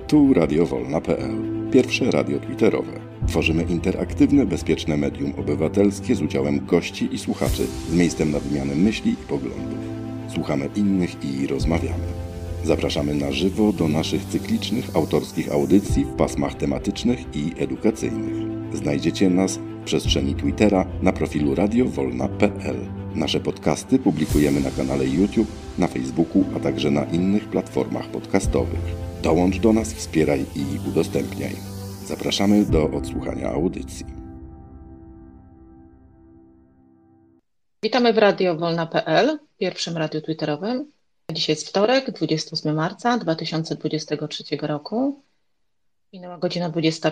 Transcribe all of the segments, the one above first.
Tu Radio Wolna.pl, pierwsze radio twitterowe. Tworzymy interaktywne, bezpieczne medium obywatelskie z udziałem gości i słuchaczy, z miejscem na wymianę myśli i poglądów. Słuchamy innych i rozmawiamy. Zapraszamy na żywo do naszych cyklicznych, autorskich audycji w pasmach tematycznych i edukacyjnych. Znajdziecie nas w przestrzeni Twittera na profilu radiowolna.pl. Nasze podcasty publikujemy na kanale YouTube, na Facebooku, a także na innych platformach podcastowych. Dołącz do nas, wspieraj i udostępniaj. Zapraszamy do odsłuchania audycji. Witamy w Radio Wolna.pl, pierwszym radiu twitterowym. Dzisiaj jest wtorek, 28 marca 2023 roku. Minęła godzina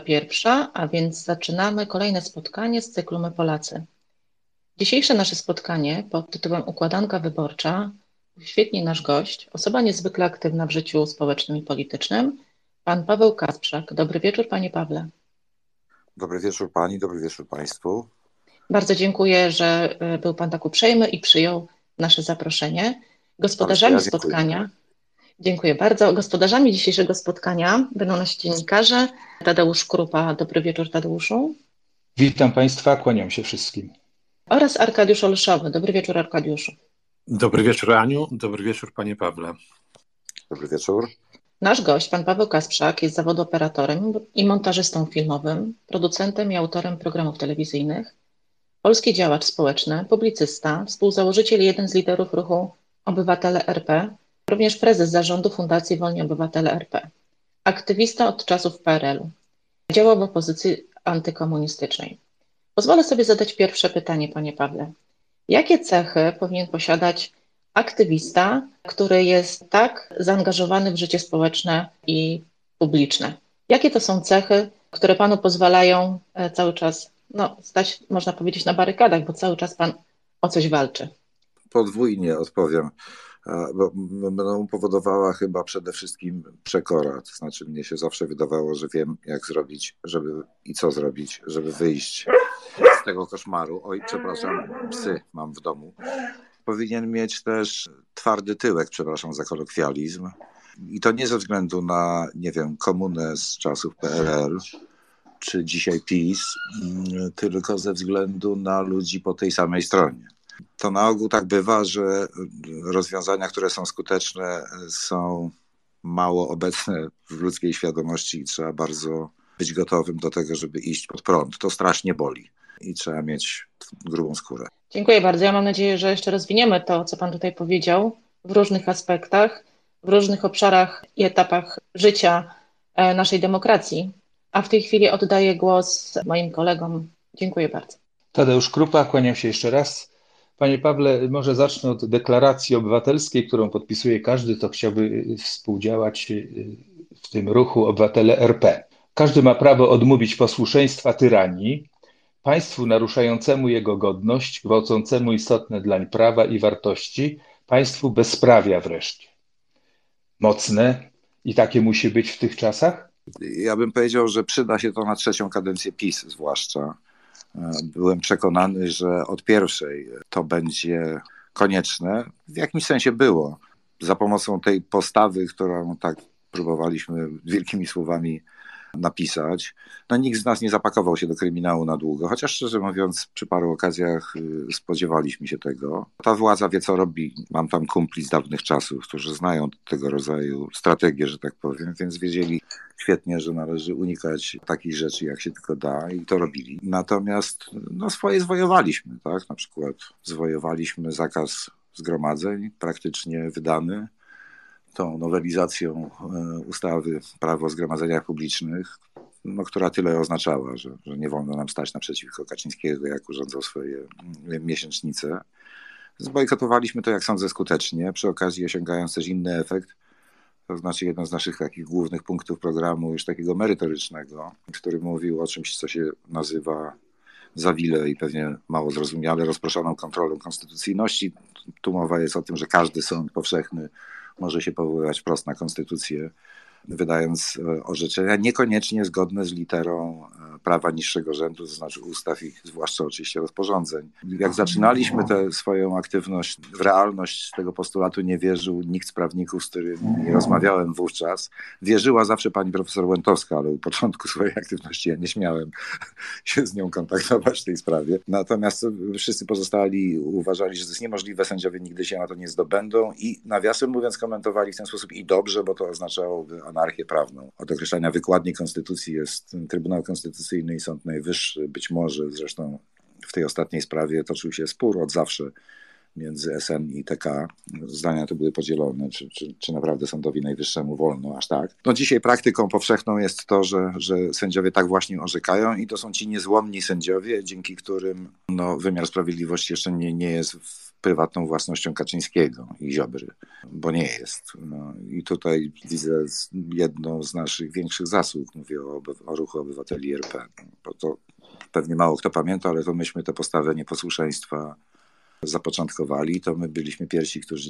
21, a więc zaczynamy kolejne spotkanie z cyklu My Polacy. Dzisiejsze nasze spotkanie pod tytułem Układanka wyborcza uświetni nasz gość, osoba niezwykle aktywna w życiu społecznym i politycznym, pan Paweł Kasprzak. Dobry wieczór, panie Pawle. Dobry wieczór pani, dobry wieczór państwu. Bardzo dziękuję, że był pan tak uprzejmy i przyjął nasze zaproszenie. Gospodarzami spotkania, dziękuję bardzo. Gospodarzami dzisiejszego spotkania będą nasi dziennikarze. Tadeusz Krupa. Dobry wieczór, Tadeuszu. Witam państwa, kłaniam się wszystkim. Oraz Arkadiusz Olszowy. Dobry wieczór, Arkadiuszu. Dobry wieczór, Aniu. Dobry wieczór, panie Pawle. Dobry wieczór. Nasz gość, pan Paweł Kasprzak, jest zawodooperatorem i montażystą filmowym, producentem i autorem programów telewizyjnych, polski działacz społeczny, publicysta, współzałożyciel i jeden z liderów ruchu Obywatele RP, również prezes zarządu Fundacji Wolni Obywatele RP, aktywista od czasów PRL-u, działał w opozycji antykomunistycznej. Pozwolę sobie zadać pierwsze pytanie, panie Pawle. Jakie cechy powinien posiadać aktywista, który jest tak zaangażowany w życie społeczne i publiczne? Jakie to są cechy, które panu pozwalają cały czas stać, można powiedzieć, na barykadach, bo cały czas pan o coś walczy? Podwójnie odpowiem, bo będą powodowała chyba przede wszystkim przekora. To znaczy mnie się zawsze wydawało, że wiem jak zrobić, i co zrobić, żeby wyjść z tego koszmaru. Oj, przepraszam, psy mam w domu. Powinien mieć też twardy tyłek, przepraszam za kolokwializm. I to nie ze względu na, nie wiem, komunę z czasów PRL, czy dzisiaj PiS, tylko ze względu na ludzi po tej samej stronie. To na ogół tak bywa, że rozwiązania, które są skuteczne, są mało obecne w ludzkiej świadomości i trzeba bardzo być gotowym do tego, żeby iść pod prąd. To strasznie boli i trzeba mieć grubą skórę. Dziękuję bardzo. Ja mam nadzieję, że jeszcze rozwiniemy to, co pan tutaj powiedział w różnych aspektach, w różnych obszarach i etapach życia naszej demokracji. A w tej chwili oddaję głos moim kolegom. Dziękuję bardzo. Tadeusz Krupa, kłaniam się jeszcze raz. Panie Pawle, może zacznę od deklaracji obywatelskiej, którą podpisuje każdy, kto chciałby współdziałać w tym ruchu Obywatele RP. Każdy ma prawo odmówić posłuszeństwa tyranii, państwu naruszającemu jego godność, gwałcącemu istotne dlań prawa i wartości, państwu bezprawia wreszcie. Mocne i takie musi być w tych czasach? Ja bym powiedział, że przyda się to na trzecią kadencję PiS zwłaszcza. Byłem przekonany, że od pierwszej to będzie konieczne. W jakimś sensie było. Za pomocą tej postawy, którą tak próbowaliśmy wielkimi słowami napisać. Nikt z nas nie zapakował się do kryminału na długo, chociaż szczerze mówiąc przy paru okazjach spodziewaliśmy się tego. Ta władza wie co robi. Mam tam kumpli z dawnych czasów, którzy znają tego rodzaju strategię, że tak powiem, więc wiedzieli świetnie, że należy unikać takich rzeczy jak się tylko da i to robili. Natomiast swoje zwojowaliśmy, tak? Na przykład zwojowaliśmy zakaz zgromadzeń praktycznie wydany tą nowelizacją ustawy Prawo o zgromadzeniach publicznych, która tyle oznaczała, że nie wolno nam stać naprzeciwko Kaczyńskiego, jak urządzał swoje miesięcznice. Zbojkotowaliśmy to, jak sądzę, skutecznie, przy okazji osiągając też inny efekt, to znaczy jeden z naszych takich głównych punktów programu, już takiego merytorycznego, który mówił o czymś, co się nazywa za wile i pewnie mało zrozumiale rozproszoną kontrolą konstytucyjności. Tu mowa jest o tym, że każdy sąd powszechny może się powoływać wprost na konstytucję, wydając orzeczenia niekoniecznie zgodne z literą prawa niższego rzędu, to znaczy ustaw i zwłaszcza oczywiście rozporządzeń. Jak zaczynaliśmy tę swoją aktywność, w realność tego postulatu nie wierzył nikt z prawników, z którymi rozmawiałem wówczas. Wierzyła zawsze pani profesor Łętowska, ale u początku swojej aktywności ja nie śmiałem się z nią kontaktować w tej sprawie. Natomiast wszyscy pozostali uważali, że to jest niemożliwe, sędziowie nigdy się na to nie zdobędą i nawiasem mówiąc komentowali w ten sposób i dobrze, bo to oznaczałoby anarchię prawną. Od określania wykładni konstytucji jest Trybunał Konstytucyjny i Sąd Najwyższy. Być może zresztą w tej ostatniej sprawie toczył się spór od zawsze między SN i TK. Zdania to były podzielone, czy naprawdę Sądowi Najwyższemu wolno aż tak. No dzisiaj praktyką powszechną jest to, że sędziowie tak właśnie orzekają i to są ci niezłomni sędziowie, dzięki którym wymiar sprawiedliwości jeszcze nie jest prywatną własnością Kaczyńskiego i Ziobry, bo nie jest. I tutaj widzę jedną z naszych większych zasług, mówię o ruchu obywateli RP, bo to pewnie mało kto pamięta, ale to myśmy tę postawę nieposłuszeństwa zapoczątkowali, to my byliśmy pierwsi, którzy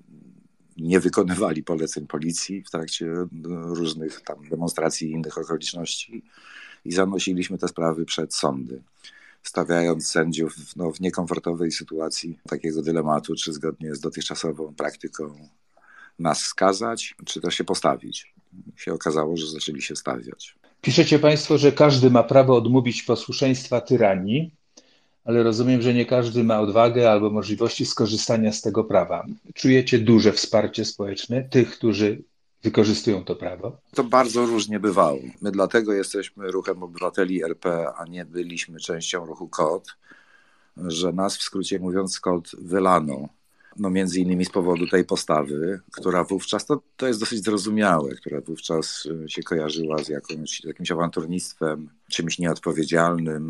nie wykonywali poleceń policji w trakcie różnych tam demonstracji i innych okoliczności i zanosiliśmy te sprawy przed sądy, stawiając sędziów w niekomfortowej sytuacji takiego dylematu, czy zgodnie z dotychczasową praktyką nas skazać, czy też się postawić. Się okazało, że zaczęli się stawiać. Piszecie Państwo, że każdy ma prawo odmówić posłuszeństwa tyranii, ale rozumiem, że nie każdy ma odwagę albo możliwości skorzystania z tego prawa. Czujecie duże wsparcie społeczne tych, którzy wykorzystują to prawo? To bardzo różnie bywało. My dlatego jesteśmy ruchem obywateli RP, a nie byliśmy częścią ruchu KOD, że nas w skrócie mówiąc KOD wylano. Między innymi z powodu tej postawy, która wówczas, to jest dosyć zrozumiałe, która wówczas się kojarzyła z jakimś awanturnictwem, czymś nieodpowiedzialnym.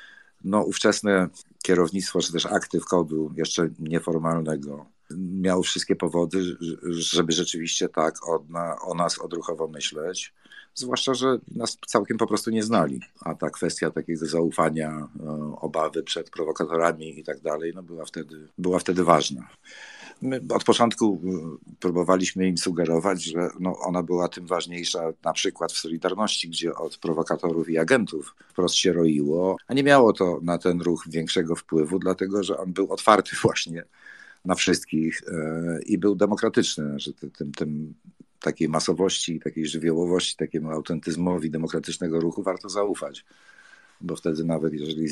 Ówczesne kierownictwo, czy też aktyw KOD-u, jeszcze nieformalnego, miało wszystkie powody, żeby rzeczywiście tak o nas odruchowo myśleć. Zwłaszcza, że nas całkiem po prostu nie znali. A ta kwestia takiego zaufania, obawy przed prowokatorami i tak dalej, była wtedy ważna. My od początku próbowaliśmy im sugerować, że ona była tym ważniejsza na przykład w Solidarności, gdzie od prowokatorów i agentów wprost się roiło, a nie miało to na ten ruch większego wpływu, dlatego że on był otwarty właśnie na wszystkich i był demokratyczny. Znaczy tym takiej masowości, takiej żywiołowości, takiemu autentyzmowi demokratycznego ruchu warto zaufać, bo wtedy nawet jeżeli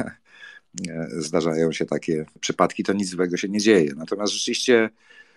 zdarzają się takie przypadki, to nic złego się nie dzieje. Natomiast rzeczywiście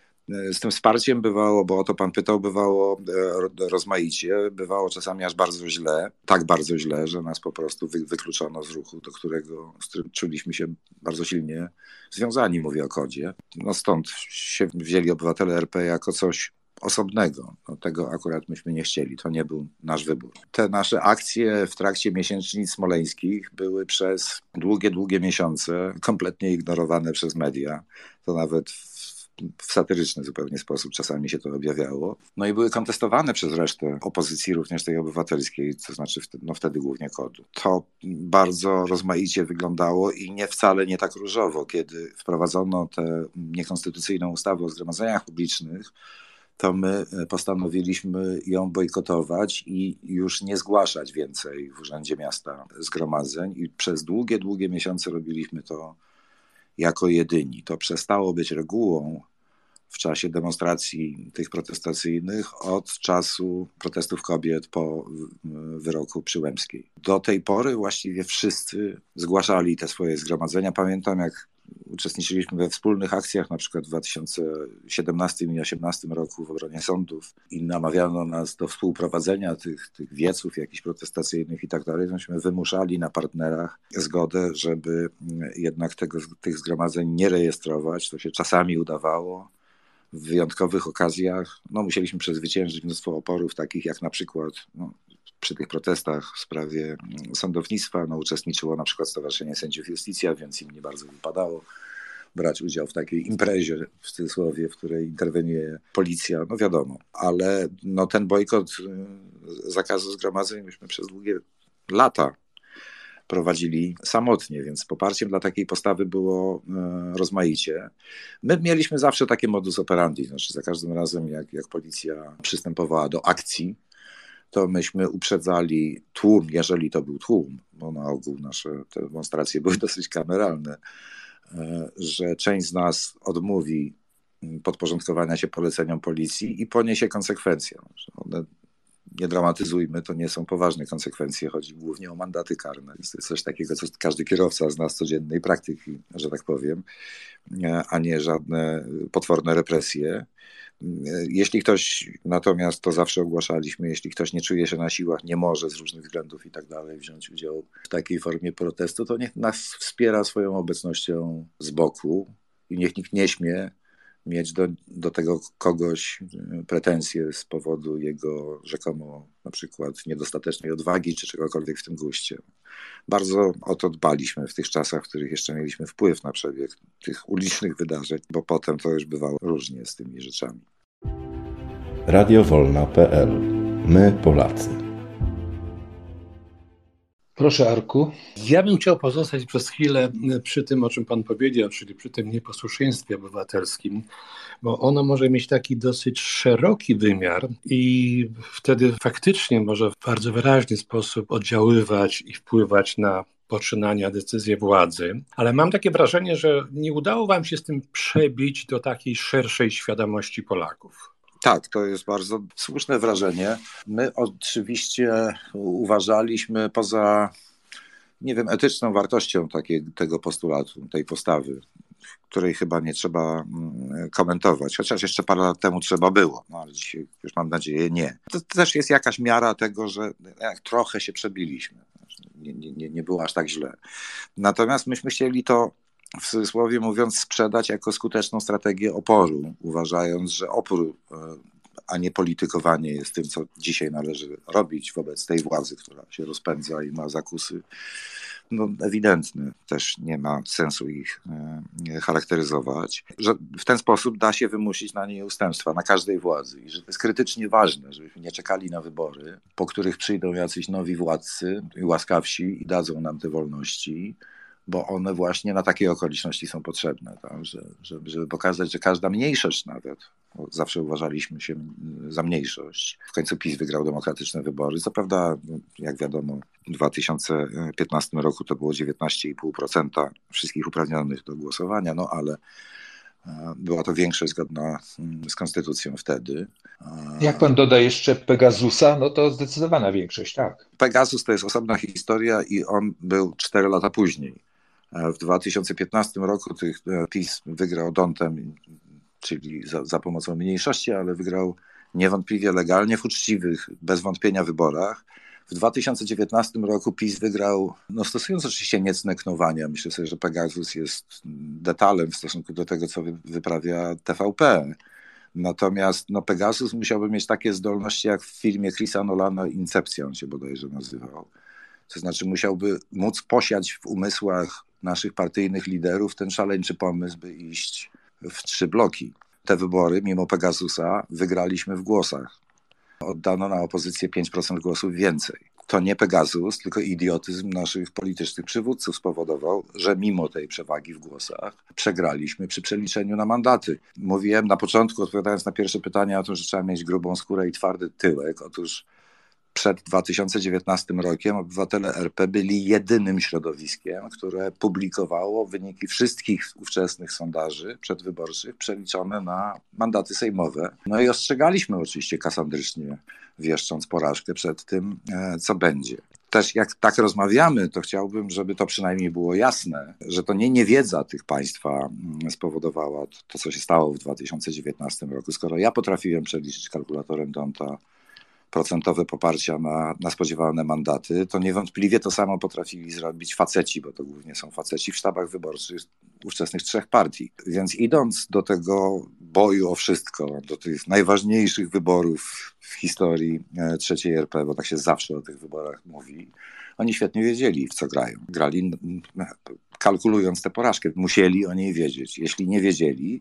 z tym wsparciem bywało, bo o to pan pytał, bywało rozmaicie, bywało czasami aż bardzo źle, tak bardzo źle, że nas po prostu wykluczono z ruchu, z którym czuliśmy się bardzo silnie związani, mówię o KOD-zie. Stąd się wzięli obywatele RP jako coś osobnego. Tego akurat myśmy nie chcieli, to nie był nasz wybór. Te nasze akcje w trakcie miesięcznic smoleńskich były przez długie miesiące kompletnie ignorowane przez media. To nawet w satyryczny zupełnie sposób czasami się to objawiało. I były kontestowane przez resztę opozycji, również tej obywatelskiej, to znaczy wtedy głównie KOD-u. To bardzo rozmaicie wyglądało i wcale nie tak różowo, kiedy wprowadzono tę niekonstytucyjną ustawę o zgromadzeniach publicznych, to my postanowiliśmy ją bojkotować i już nie zgłaszać więcej w Urzędzie Miasta zgromadzeń i przez długie miesiące robiliśmy to jako jedyni. To przestało być regułą w czasie demonstracji tych protestacyjnych od czasu protestów kobiet po wyroku Przyłębskiej. Do tej pory właściwie wszyscy zgłaszali te swoje zgromadzenia. Pamiętam, jak uczestniczyliśmy we wspólnych akcjach, na przykład w 2017 i 2018 roku w obronie sądów i namawiano nas do współprowadzenia tych wieców jakichś protestacyjnych i tak dalej. Myśmy wymuszali na partnerach zgodę, żeby jednak tych zgromadzeń nie rejestrować. To się czasami udawało. W wyjątkowych okazjach musieliśmy przezwyciężyć mnóstwo oporów, takich jak na przykład przy tych protestach w sprawie sądownictwa uczestniczyło na przykład Stowarzyszenie Sędziów Iustitia, więc im nie bardzo wypadało brać udział w takiej imprezie, w cudzysłowie, w której interweniuje policja, wiadomo. Ale ten bojkot zakazu zgromadzeń myśmy przez długie lata prowadzili samotnie, więc poparciem dla takiej postawy było rozmaicie. My mieliśmy zawsze takie modus operandi, znaczy za każdym razem jak policja przystępowała do akcji, to myśmy uprzedzali tłum, jeżeli to był tłum, bo na ogół nasze te demonstracje były dosyć kameralne, że część z nas odmówi podporządkowania się poleceniom policji i poniesie konsekwencje. One, nie dramatyzujmy, to nie są poważne konsekwencje, chodzi głównie o mandaty karne. To jest coś takiego, co każdy kierowca zna z codziennej praktyki, że tak powiem, a nie żadne potworne represje. Jeśli ktoś, natomiast to zawsze ogłaszaliśmy, jeśli ktoś nie czuje się na siłach, nie może z różnych względów i tak dalej wziąć udziału w takiej formie protestu, to niech nas wspiera swoją obecnością z boku i niech nikt nie śmie mieć do tego kogoś pretensje z powodu jego rzekomo na przykład niedostatecznej odwagi czy czegokolwiek w tym guście. Bardzo o to dbaliśmy w tych czasach, w których jeszcze mieliśmy wpływ na przebieg tych ulicznych wydarzeń, bo potem to już bywało różnie z tymi rzeczami. Radiowolna.pl. My Polacy. Proszę, Arku. Ja bym chciał pozostać przez chwilę przy tym, o czym pan powiedział, czyli przy tym nieposłuszeństwie obywatelskim, bo ono może mieć taki dosyć szeroki wymiar i wtedy faktycznie może w bardzo wyraźny sposób oddziaływać i wpływać na poczynania, decyzje władzy. Ale mam takie wrażenie, że nie udało wam się z tym przebić do takiej szerszej świadomości Polaków. Tak, to jest bardzo słuszne wrażenie. My oczywiście uważaliśmy poza, nie wiem, etyczną wartością tego postulatu, tej postawy, której chyba nie trzeba komentować, chociaż jeszcze parę lat temu trzeba było, no ale dzisiaj już mam nadzieję nie. To też jest jakaś miara tego, że trochę się przebiliśmy. Nie było aż tak źle. Natomiast myśmy chcieli to, w cudzysłowie mówiąc, sprzedać jako skuteczną strategię oporu, uważając, że opór, a nie politykowanie jest tym, co dzisiaj należy robić wobec tej władzy, która się rozpędza i ma zakusy ewidentne. Też nie ma sensu ich charakteryzować. Że w ten sposób da się wymusić na niej ustępstwa, na każdej władzy. I że to jest krytycznie ważne, żebyśmy nie czekali na wybory, po których przyjdą jacyś nowi władcy i łaskawsi i dadzą nam te wolności, bo one właśnie na takie okoliczności są potrzebne, tak? Żeby pokazać, że każda mniejszość nawet, bo zawsze uważaliśmy się za mniejszość. W końcu PiS wygrał demokratyczne wybory. Co prawda, jak wiadomo, w 2015 roku to było 19,5% wszystkich uprawnionych do głosowania, no ale była to większość zgodna z konstytucją wtedy. Jak pan doda jeszcze Pegasusa, no to zdecydowana większość, tak. Pegasus to jest osobna historia i on był 4 lata później. W 2015 roku PiS wygrał Dontem, czyli za pomocą mniejszości, ale wygrał niewątpliwie legalnie w uczciwych, bez wątpienia wyborach. W 2019 roku PiS wygrał, stosując oczywiście niecne knowania. Myślę sobie, że Pegasus jest detalem w stosunku do tego, co wyprawia TVP. Natomiast Pegasus musiałby mieć takie zdolności, jak w filmie Chrisa Nolana Incepcja, on się bodajże nazywał. To znaczy musiałby móc posiać w umysłach naszych partyjnych liderów ten szaleńczy pomysł, by iść w 3 bloki. Te wybory, mimo Pegasusa, wygraliśmy w głosach. Oddano na opozycję 5% głosów więcej. To nie Pegasus, tylko idiotyzm naszych politycznych przywódców spowodował, że mimo tej przewagi w głosach przegraliśmy przy przeliczeniu na mandaty. Mówiłem na początku, odpowiadając na pierwsze pytanie o to, że trzeba mieć grubą skórę i twardy tyłek. Otóż przed 2019 rokiem obywatele RP byli jedynym środowiskiem, które publikowało wyniki wszystkich ówczesnych sondaży przedwyborczych przeliczone na mandaty sejmowe. I ostrzegaliśmy oczywiście kasandrycznie, wieszcząc porażkę przed tym, co będzie. Też jak tak rozmawiamy, to chciałbym, żeby to przynajmniej było jasne, że to nie niewiedza tych państwa spowodowała to, co się stało w 2019 roku. Skoro ja potrafiłem przeliczyć kalkulatorem Donta procentowe poparcia na spodziewane mandaty, to niewątpliwie to samo potrafili zrobić faceci, bo to głównie są faceci w sztabach wyborczych ówczesnych 3 partii. Więc idąc do tego boju o wszystko, do tych najważniejszych wyborów w historii III RP, bo tak się zawsze o tych wyborach mówi, oni świetnie wiedzieli, w co grają. Grali kalkulując tę porażkę. Musieli o niej wiedzieć. Jeśli nie wiedzieli,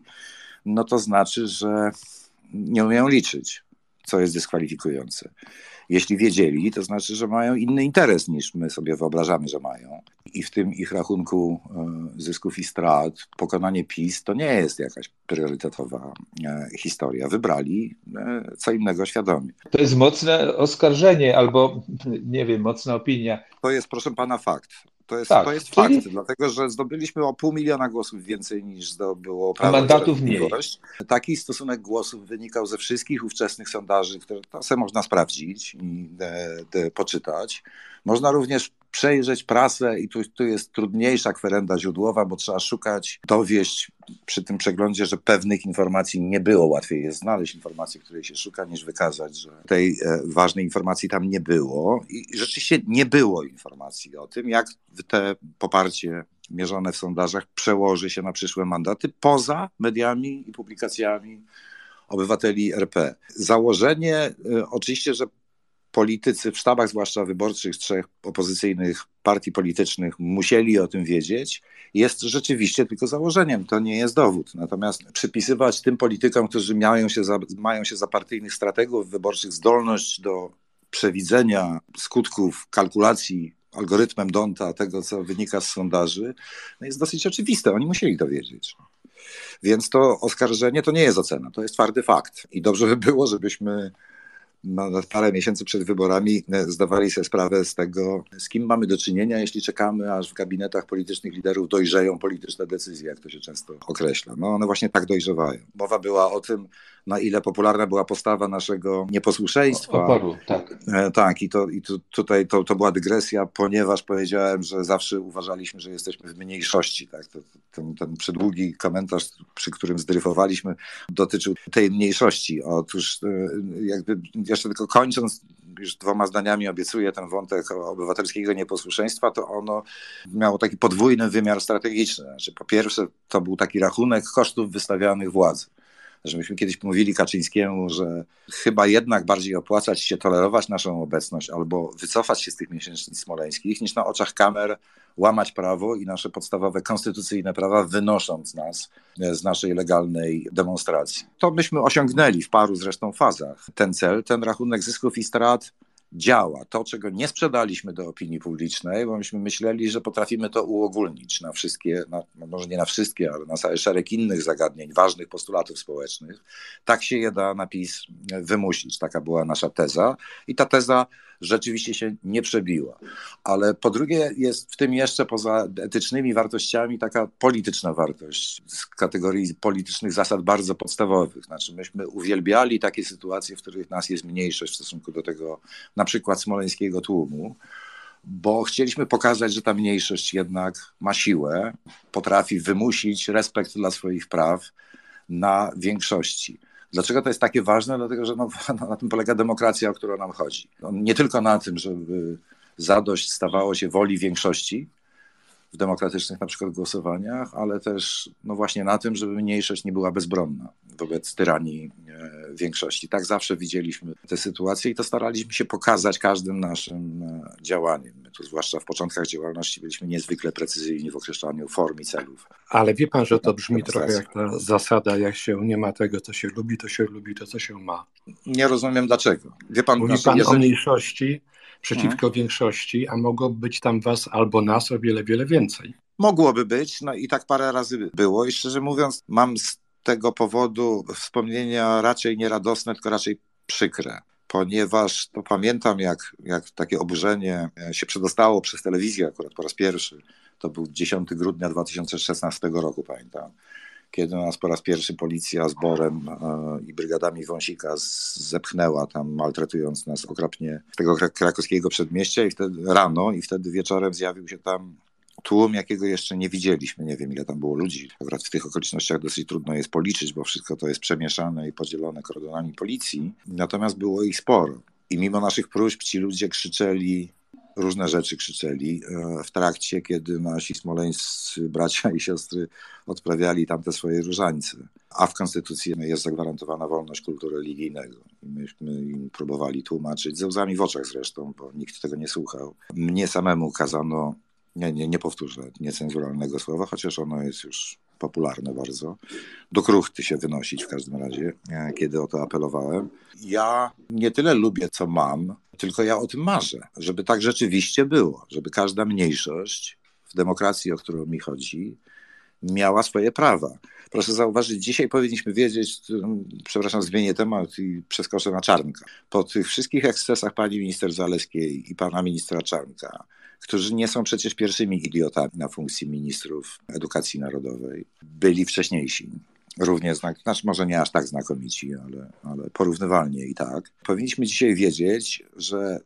to znaczy, że nie umieją liczyć, co jest dyskwalifikujące. Jeśli wiedzieli, to znaczy, że mają inny interes niż my sobie wyobrażamy, że mają. i w tym ich rachunku zysków i strat pokonanie PiS to nie jest jakaś priorytetowa historia. Wybrali co innego świadomie. To jest mocne oskarżenie albo, nie wiem, mocna opinia. To jest, proszę pana, fakt. To jest Tak, fakt, czyli dlatego że zdobyliśmy o 500 000 głosów więcej niż zdobyło a Prawo i mandatów mniej. Sprawiedliwość. Taki stosunek głosów wynikał ze wszystkich ówczesnych sondaży, które czasem można sprawdzić i poczytać. Można również przejrzeć prasę i tu jest trudniejsza kwerenda źródłowa, bo trzeba szukać, dowieść przy tym przeglądzie, że pewnych informacji nie było. Łatwiej jest znaleźć informację, której się szuka, niż wykazać, że tej ważnej informacji tam nie było. I rzeczywiście nie było informacji o tym, jak te poparcie mierzone w sondażach przełoży się na przyszłe mandaty poza mediami i publikacjami obywateli RP. Założenie oczywiście, że politycy w sztabach, zwłaszcza wyborczych 3 opozycyjnych partii politycznych, musieli o tym wiedzieć, jest rzeczywiście tylko założeniem. To nie jest dowód. Natomiast przypisywać tym politykom, którzy mają się za partyjnych strategów wyborczych zdolność do przewidzenia skutków kalkulacji algorytmem D'Hondta tego, co wynika z sondaży, jest dosyć oczywiste. Oni musieli to wiedzieć. Więc to oskarżenie to nie jest ocena, to jest twardy fakt. I dobrze by było, żebyśmy parę miesięcy przed wyborami zdawali sobie sprawę z tego, z kim mamy do czynienia, jeśli czekamy, aż w gabinetach politycznych liderów dojrzeją polityczne decyzje, jak to się często określa. No one właśnie tak dojrzewają. Mowa była o tym, na ile popularna była postawa naszego nieposłuszeństwa. Oporu, tak. Tak, tutaj to była dygresja, ponieważ powiedziałem, że zawsze uważaliśmy, że jesteśmy w mniejszości. Tak? Ten przedługi komentarz, przy którym zdryfowaliśmy, dotyczył tej mniejszości. Otóż jakby jeszcze tylko kończąc, już 2 zdaniami obiecuję ten wątek obywatelskiego nieposłuszeństwa, to ono miało taki podwójny wymiar strategiczny. Znaczy, po pierwsze, to był taki rachunek kosztów wystawianych władzy. Że myśmy kiedyś mówili Kaczyńskiemu, że chyba jednak bardziej opłaca ci się tolerować naszą obecność albo wycofać się z tych miesięcznic smoleńskich, niż na oczach kamer łamać prawo i nasze podstawowe konstytucyjne prawa, wynosząc nas z naszej legalnej demonstracji. To myśmy osiągnęli w paru zresztą fazach ten cel, ten rachunek zysków i strat działa. To, czego nie sprzedaliśmy do opinii publicznej, bo myśmy myśleli, że potrafimy to uogólnić na wszystkie, może nie na wszystkie, ale na cały szereg innych zagadnień, ważnych postulatów społecznych. Tak się je da na PiS wymusić. Taka była nasza teza i ta teza rzeczywiście się nie przebiła. Ale po drugie jest w tym jeszcze poza etycznymi wartościami taka polityczna wartość z kategorii politycznych zasad bardzo podstawowych. Znaczy myśmy uwielbiali takie sytuacje, w których nas jest mniejszość w stosunku do tego na przykład smoleńskiego tłumu, bo chcieliśmy pokazać, że ta mniejszość jednak ma siłę, potrafi wymusić respekt dla swoich praw na większości. Dlaczego to jest takie ważne? Dlatego, że na tym polega demokracja, o którą nam chodzi. Nie tylko na tym, żeby zadość stawało się woli większości w demokratycznych na przykład głosowaniach, ale też właśnie na tym, żeby mniejszość nie była bezbronna wobec tyranii większości. Tak zawsze widzieliśmy tę sytuację i to staraliśmy się pokazać każdym naszym działaniem. My tu zwłaszcza w początkach działalności byliśmy niezwykle precyzyjni w określaniu form i celów. Ale wie pan, że to brzmi trochę jak ta zasada, jak się nie ma tego, co się lubi, to się lubi to, co się ma. Nie rozumiem dlaczego. Wie pan, mówi pan o mniejszości przeciwko większości, a mogło być tam was albo nas o wiele, wiele więcej. Mogłoby być, i tak parę razy było i szczerze mówiąc mam z tego powodu wspomnienia raczej nie radosne, tylko raczej przykre, ponieważ to pamiętam jak takie oburzenie się przedostało przez telewizję akurat po raz pierwszy. To był 10 grudnia 2016 roku, pamiętam, kiedy nas po raz pierwszy policja z BOR-em i brygadami Wąsika zepchnęła tam, maltretując nas okropnie z tego krakowskiego przedmieścia i wtedy wieczorem zjawił się tam tłum, jakiego jeszcze nie widzieliśmy. Nie wiem, ile tam było ludzi. Akurat w tych okolicznościach dosyć trudno jest policzyć, bo wszystko to jest przemieszane i podzielone kordonami policji. Natomiast było ich sporo. I mimo naszych próśb ci ludzie różne rzeczy krzyczeli w trakcie, kiedy nasi smoleńscy bracia i siostry odprawiali tamte swoje różańce. A w Konstytucji jest zagwarantowana wolność kultu religijnego. I myśmy im próbowali tłumaczyć, ze łzami w oczach zresztą, bo nikt tego nie słuchał. Mnie samemu kazano, nie powtórzę niecenzuralnego słowa, chociaż ono jest już popularne bardzo, do kruchty się wynosić w każdym razie, kiedy o to apelowałem. Ja nie tyle lubię, co mam, tylko ja o tym marzę, żeby tak rzeczywiście było, żeby każda mniejszość w demokracji, o którą mi chodzi, miała swoje prawa. Proszę zauważyć, dzisiaj powinniśmy wiedzieć, przepraszam, zmienię temat i przeskoczę na Czarnka. Po tych wszystkich ekscesach pani minister Zalewskiej i pana ministra Czarnka, którzy nie są przecież pierwszymi idiotami na funkcji ministrów edukacji narodowej, byli wcześniejsi. Równie może nie aż tak znakomici, ale porównywalnie i tak. Powinniśmy dzisiaj wiedzieć, że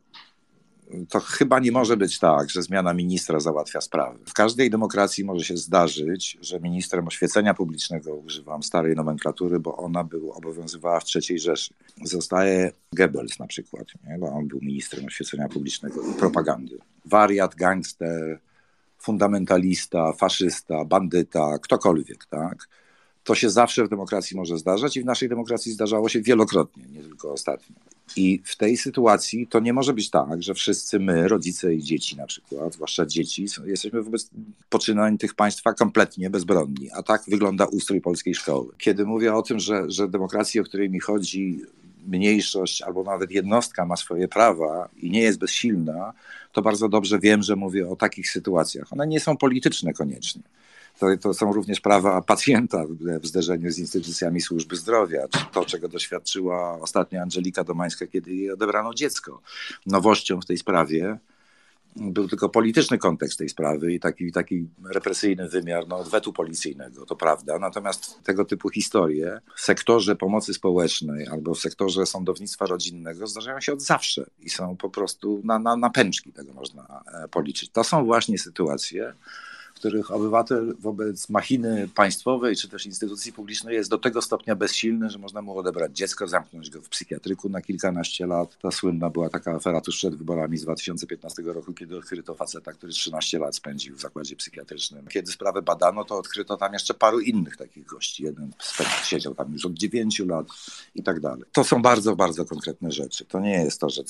to chyba nie może być tak, że zmiana ministra załatwia sprawy. W każdej demokracji może się zdarzyć, że ministrem oświecenia publicznego, używam starej nomenklatury, bo ona obowiązywała w III Rzeszy. Zostaje Goebbels na przykład, nie? Bo on był ministrem oświecenia publicznego i propagandy. Wariat, gangster, fundamentalista, faszysta, bandyta, ktokolwiek, tak? To się zawsze w demokracji może zdarzać i w naszej demokracji zdarzało się wielokrotnie, nie tylko ostatnio. I w tej sytuacji to nie może być tak, że wszyscy my, rodzice i dzieci na przykład, zwłaszcza dzieci, jesteśmy wobec poczynań tych państwa kompletnie bezbronni. A tak wygląda ustrój polskiej szkoły. Kiedy mówię o tym, że demokracji, o której mi chodzi, mniejszość albo nawet jednostka ma swoje prawa i nie jest bezsilna, to bardzo dobrze wiem, że mówię o takich sytuacjach. One nie są polityczne koniecznie. To są również prawa pacjenta w zderzeniu z instytucjami służby zdrowia, czy to, czego doświadczyła ostatnio Angelika Domańska, kiedy jej odebrano dziecko. Nowością w tej sprawie był tylko polityczny kontekst tej sprawy i taki represyjny wymiar odwetu policyjnego, to prawda. Natomiast tego typu historie w sektorze pomocy społecznej albo w sektorze sądownictwa rodzinnego zdarzają się od zawsze i są po prostu na pęczki, tego można policzyć. To są właśnie sytuacje, w których obywatel wobec machiny państwowej czy też instytucji publicznej jest do tego stopnia bezsilny, że można mu odebrać dziecko, zamknąć go w psychiatryku na kilkanaście lat. Ta słynna była taka afera tuż przed wyborami z 2015 roku, kiedy odkryto faceta, który 13 lat spędził w zakładzie psychiatrycznym. Kiedy sprawę badano, to odkryto tam jeszcze paru innych takich gości. Jeden siedział tam już od 9 lat i tak dalej. To są bardzo, bardzo konkretne rzeczy. To nie jest to, że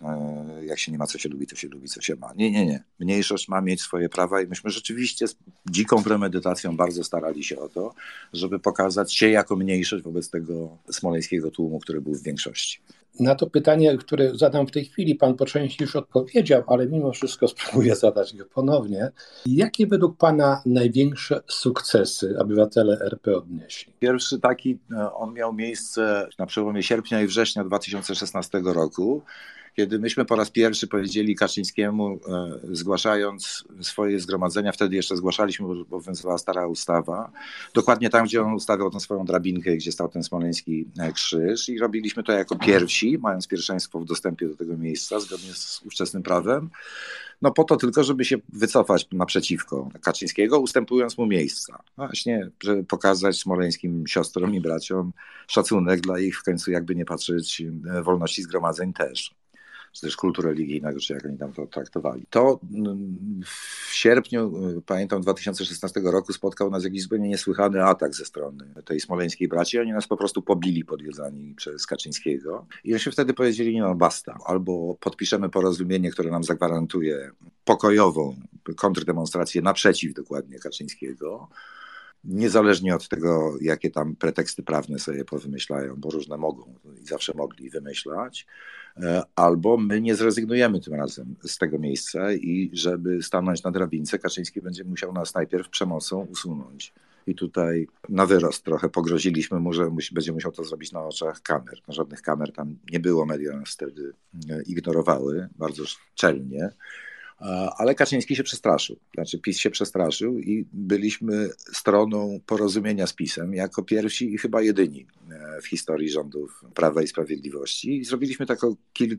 jak się nie ma co się lubi, to się lubi co się ma. Nie. Mniejszość ma mieć swoje prawa i myśmy rzeczywiście z dziką premedytacją bardzo starali się o to, żeby pokazać się jako mniejszość wobec tego smoleńskiego tłumu, który był w większości. Na to pytanie, które zadam w tej chwili, pan po części już odpowiedział, ale mimo wszystko spróbuję zadać go ponownie. Jakie według pana największe sukcesy obywatele RP odnieśli? Pierwszy taki, on miał miejsce na przełomie sierpnia i września 2016 roku, kiedy myśmy po raz pierwszy powiedzieli Kaczyńskiemu, zgłaszając swoje zgromadzenia, wtedy jeszcze zgłaszaliśmy, bo obowiązywała stara ustawa, dokładnie tam, gdzie on ustawiał tę swoją drabinkę, gdzie stał ten smoleński krzyż i robiliśmy to jako pierwsi, mając pierwszeństwo w dostępie do tego miejsca, zgodnie z ówczesnym prawem, po to tylko, żeby się wycofać naprzeciwko Kaczyńskiego, ustępując mu miejsca. Właśnie, żeby pokazać smoleńskim siostrom i braciom szacunek dla ich, w końcu jakby nie patrzeć, wolności zgromadzeń też. Czy też kultu religijnego, czy jak oni tam to traktowali. To w sierpniu, pamiętam, 2016 roku spotkał nas jakiś zupełnie niesłychany atak ze strony tej smoleńskiej braci. Oni nas po prostu pobili podjedzani przez Kaczyńskiego. I myśmy wtedy powiedzieli, basta. Albo podpiszemy porozumienie, które nam zagwarantuje pokojową kontrdemonstrację naprzeciw dokładnie Kaczyńskiego, niezależnie od tego, jakie tam preteksty prawne sobie powymyślają, bo różne mogą i zawsze mogli wymyślać, albo my nie zrezygnujemy tym razem z tego miejsca i żeby stanąć na drabince, Kaczyński będzie musiał nas najpierw przemocą usunąć. I tutaj na wyrost trochę pogroziliśmy mu, że będzie musiał to zrobić na oczach kamer. Żadnych kamer tam nie było, media nas wtedy ignorowały bardzo czelnie. Ale Kaczyński się przestraszył, PiS się przestraszył i byliśmy stroną porozumienia z PiS-em jako pierwsi i chyba jedyni w historii rządów Prawa i Sprawiedliwości. I zrobiliśmy taką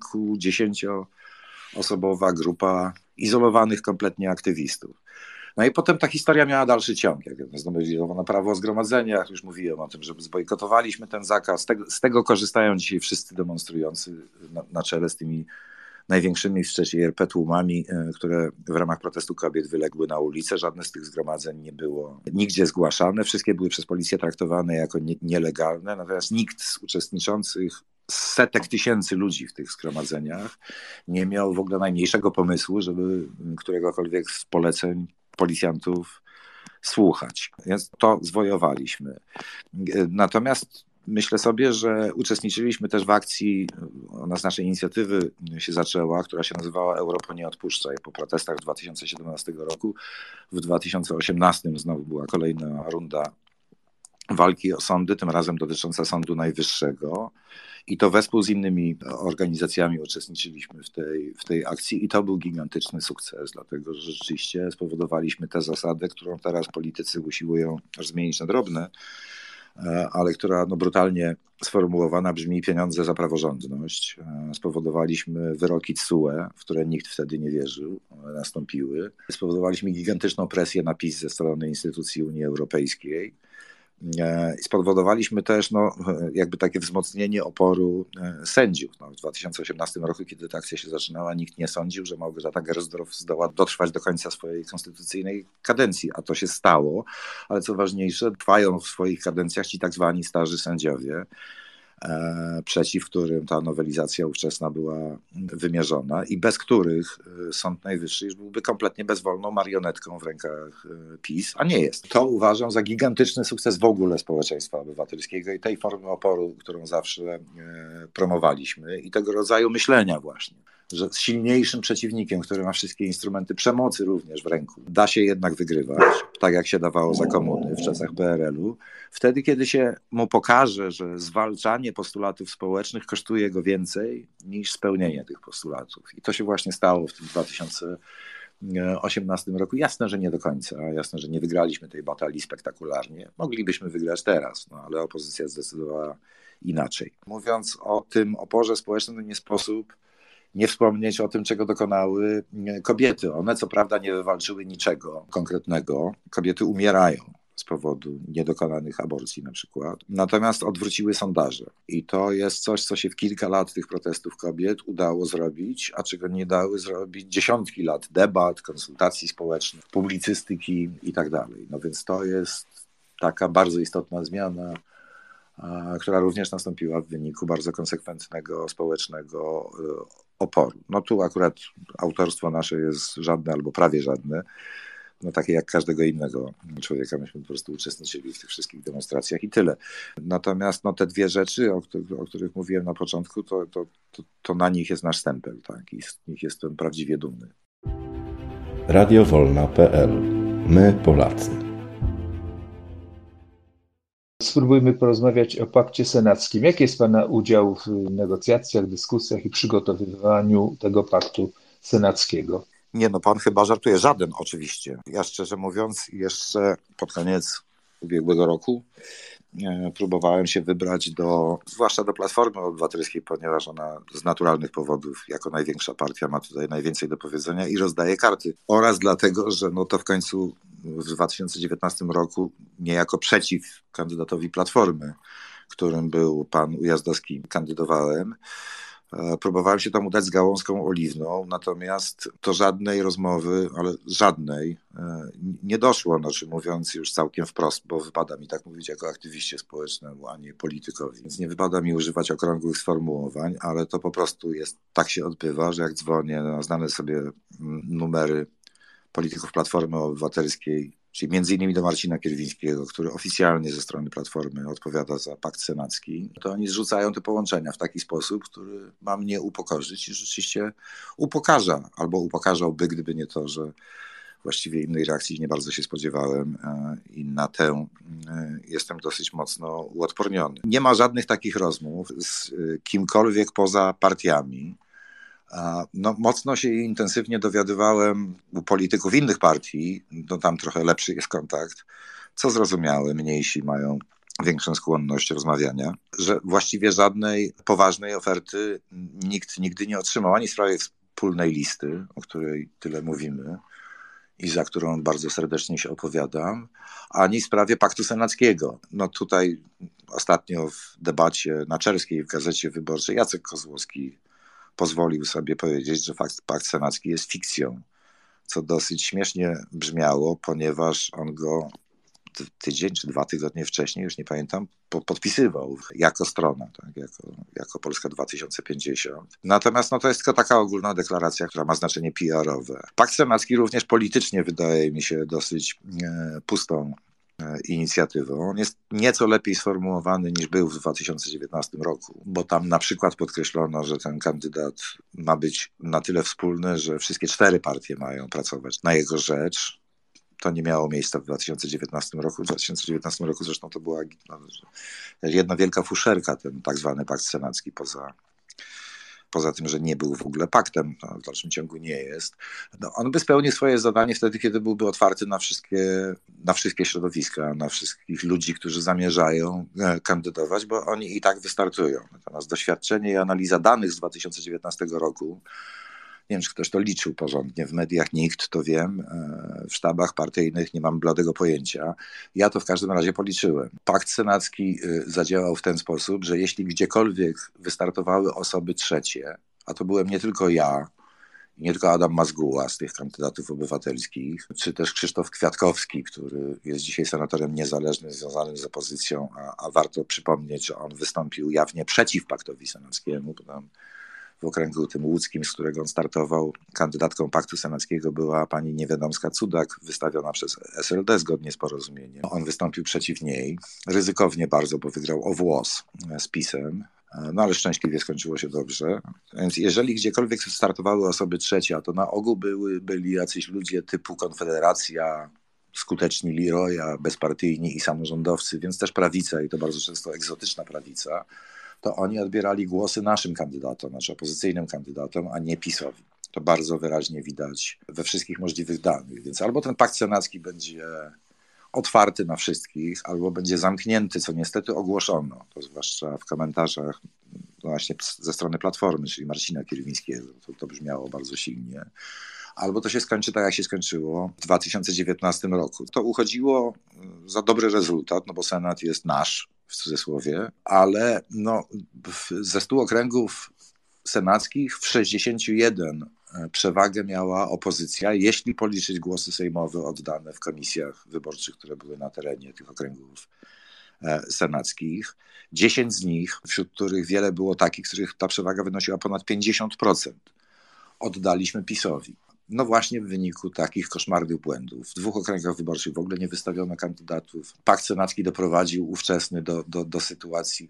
kilkudziesięcioosobowa grupa izolowanych kompletnie aktywistów. I potem ta historia miała dalszy ciąg. Jak znowelizowano prawo o zgromadzeniach, już mówiłem o tym, że zbojkotowaliśmy ten zakaz. Z tego korzystają dzisiaj wszyscy demonstrujący na czele z tymi największymi w III RP tłumami, które w ramach protestu kobiet wyległy na ulicę. Żadne z tych zgromadzeń nie było nigdzie zgłaszane. Wszystkie były przez policję traktowane jako nielegalne. Natomiast nikt z uczestniczących, setek tysięcy ludzi w tych zgromadzeniach, nie miał w ogóle najmniejszego pomysłu, żeby któregokolwiek z poleceń policjantów słuchać. Więc to zwojowaliśmy. Natomiast Myślę sobie, że uczestniczyliśmy też w akcji, ona z naszej inicjatywy się zaczęła, która się nazywała Europa nie odpuszczaj, po protestach 2017 roku. W 2018 znowu była kolejna runda walki o sądy, tym razem dotycząca Sądu Najwyższego. I to wespół z innymi organizacjami uczestniczyliśmy w tej akcji i to był gigantyczny sukces, dlatego że rzeczywiście spowodowaliśmy tę zasadę, którą teraz politycy usiłują zmienić na drobne, ale która brutalnie sformułowana brzmi pieniądze za praworządność. Spowodowaliśmy wyroki TSUE, w które nikt wtedy nie wierzył, one nastąpiły. Spowodowaliśmy gigantyczną presję na PiS ze strony instytucji Unii Europejskiej. Spowodowaliśmy też jakby takie wzmocnienie oporu sędziów. W 2018 roku, kiedy ta akcja się zaczynała, nikt nie sądził, że Małgorzata Gersdorf zdoła dotrwać do końca swojej konstytucyjnej kadencji, a to się stało. Ale co ważniejsze, trwają w swoich kadencjach ci tak zwani starzy sędziowie, przeciw którym ta nowelizacja ówczesna była wymierzona i bez których Sąd Najwyższy już byłby kompletnie bezwolną marionetką w rękach PiS, a nie jest. To uważam za gigantyczny sukces w ogóle społeczeństwa obywatelskiego i tej formy oporu, którą zawsze promowaliśmy i tego rodzaju myślenia właśnie, że z silniejszym przeciwnikiem, który ma wszystkie instrumenty przemocy również w ręku, da się jednak wygrywać, tak jak się dawało za komuny w czasach PRL-u, wtedy, kiedy się mu pokaże, że zwalczanie postulatów społecznych kosztuje go więcej niż spełnienie tych postulatów. I to się właśnie stało w tym 2018 roku. Jasne, że nie do końca, jasne, że nie wygraliśmy tej batalii spektakularnie. Moglibyśmy wygrać teraz, ale opozycja zdecydowała inaczej. Mówiąc o tym oporze społecznym, to nie sposób nie wspomnieć o tym, czego dokonały kobiety. One co prawda nie wywalczyły niczego konkretnego. Kobiety umierają z powodu niedokonanych aborcji na przykład. Natomiast odwróciły sondaże. I to jest coś, co się w kilka lat tych protestów kobiet udało zrobić, a czego nie dały zrobić dziesiątki lat debat, konsultacji społecznych, publicystyki i tak dalej. Więc to jest taka bardzo istotna zmiana, która również nastąpiła w wyniku bardzo konsekwentnego społecznego oporu. Tu akurat autorstwo nasze jest żadne albo prawie żadne, takie jak każdego innego człowieka. Myśmy po prostu uczestniczyli w tych wszystkich demonstracjach i tyle. Natomiast te dwie rzeczy, o których mówiłem na początku, to na nich jest nasz stempel, tak? I z nich jestem prawdziwie dumny. Radiowolna.pl. My Polacy. Spróbujmy porozmawiać o pakcie senackim. Jaki jest Pana udział w negocjacjach, dyskusjach i przygotowywaniu tego paktu senackiego? Nie, pan chyba żartuje. Żaden oczywiście. Ja szczerze mówiąc jeszcze pod koniec ubiegłego roku próbowałem się wybrać zwłaszcza do Platformy Obywatelskiej, ponieważ ona z naturalnych powodów jako największa partia ma tutaj najwięcej do powiedzenia i rozdaje karty. Oraz dlatego, że to w końcu w 2019 roku niejako przeciw kandydatowi Platformy, którym był pan Ujazdowski, kandydowałem. Próbowałem się tam udać z gałązką oliwną, natomiast do żadnej rozmowy, ale żadnej nie doszło, mówiąc już całkiem wprost, bo wypada mi tak mówić jako aktywiście społecznemu, a nie politykowi. Więc nie wypada mi używać okrągłych sformułowań, ale to po prostu tak się odbywa, że jak dzwonię na znane sobie numery polityków Platformy Obywatelskiej, czyli między innymi do Marcina Kierwińskiego, który oficjalnie ze strony Platformy odpowiada za pakt senacki, to oni zrzucają te połączenia w taki sposób, który ma mnie upokorzyć i rzeczywiście upokarza, albo upokarzałby, gdyby nie to, że właściwie innej reakcji nie bardzo się spodziewałem i na tę jestem dosyć mocno uodporniony. Nie ma żadnych takich rozmów z kimkolwiek poza partiami. Mocno się i intensywnie dowiadywałem u polityków innych partii, tam trochę lepszy jest kontakt, co zrozumiałe, mniejsi mają większą skłonność rozmawiania, że właściwie żadnej poważnej oferty nikt nigdy nie otrzymał, ani w sprawie wspólnej listy, o której tyle mówimy i za którą bardzo serdecznie się opowiadam, ani w sprawie paktu senackiego. Tutaj ostatnio w debacie na Czerskiej w Gazecie Wyborczej Jacek Kozłowski pozwolił sobie powiedzieć, że pakt senacki jest fikcją, co dosyć śmiesznie brzmiało, ponieważ on go tydzień czy 2 tygodnie wcześniej, już nie pamiętam, podpisywał jako strona, tak, jako Polska 2050. Natomiast to jest tylko taka ogólna deklaracja, która ma znaczenie PR-owe. Pakt senacki również politycznie wydaje mi się dosyć pustą inicjatywą. On jest nieco lepiej sformułowany niż był w 2019 roku, bo tam na przykład podkreślono, że ten kandydat ma być na tyle wspólny, że wszystkie 4 partie mają pracować na jego rzecz. To nie miało miejsca w 2019 roku. W 2019 roku zresztą to była jedna wielka fuszerka, ten tak zwany pakt senacki, poza tym, że nie był w ogóle paktem, w dalszym ciągu nie jest. On by spełnił swoje zadanie wtedy, kiedy byłby otwarty na wszystkie środowiska, na wszystkich ludzi, którzy zamierzają kandydować, bo oni i tak wystartują. Natomiast doświadczenie i analiza danych z 2019 roku, nie wiem, czy ktoś to liczył porządnie, w mediach nikt, to wiem, w sztabach partyjnych nie mam bladego pojęcia. Ja to w każdym razie policzyłem. Pakt senacki zadziałał w ten sposób, że jeśli gdziekolwiek wystartowały osoby trzecie, a to byłem nie tylko ja, nie tylko Adam Mazguła z tych kandydatów obywatelskich, czy też Krzysztof Kwiatkowski, który jest dzisiaj senatorem niezależnym, związanym z opozycją, a warto przypomnieć, że on wystąpił jawnie przeciw paktowi senackiemu, bo tam w okręgu tym łódzkim, z którego on startował, kandydatką paktu senackiego była pani Niewiadomska-Cudak, wystawiona przez SLD zgodnie z porozumieniem. On wystąpił przeciw niej, ryzykownie bardzo, bo wygrał o włos z PiS-em, no ale szczęśliwie skończyło się dobrze. Więc jeżeli gdziekolwiek startowały osoby trzecie, a to na ogół byli jacyś ludzie typu Konfederacja, skuteczni Leroya, bezpartyjni i samorządowcy, więc też prawica, i to bardzo często egzotyczna prawica, to oni odbierali głosy naszym kandydatom, znaczy opozycyjnym kandydatom, a nie PiS-owi. To bardzo wyraźnie widać we wszystkich możliwych danych. Więc albo ten pakt senacki będzie otwarty na wszystkich, albo będzie zamknięty, co niestety ogłoszono, to zwłaszcza w komentarzach właśnie ze strony Platformy, czyli Marcina Kierwińskiego. To brzmiało bardzo silnie. Albo to się skończy tak, jak się skończyło w 2019 roku. To uchodziło za dobry rezultat, no bo Senat jest nasz, w cudzysłowie, ale ze 100 okręgów senackich w 61 przewagę miała opozycja, jeśli policzyć głosy sejmowe oddane w komisjach wyborczych, które były na terenie tych okręgów senackich. 10 z nich, wśród których wiele było takich, których ta przewaga wynosiła ponad 50%, oddaliśmy PiS-owi. No właśnie w wyniku takich koszmarnych błędów. W 2 okręgach wyborczych w ogóle nie wystawiono kandydatów. Pakt senacki doprowadził ówczesny do sytuacji,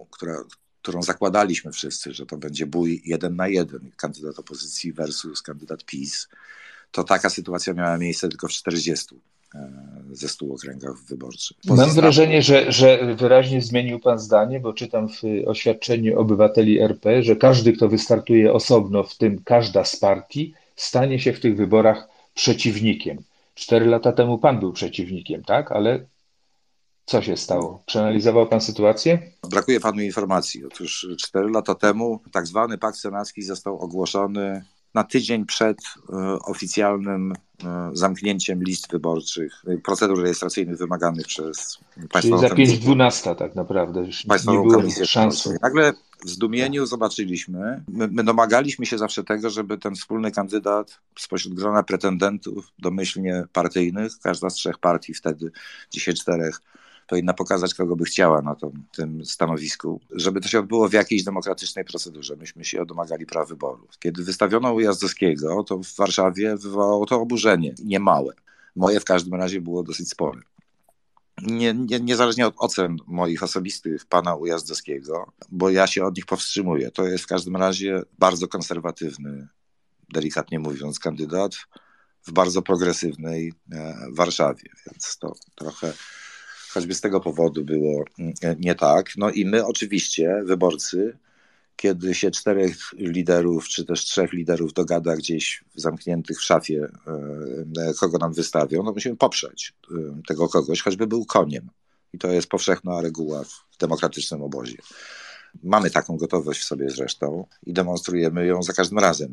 którą zakładaliśmy wszyscy, że to będzie bój 1 na 1, kandydat opozycji versus kandydat PiS. To taka sytuacja miała miejsce tylko w 40 ze 100 okręgach wyborczych. Mam wrażenie, że wyraźnie zmienił pan zdanie, bo czytam w oświadczeniu obywateli RP, że każdy, kto wystartuje osobno, w tym każda z partii, stanie się w tych wyborach przeciwnikiem. 4 lata temu pan był przeciwnikiem, tak? Ale co się stało? Przeanalizował pan sytuację? Brakuje panu informacji. Otóż 4 lata temu tak zwany pakt senacki został ogłoszony na tydzień przed oficjalnym zamknięciem list wyborczych, procedur rejestracyjnych wymaganych przez Państwową Komisję. Czyli za 5:12 tak naprawdę. Już Państwową nie było Komisję szansy. Nagle w zdumieniu zobaczyliśmy, my domagaliśmy się zawsze tego, żeby ten wspólny kandydat spośród grona pretendentów domyślnie partyjnych, każda z 3 partii wtedy, dzisiaj 4, powinna pokazać, kogo by chciała na tym stanowisku, żeby to się odbyło w jakiejś demokratycznej procedurze. Myśmy się domagali praw wyboru. Kiedy wystawiono Ujazdowskiego, to w Warszawie wywołało to oburzenie, niemałe. Moje w każdym razie było dosyć spore. Niezależnie od ocen moich osobistych pana Ujazdowskiego, bo ja się od nich powstrzymuję. To jest w każdym razie bardzo konserwatywny, delikatnie mówiąc, kandydat w bardzo progresywnej Warszawie, więc to trochę choćby z tego powodu było nie tak. No i my oczywiście, wyborcy, kiedy się 4 liderów, czy też 3 liderów dogada gdzieś zamkniętych w szafie, kogo nam wystawią, no musimy poprzeć tego kogoś, choćby był koniem. I to jest powszechna reguła w demokratycznym obozie. Mamy taką gotowość w sobie zresztą i demonstrujemy ją za każdym razem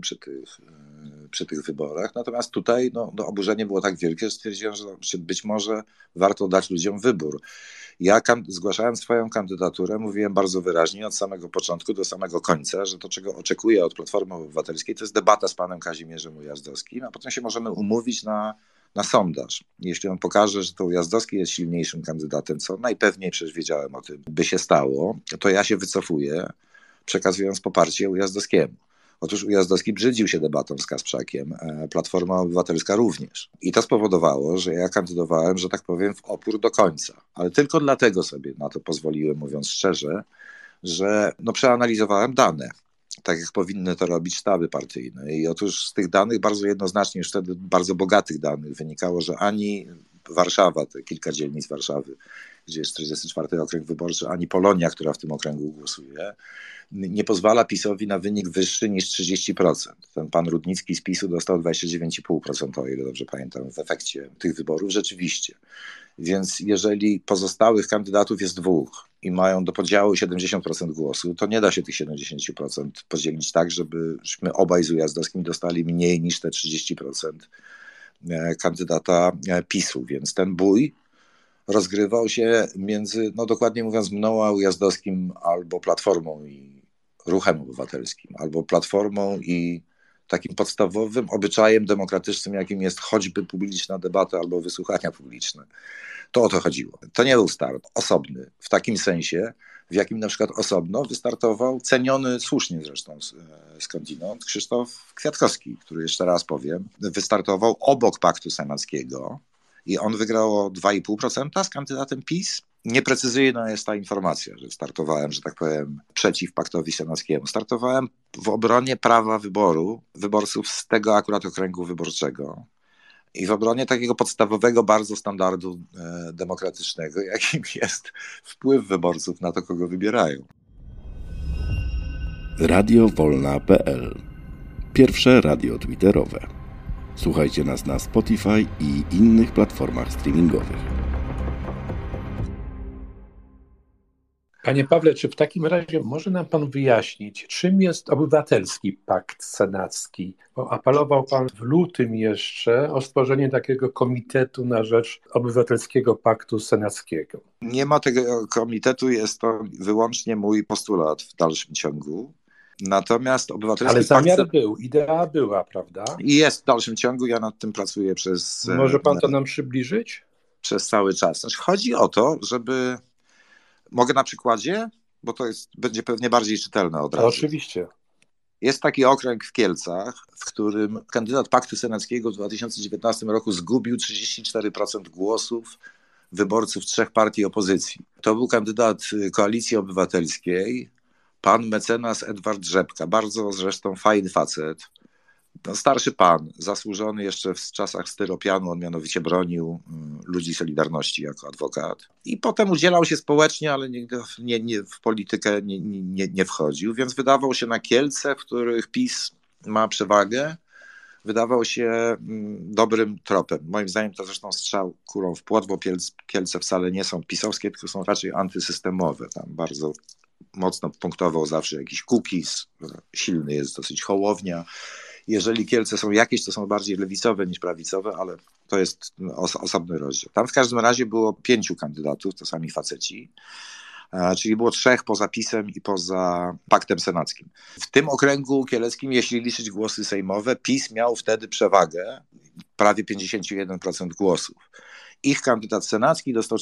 przy tych wyborach. Natomiast tutaj oburzenie było tak wielkie, że stwierdziłem, że być może warto dać ludziom wybór. Ja zgłaszając swoją kandydaturę mówiłem bardzo wyraźnie od samego początku do samego końca, że to, czego oczekuję od Platformy Obywatelskiej, to jest debata z panem Kazimierzem Ujazdowskim, a potem się możemy umówić na sondaż. Jeśli on pokaże, że to Ujazdowski jest silniejszym kandydatem, co najpewniej przecież wiedziałem o tym, by się stało, to ja się wycofuję, przekazując poparcie Ujazdowskiemu. Otóż Ujazdowski brzydził się debatą z Kasprzakiem, Platforma Obywatelska również. I to spowodowało, że ja kandydowałem, że tak powiem, w opór do końca. Ale tylko dlatego sobie na to pozwoliłem, mówiąc szczerze, że przeanalizowałem dane, tak jak powinny to robić sztaby partyjne. I otóż z tych danych bardzo jednoznacznie, już wtedy bardzo bogatych danych, wynikało, że ani Warszawa, te kilka dzielnic Warszawy, gdzie jest 44 okręg wyborczy, ani Polonia, która w tym okręgu głosuje, nie pozwala PiS-owi na wynik wyższy niż 30%. Ten pan Rudnicki z PiS-u dostał 29,5%, o ile dobrze pamiętam, w efekcie tych wyborów rzeczywiście. Więc jeżeli pozostałych kandydatów jest dwóch i mają do podziału 70% głosu, to nie da się tych 70% podzielić tak, żebyśmy obaj z Ujazdowskim dostali mniej niż te 30% kandydata PiS-u. Więc ten bój rozgrywał się między, dokładnie mówiąc, mną a Ujazdowskim albo Platformą i Ruchem Obywatelskim, albo Platformą i takim podstawowym obyczajem demokratycznym, jakim jest choćby publiczna debata albo wysłuchania publiczne. To o to chodziło. To nie był start osobny, w takim sensie, w jakim na przykład osobno wystartował ceniony, słusznie zresztą skądinąd, Krzysztof Kwiatkowski, który, jeszcze raz powiem, wystartował obok Paktu Senackiego i on wygrał o 2,5% z kandydatem PiS. Nieprecyzyjna jest ta informacja, że startowałem, że tak powiem, przeciw Paktowi Senackiemu. Startowałem w obronie prawa wyboru wyborców z tego akurat okręgu wyborczego i w obronie takiego podstawowego bardzo standardu demokratycznego, jakim jest wpływ wyborców na to, kogo wybierają. Radiowolna.pl. Pierwsze radio twitterowe. Słuchajcie nas na Spotify i innych platformach streamingowych. Panie Pawle, czy w takim razie może nam pan wyjaśnić, czym jest obywatelski pakt senacki? Bo apelował pan w lutym jeszcze o stworzenie takiego komitetu na rzecz obywatelskiego paktu senackiego. Nie ma tego komitetu, jest to wyłącznie mój postulat w dalszym ciągu. Natomiast obywatelski Ale zamiar był, idea była, prawda? I jest w dalszym ciągu, ja nad tym pracuję przez... Może pan to nam przybliżyć? Przez cały czas. Znaczy, chodzi o to, żeby... Mogę na przykładzie? Bo to będzie pewnie bardziej czytelne od razu. Oczywiście. Jest taki okręg w Kielcach, w którym kandydat Paktu Senackiego w 2019 roku zgubił 34% głosów wyborców 3 partii opozycji. To był kandydat Koalicji Obywatelskiej, pan mecenas Edward Rzepka, bardzo zresztą fajny facet. Starszy pan, zasłużony jeszcze w czasach styropianu, on mianowicie bronił ludzi Solidarności jako adwokat. I potem udzielał się społecznie, ale nigdy w politykę nie wchodził, więc wydawał się na Kielce, w których PiS ma przewagę, wydawał się dobrym tropem. Moim zdaniem to zresztą strzał kulą w płot, bo Kielce wcale nie są pisowskie, tylko są raczej antysystemowe. Tam bardzo mocno punktował zawsze jakiś Kukiz, silny jest dosyć Hołownia. Jeżeli Kielce są jakieś, to są bardziej lewicowe niż prawicowe, ale to jest osobny rozdział. Tam w każdym razie było 5 kandydatów, to sami faceci, czyli było 3 poza PiS-em i poza Paktem Senackim. W tym okręgu kieleckim, jeśli liczyć głosy sejmowe, PiS miał wtedy przewagę, prawie 51% głosów. Ich kandydat senacki dostał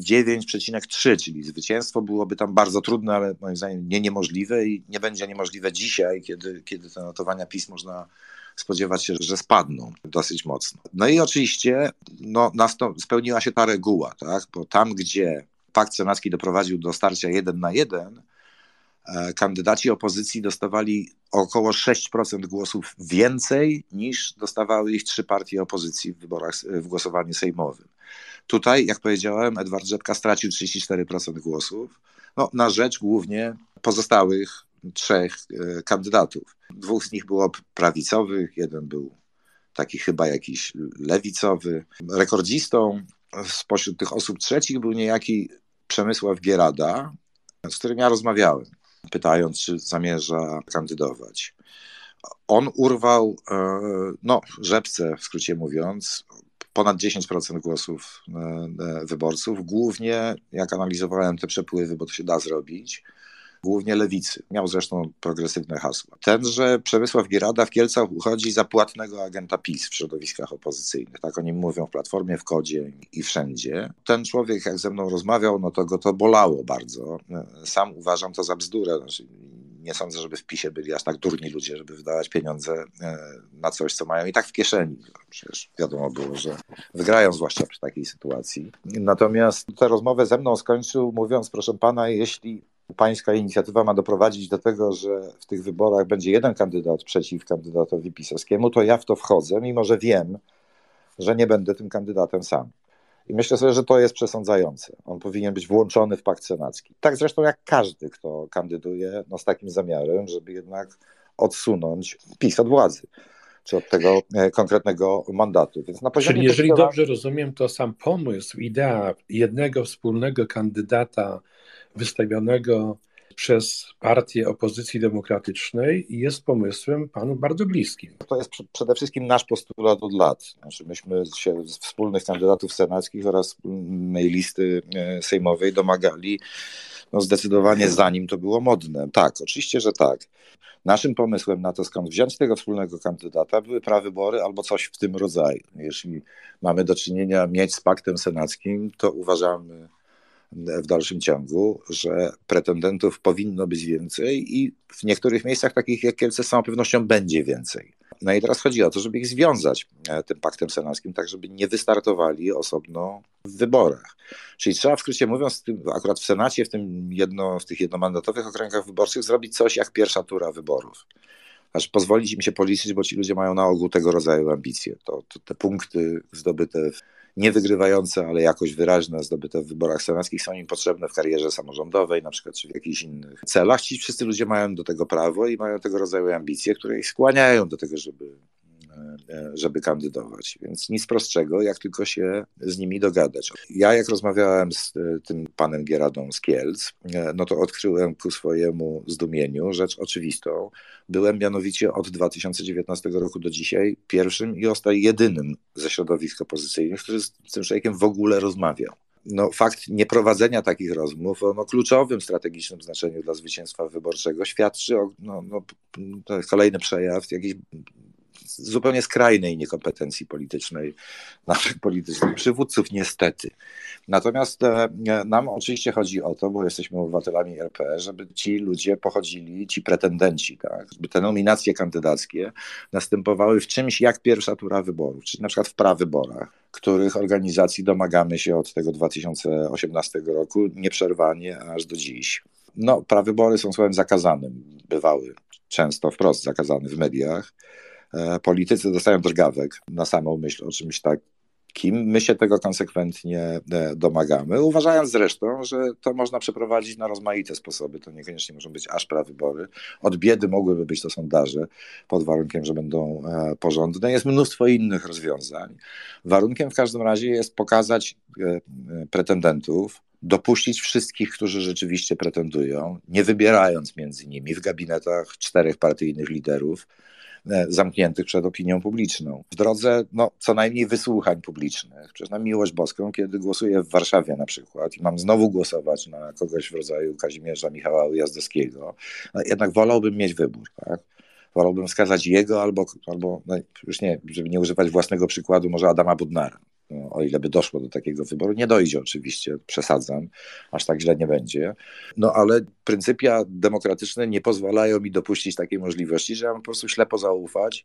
49,3, czyli zwycięstwo byłoby tam bardzo trudne, ale moim zdaniem niemożliwe i nie będzie niemożliwe dzisiaj, kiedy te notowania PiS można spodziewać się, że spadną dosyć mocno. No i oczywiście spełniła się ta reguła, tak? Bo tam, gdzie Pakt Senacki doprowadził do starcia 1 na 1, kandydaci opozycji dostawali około 6% głosów więcej niż dostawały ich 3 partie opozycji w głosowaniu sejmowym. Tutaj, jak powiedziałem, Edward Rzepka stracił 34% głosów, na rzecz głównie pozostałych 3 kandydatów. 2 z nich było prawicowych, 1 był taki chyba jakiś lewicowy. Rekordzistą spośród tych osób trzecich był niejaki Przemysław Gierada, z którym ja rozmawiałem, pytając, czy zamierza kandydować. On urwał, Rzepce, w skrócie mówiąc, ponad 10% głosów wyborców, głównie, jak analizowałem te przepływy, bo to się da zrobić, głównie lewicy. Miał zresztą progresywne hasła. Tenże Przemysław Gierada w Kielcach uchodzi za płatnego agenta PiS w środowiskach opozycyjnych. Tak o nim mówią w Platformie, w Kodzie i wszędzie. Ten człowiek, jak ze mną rozmawiał, to go to bolało bardzo. Sam uważam to za bzdurę. nie sądzę, żeby w PiS-ie byli aż tak durni ludzie, żeby wydawać pieniądze na coś, co mają i tak w kieszeni. Przecież wiadomo było, że wygrają, zwłaszcza przy takiej sytuacji. Natomiast tę rozmowę ze mną skończył mówiąc, proszę pana, jeśli pańska inicjatywa ma doprowadzić do tego, że w tych wyborach będzie jeden kandydat przeciw kandydatowi pisowskiemu, to ja w to wchodzę, mimo że wiem, że nie będę tym kandydatem sam. I myślę sobie, że to jest przesądzające. On powinien być włączony w pakt senacki. Tak zresztą jak każdy, kto kandyduje z takim zamiarem, żeby jednak odsunąć PiS od władzy, czy od tego konkretnego mandatu. Więc na poziomie Czyli jeżeli dobrze rozumiem, to sam pomysł, idea jednego wspólnego kandydata wystawionego przez partię opozycji demokratycznej jest pomysłem panu bardzo bliskim. To jest przede wszystkim nasz postulat od lat. Znaczy myśmy się z wspólnych kandydatów senackich oraz wspólnej listy sejmowej domagali zdecydowanie zanim to było modne. Tak, oczywiście, że tak. Naszym pomysłem na to, skąd wziąć tego wspólnego kandydata, były prawybory albo coś w tym rodzaju. Jeśli mamy do czynienia mieć z paktem senackim, to uważamy w dalszym ciągu, że pretendentów powinno być więcej i w niektórych miejscach, takich jak Kielce, z całą pewnością będzie więcej. No i teraz chodzi o to, żeby ich związać tym paktem senackim, tak żeby nie wystartowali osobno w wyborach. Czyli trzeba, w skrócie mówiąc, akurat w Senacie, w tych jednomandatowych okręgach wyborczych zrobić coś jak pierwsza tura wyborów. Aż pozwolić im się policzyć, bo ci ludzie mają na ogół tego rodzaju ambicje. To te punkty zdobyte, niewygrywające, ale jakoś wyraźne, zdobyte w wyborach senackich są im potrzebne w karierze samorządowej, na przykład, czy w jakichś innych celach. Ci wszyscy ludzie mają do tego prawo i mają tego rodzaju ambicje, które ich skłaniają do tego, żeby kandydować. Więc nic prostszego, jak tylko się z nimi dogadać. Ja jak rozmawiałem z tym panem Gieradą z Kielc, no to odkryłem ku swojemu zdumieniu rzecz oczywistą. Byłem mianowicie od 2019 roku do dzisiaj pierwszym i jedynym ze środowisk opozycyjnych, który z tym człowiekiem w ogóle rozmawiał. No, fakt nieprowadzenia takich rozmów o kluczowym strategicznym znaczeniu dla zwycięstwa wyborczego świadczy o to jest kolejny przejaw jakiejś zupełnie skrajnej niekompetencji politycznej naszych politycznych przywódców, niestety. Natomiast nam oczywiście chodzi o to, bo jesteśmy obywatelami RP, żeby ci ludzie pochodzili, ci pretendenci, tak, żeby te nominacje kandydackie następowały w czymś jak pierwsza tura wyborów, czyli na przykład w prawyborach, których organizacji domagamy się od tego 2018 roku nieprzerwanie aż do dziś. No, prawybory są słowem zakazanym, bywały często wprost zakazane w mediach. Politycy dostają drgawek na samą myśl o czymś takim. My się tego konsekwentnie domagamy, uważając zresztą, że to można przeprowadzić na rozmaite sposoby. To niekoniecznie muszą być aż prawybory. Od biedy mogłyby być to sondaże, pod warunkiem, że będą porządne. Jest mnóstwo innych rozwiązań. Warunkiem w każdym razie jest pokazać pretendentów, dopuścić wszystkich, którzy rzeczywiście pretendują, nie wybierając między nimi w gabinetach 4 partyjnych liderów, zamkniętych przed opinią publiczną. W drodze co najmniej wysłuchań publicznych. Przecież na miłość boską, kiedy głosuję w Warszawie na przykład i mam znowu głosować na kogoś w rodzaju Kazimierza Michała Ujazdowskiego, jednak wolałbym mieć wybór, tak? Wolałbym wskazać jego albo już nie, żeby nie używać własnego przykładu, może Adama Bodnara. O ile by doszło do takiego wyboru. Nie dojdzie oczywiście, przesadzam, aż tak źle nie będzie. No ale pryncypia demokratyczne nie pozwalają mi dopuścić takiej możliwości, że ja mam po prostu ślepo zaufać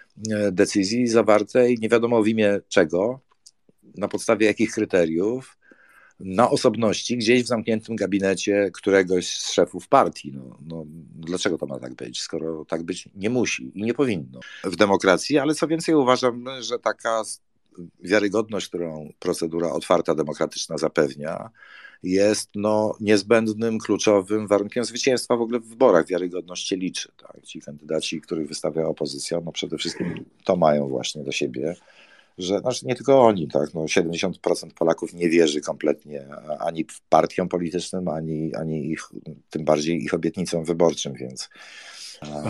decyzji zawartej nie wiadomo w imię czego, na podstawie jakich kryteriów, na osobności gdzieś w zamkniętym gabinecie któregoś z szefów partii. Dlaczego to ma tak być, skoro tak być nie musi i nie powinno w demokracji, ale co więcej uważam, że taka wiarygodność, którą procedura otwarta, demokratyczna zapewnia, jest niezbędnym, kluczowym warunkiem zwycięstwa w ogóle w wyborach. Wiarygodność się liczy. Tak? Ci kandydaci, których wystawia opozycja, przede wszystkim to mają właśnie do siebie, że nie tylko oni, tak? 70% Polaków nie wierzy kompletnie ani partiom politycznym, ani ich, tym bardziej ich obietnicom wyborczym, więc... A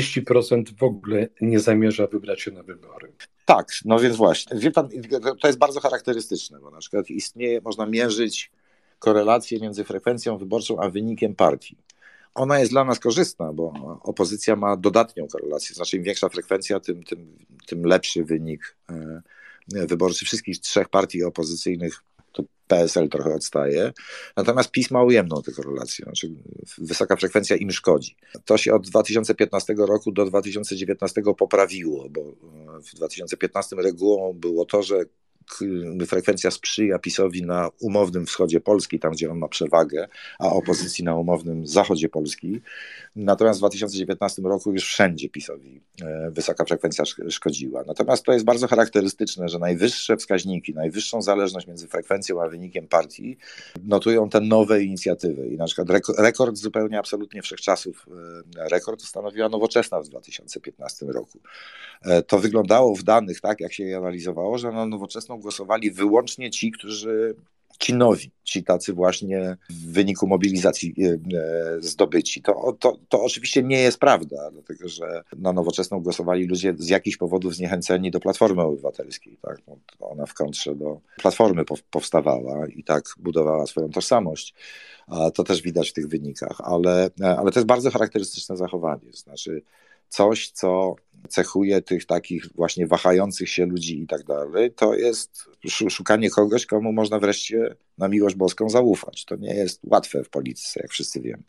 40% w ogóle nie zamierza wybrać się na wybory. Tak, więc właśnie. Wie pan, to jest bardzo charakterystyczne, bo na przykład można mierzyć korelację między frekwencją wyborczą a wynikiem partii. Ona jest dla nas korzystna, bo opozycja ma dodatnią korelację, znaczy im większa frekwencja, tym lepszy wynik wyborczy wszystkich 3 partii opozycyjnych. To PSL trochę odstaje, natomiast PiS ma ujemną tę korelację, znaczy wysoka frekwencja im szkodzi. To się od 2015 roku do 2019 poprawiło, bo w 2015 regułą było to, że frekwencja sprzyja PiS-owi na umownym wschodzie Polski, tam gdzie on ma przewagę, a opozycji na umownym zachodzie Polski. Natomiast w 2019 roku już wszędzie PiS-owi wysoka frekwencja szkodziła. Natomiast to jest bardzo charakterystyczne, że najwyższe wskaźniki, najwyższą zależność między frekwencją a wynikiem partii notują te nowe inicjatywy. I na przykład rekord zupełnie absolutnie wszechczasów, rekord stanowiła Nowoczesna w 2015 roku. To wyglądało w danych tak, jak się je analizowało, że na Nowoczesną głosowali wyłącznie ci nowi, ci tacy właśnie w wyniku mobilizacji zdobyci. To oczywiście nie jest prawda, dlatego że na Nowoczesną głosowali ludzie z jakichś powodów zniechęceni do Platformy Obywatelskiej. Tak? Ona w kontrze do Platformy powstawała i tak budowała swoją tożsamość. To też widać w tych wynikach, ale to jest bardzo charakterystyczne zachowanie. Znaczy coś, co cechuje tych takich właśnie wahających się ludzi i tak dalej, to jest szukanie kogoś, komu można wreszcie na miłość boską zaufać. To nie jest łatwe w polityce, jak wszyscy wiemy.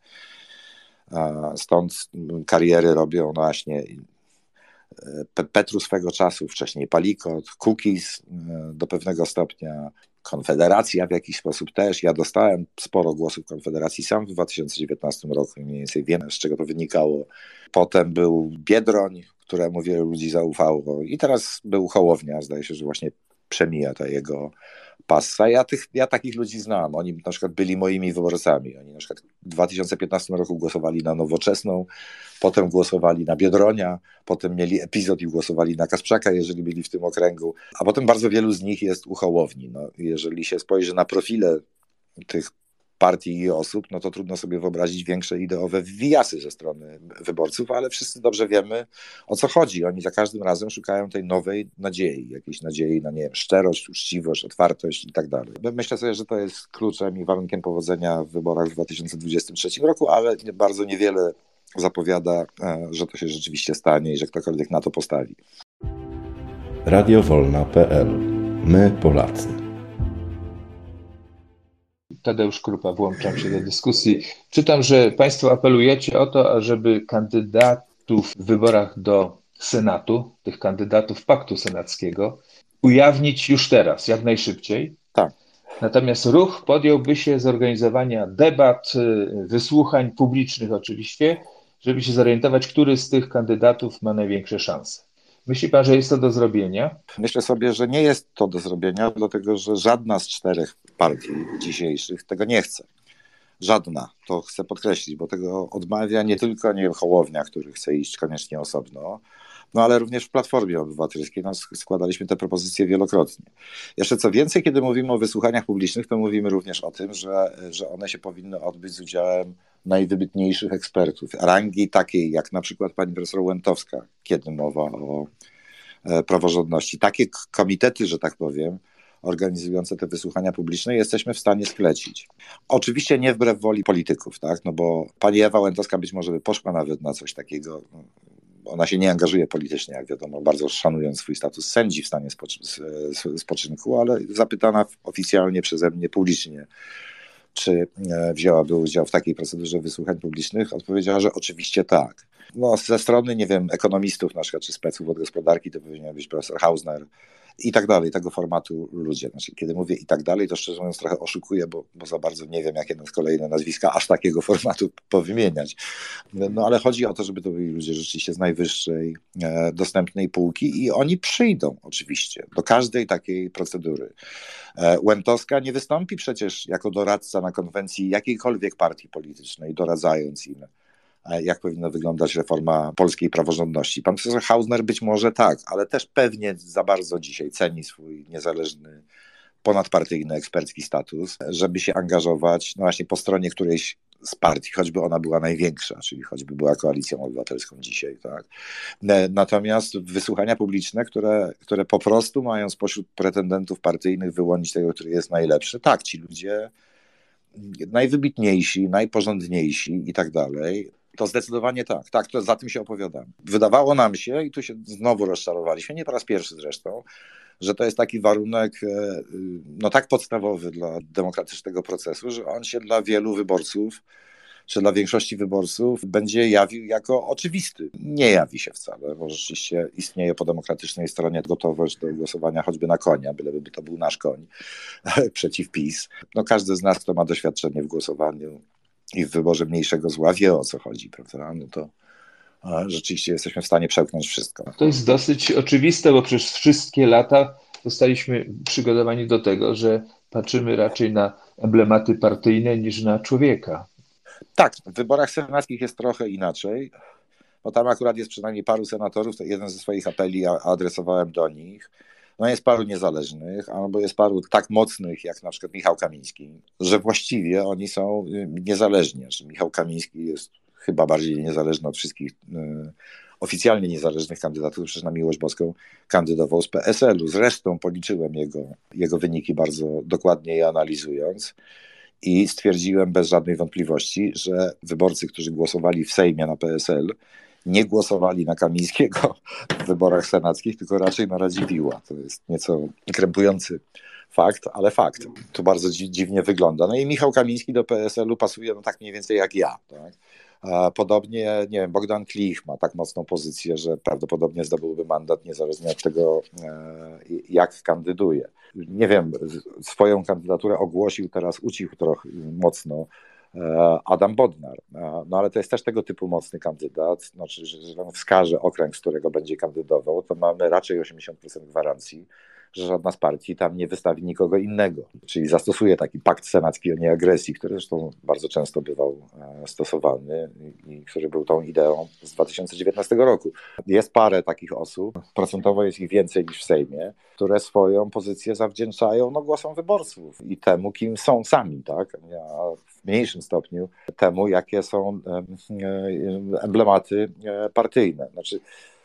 Stąd kariery robią właśnie Petru swego czasu, wcześniej Palikot, Kukiz do pewnego stopnia, Konfederacja w jakiś sposób też. Ja dostałem sporo głosów Konfederacji sam w 2019 roku, mniej więcej wiem, z czego to wynikało. Potem był Biedroń, któremu wielu ludzi zaufało i teraz był Hołownia, zdaje się, że właśnie przemija ta jego passa. Ja takich ludzi znam, oni na przykład byli moimi wyborcami, oni na przykład w 2015 roku głosowali na Nowoczesną, potem głosowali na Biedronia, potem mieli epizod i głosowali na Kasprzaka, jeżeli byli w tym okręgu, a potem bardzo wielu z nich jest u Hołowni. No, jeżeli się spojrzy na profile tych partii i osób, no to trudno sobie wyobrazić większe ideowe wijasy ze strony wyborców, ale wszyscy dobrze wiemy, o co chodzi. Oni za każdym razem szukają tej nowej nadziei, jakiejś nadziei na, nie wiem, szczerość, uczciwość, otwartość i tak dalej. Myślę sobie, że to jest kluczem i warunkiem powodzenia w wyborach w 2023 roku, ale bardzo niewiele zapowiada, że to się rzeczywiście stanie i że ktokolwiek na to postawi. Radiowolna.pl. My Polacy. Tadeusz Krupa, włączam się do dyskusji. Czytam, że Państwo apelujecie o to, ażeby kandydatów w wyborach do Senatu, tych kandydatów Paktu Senackiego, ujawnić już teraz, jak najszybciej. Tak. Natomiast ruch podjąłby się zorganizowania debat, wysłuchań publicznych oczywiście, żeby się zorientować, który z tych kandydatów ma największe szanse. Myśli Pan, że jest to do zrobienia? Myślę sobie, że nie jest to do zrobienia, dlatego że żadna z 4 partii dzisiejszych tego nie chce. Żadna, to chcę podkreślić, bo tego odmawia nie tylko, nie wiem, Hołownia, który chce iść koniecznie osobno, no ale również w Platformie Obywatelskiej składaliśmy te propozycje wielokrotnie. Jeszcze co więcej, kiedy mówimy o wysłuchaniach publicznych, to mówimy również o tym, że one się powinny odbyć z udziałem najwybitniejszych ekspertów, rangi takiej jak na przykład pani profesor Łętowska, kiedy mowa o praworządności. Takie komitety, że tak powiem, organizujące te wysłuchania publiczne jesteśmy w stanie sklecić. Oczywiście nie wbrew woli polityków, tak? No bo pani Ewa Łętowska być może by poszła nawet na coś takiego. Ona się nie angażuje politycznie, jak wiadomo, bardzo szanując swój status sędzi w stanie spoczynku, ale zapytana oficjalnie przeze mnie publicznie, czy wzięłaby udział w takiej procedurze wysłuchań publicznych, odpowiedziała, że oczywiście tak. No, ze strony, nie wiem, ekonomistów na przykład, czy speców od gospodarki, to powinien być profesor Hausner i tak dalej, tego formatu ludzie. Znaczy, kiedy mówię i tak dalej, to szczerze mówiąc trochę oszukuję, bo za bardzo nie wiem, jakie kolejne nazwiska aż takiego formatu powymieniać. No ale chodzi o to, żeby to byli ludzie rzeczywiście z najwyższej dostępnej półki i oni przyjdą oczywiście do każdej takiej procedury. Łętowska nie wystąpi przecież jako doradca na konwencji jakiejkolwiek partii politycznej, doradzając im, jak powinna wyglądać reforma polskiej praworządności. Pan profesor Hausner być może tak, ale też pewnie za bardzo dzisiaj ceni swój niezależny, ponadpartyjny, ekspercki status, żeby się angażować no właśnie po stronie którejś z partii, choćby ona była największa, czyli choćby była Koalicją Obywatelską dzisiaj. Tak? Natomiast wysłuchania publiczne, które po prostu mają spośród pretendentów partyjnych wyłonić tego, który jest najlepszy, tak, ci ludzie najwybitniejsi, najporządniejsi i tak dalej, to zdecydowanie tak, to za tym się opowiadamy. Wydawało nam się, i tu się znowu rozczarowaliśmy, nie po raz pierwszy zresztą, że to jest taki warunek no tak podstawowy dla demokratycznego procesu, że on się dla wielu wyborców, czy dla większości wyborców będzie jawił jako oczywisty. Nie jawi się wcale, bo rzeczywiście istnieje po demokratycznej stronie gotowość do głosowania choćby na konia, byleby to był nasz koń przeciw PiS. No każdy z nas, kto ma doświadczenie w głosowaniu i w wyborze mniejszego zła, wie, o co chodzi, prawda? No to rzeczywiście jesteśmy w stanie przełknąć wszystko. To jest dosyć oczywiste, bo przez wszystkie lata zostaliśmy przygotowani do tego, że patrzymy raczej na emblematy partyjne niż na człowieka. Tak, w wyborach senackich jest trochę inaczej, bo tam akurat jest przynajmniej paru senatorów, to jeden ze swoich apeli adresowałem do nich. No jest paru niezależnych, albo jest paru tak mocnych, jak na przykład Michał Kamiński, że właściwie oni są niezależni. Znaczy Michał Kamiński jest chyba bardziej niezależny od wszystkich oficjalnie niezależnych kandydatów, przecież na miłość boską kandydował z PSL-u. Zresztą policzyłem jego wyniki bardzo dokładnie je analizując i stwierdziłem bez żadnej wątpliwości, że wyborcy, którzy głosowali w Sejmie na PSL, nie głosowali na Kamińskiego w wyborach senackich, tylko raczej na Radziwiłła. To jest nieco krępujący fakt, ale fakt. To bardzo dziwnie wygląda. No i Michał Kamiński do PSL-u pasuje no tak mniej więcej jak ja. Tak? Podobnie, nie wiem, Bogdan Klich ma tak mocną pozycję, że prawdopodobnie zdobyłby mandat niezależnie od tego, jak kandyduje. Nie wiem, swoją kandydaturę ogłosił, teraz ucichł trochę mocno Adam Bodnar. No ale to jest też tego typu mocny kandydat, znaczy, że on wskaże okręg, z którego będzie kandydował, to mamy raczej 80% gwarancji, że żadna z partii tam nie wystawi nikogo innego. Czyli zastosuje taki pakt senacki o nieagresji, który zresztą bardzo często bywał stosowany i który był tą ideą z 2019 roku. Jest parę takich osób, procentowo jest ich więcej niż w Sejmie, które swoją pozycję zawdzięczają głosom wyborców i temu, kim są sami, tak? A w mniejszym stopniu temu, jakie są emblematy partyjne. Znaczy,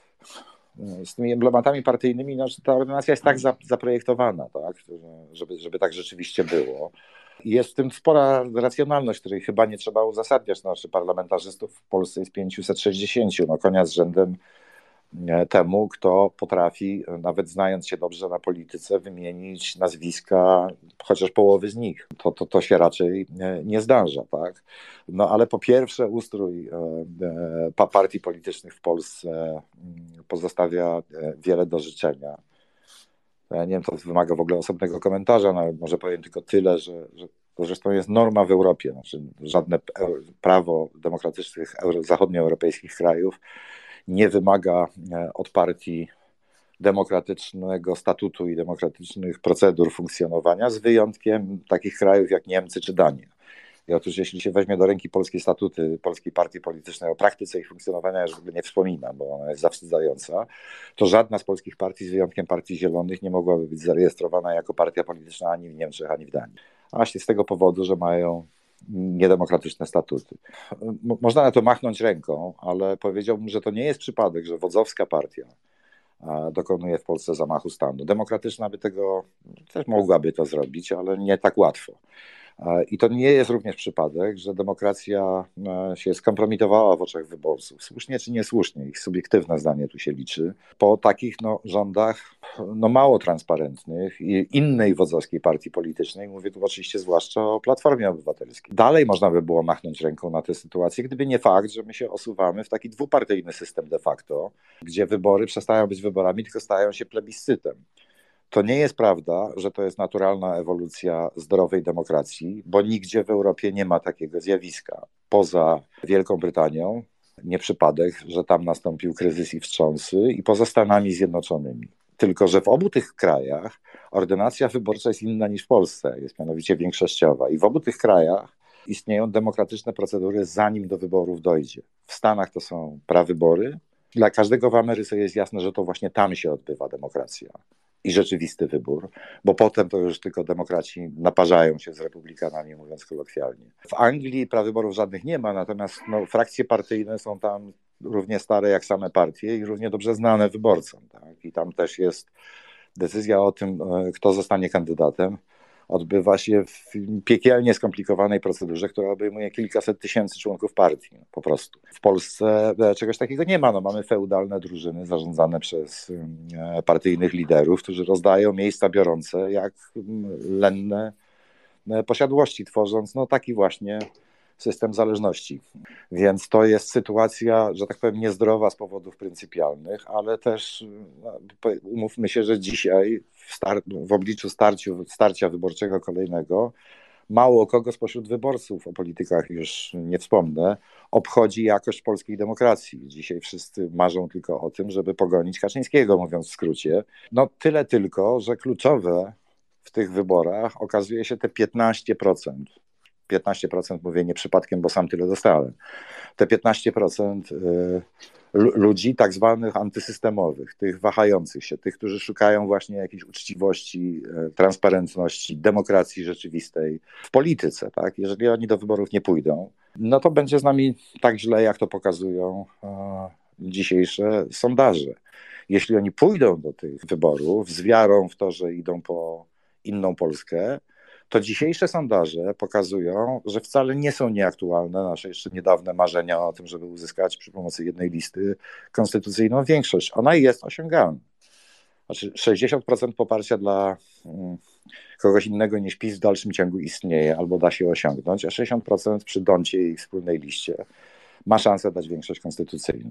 z tymi emblematami partyjnymi ta ordynacja jest tak zaprojektowana, tak, żeby tak rzeczywiście było. I jest w tym spora racjonalność, której chyba nie trzeba uzasadniać. Znaczy parlamentarzystów w Polsce jest 560, konia z rzędem temu, kto potrafi, nawet znając się dobrze na polityce, wymienić nazwiska chociaż połowy z nich. To się raczej nie zdarza, tak? No ale po pierwsze ustrój partii politycznych w Polsce pozostawia wiele do życzenia. Ja nie wiem, to wymaga w ogóle osobnego komentarza, no, ale może powiem tylko tyle, że to zresztą jest norma w Europie. Znaczy, żadne prawo demokratycznych zachodnioeuropejskich krajów nie wymaga od partii demokratycznego statutu i demokratycznych procedur funkcjonowania, z wyjątkiem takich krajów jak Niemcy czy Dania. I otóż jeśli się weźmie do ręki polskie statuty Polskiej Partii Politycznej, o praktyce ich funkcjonowania już w ogóle nie wspominam, bo ona jest zawstydzająca, to żadna z polskich partii, z wyjątkiem Partii Zielonych, nie mogłaby być zarejestrowana jako partia polityczna ani w Niemczech, ani w Danii. A właśnie z tego powodu, że mają niedemokratyczne statuty. Można na to machnąć ręką, ale powiedziałbym, że to nie jest przypadek, że wodzowska partia dokonuje w Polsce zamachu stanu. Demokratyczna by tego też mogłaby to zrobić, ale nie tak łatwo. I to nie jest również przypadek, że demokracja się skompromitowała w oczach wyborców. Słusznie czy niesłusznie, ich subiektywne zdanie tu się liczy. Po takich rządach mało transparentnych i innej wodzowskiej partii politycznej, mówię tu oczywiście zwłaszcza o Platformie Obywatelskiej. Dalej można by było machnąć ręką na tę sytuację, gdyby nie fakt, że my się osuwamy w taki dwupartyjny system de facto, gdzie wybory przestają być wyborami, tylko stają się plebiscytem. To nie jest prawda, że to jest naturalna ewolucja zdrowej demokracji, bo nigdzie w Europie nie ma takiego zjawiska. Poza Wielką Brytanią, nie przypadek, że tam nastąpił kryzys i wstrząsy, i poza Stanami Zjednoczonymi. Tylko że w obu tych krajach ordynacja wyborcza jest inna niż w Polsce, jest mianowicie większościowa. I w obu tych krajach istnieją demokratyczne procedury, zanim do wyborów dojdzie. W Stanach to są prawybory. Dla każdego w Ameryce jest jasne, że to właśnie tam się odbywa demokracja i rzeczywisty wybór, bo potem to już tylko demokraci naparzają się z republikanami, mówiąc kolokwialnie. W Anglii prawyborów żadnych nie ma, natomiast frakcje partyjne są tam równie stare jak same partie i równie dobrze znane wyborcom. Tak? I tam też jest decyzja o tym, kto zostanie kandydatem, odbywa się w piekielnie skomplikowanej procedurze, która obejmuje kilkaset tysięcy członków partii, po prostu. W Polsce czegoś takiego nie ma. No, mamy feudalne drużyny zarządzane przez partyjnych liderów, którzy rozdają miejsca biorące jak lenne posiadłości, tworząc no, taki właśnie system zależności. Więc to jest sytuacja, że tak powiem, niezdrowa z powodów pryncypialnych, ale też umówmy się, że dzisiaj w obliczu starcia wyborczego kolejnego mało kogo spośród wyborców, o politykach już nie wspomnę, obchodzi jakość polskiej demokracji. Dzisiaj wszyscy marzą tylko o tym, żeby pogonić Kaczyńskiego, mówiąc w skrócie. No tyle tylko, że kluczowe w tych wyborach okazuje się te 15%. 15% mówię nie przypadkiem, bo sam tyle dostałem. Te 15% ludzi tak zwanych antysystemowych, tych wahających się, tych, którzy szukają właśnie jakiejś uczciwości, transparentności, demokracji rzeczywistej w polityce. Tak? Jeżeli oni do wyborów nie pójdą, no to będzie z nami tak źle, jak to pokazują dzisiejsze sondaże. Jeśli oni pójdą do tych wyborów z wiarą w to, że idą po inną Polskę, to dzisiejsze sondaże pokazują, że wcale nie są nieaktualne nasze jeszcze niedawne marzenia o tym, żeby uzyskać przy pomocy jednej listy konstytucyjną większość. Ona jest osiągalna. Znaczy 60% poparcia dla kogoś innego niż PiS w dalszym ciągu istnieje albo da się osiągnąć, a 60% przy Doncie i wspólnej liście ma szansę dać większość konstytucyjną.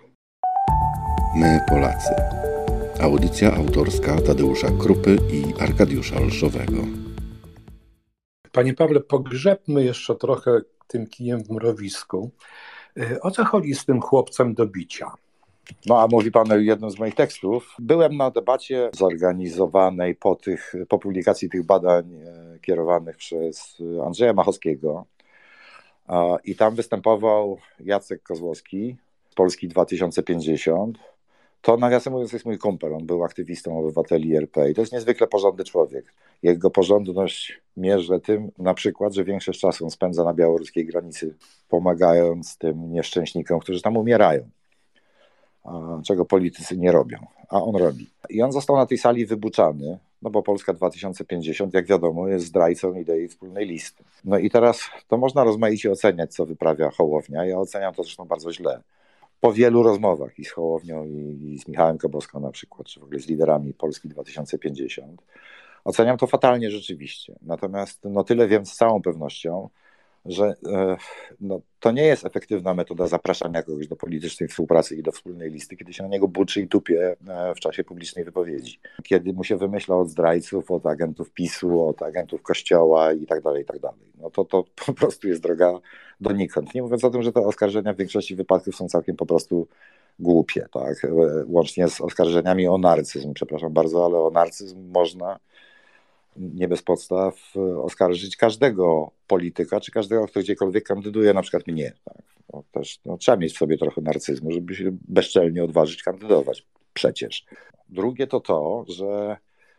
My Polacy. Audycja autorska Tadeusza Krupy i Arkadiusza Olszowego. Panie Pawle, pogrzebmy jeszcze trochę tym kijem w mrowisku. O co chodzi z tym chłopcem do bicia? No a mówi pan o jednym z moich tekstów. Byłem na debacie zorganizowanej po publikacji tych badań kierowanych przez Andrzeja Machowskiego i tam występował Jacek Kozłowski z Polski 2050. To nawiasem mówiąc jest mój kumpel, on był aktywistą obywateli RP i to jest niezwykle porządny człowiek. Jego porządność mierzę tym na przykład, że większość czasu on spędza na białoruskiej granicy, pomagając tym nieszczęśnikom, którzy tam umierają, czego politycy nie robią, a on robi. I on został na tej sali wybuczany, no bo Polska 2050, jak wiadomo, jest zdrajcą idei wspólnej listy. No i teraz to można rozmaicie oceniać, co wyprawia Hołownia. Ja oceniam to zresztą bardzo źle. Po wielu rozmowach i z Hołownią, i z Michałem Koboską na przykład, czy w ogóle z liderami Polski 2050, oceniam to fatalnie rzeczywiście. Natomiast no, tyle wiem z całą pewnością, że no, to nie jest efektywna metoda zapraszania kogoś do politycznej współpracy i do wspólnej listy, kiedy się na niego buczy i tupie w czasie publicznej wypowiedzi. Kiedy mu się wymyśla od zdrajców, od agentów PiS-u, od agentów Kościoła i tak dalej, i tak dalej. No to po prostu jest droga donikąd. Nie mówiąc o tym, że te oskarżenia w większości wypadków są całkiem po prostu głupie, tak? Łącznie z oskarżeniami o narcyzm. Przepraszam bardzo, ale o narcyzm można nie bez podstaw oskarżyć każdego polityka, czy każdego, kto gdziekolwiek kandyduje, na przykład mnie. Tak? No, też, trzeba mieć w sobie trochę narcyzmu, żeby się bezczelnie odważyć kandydować. Przecież. Drugie to, że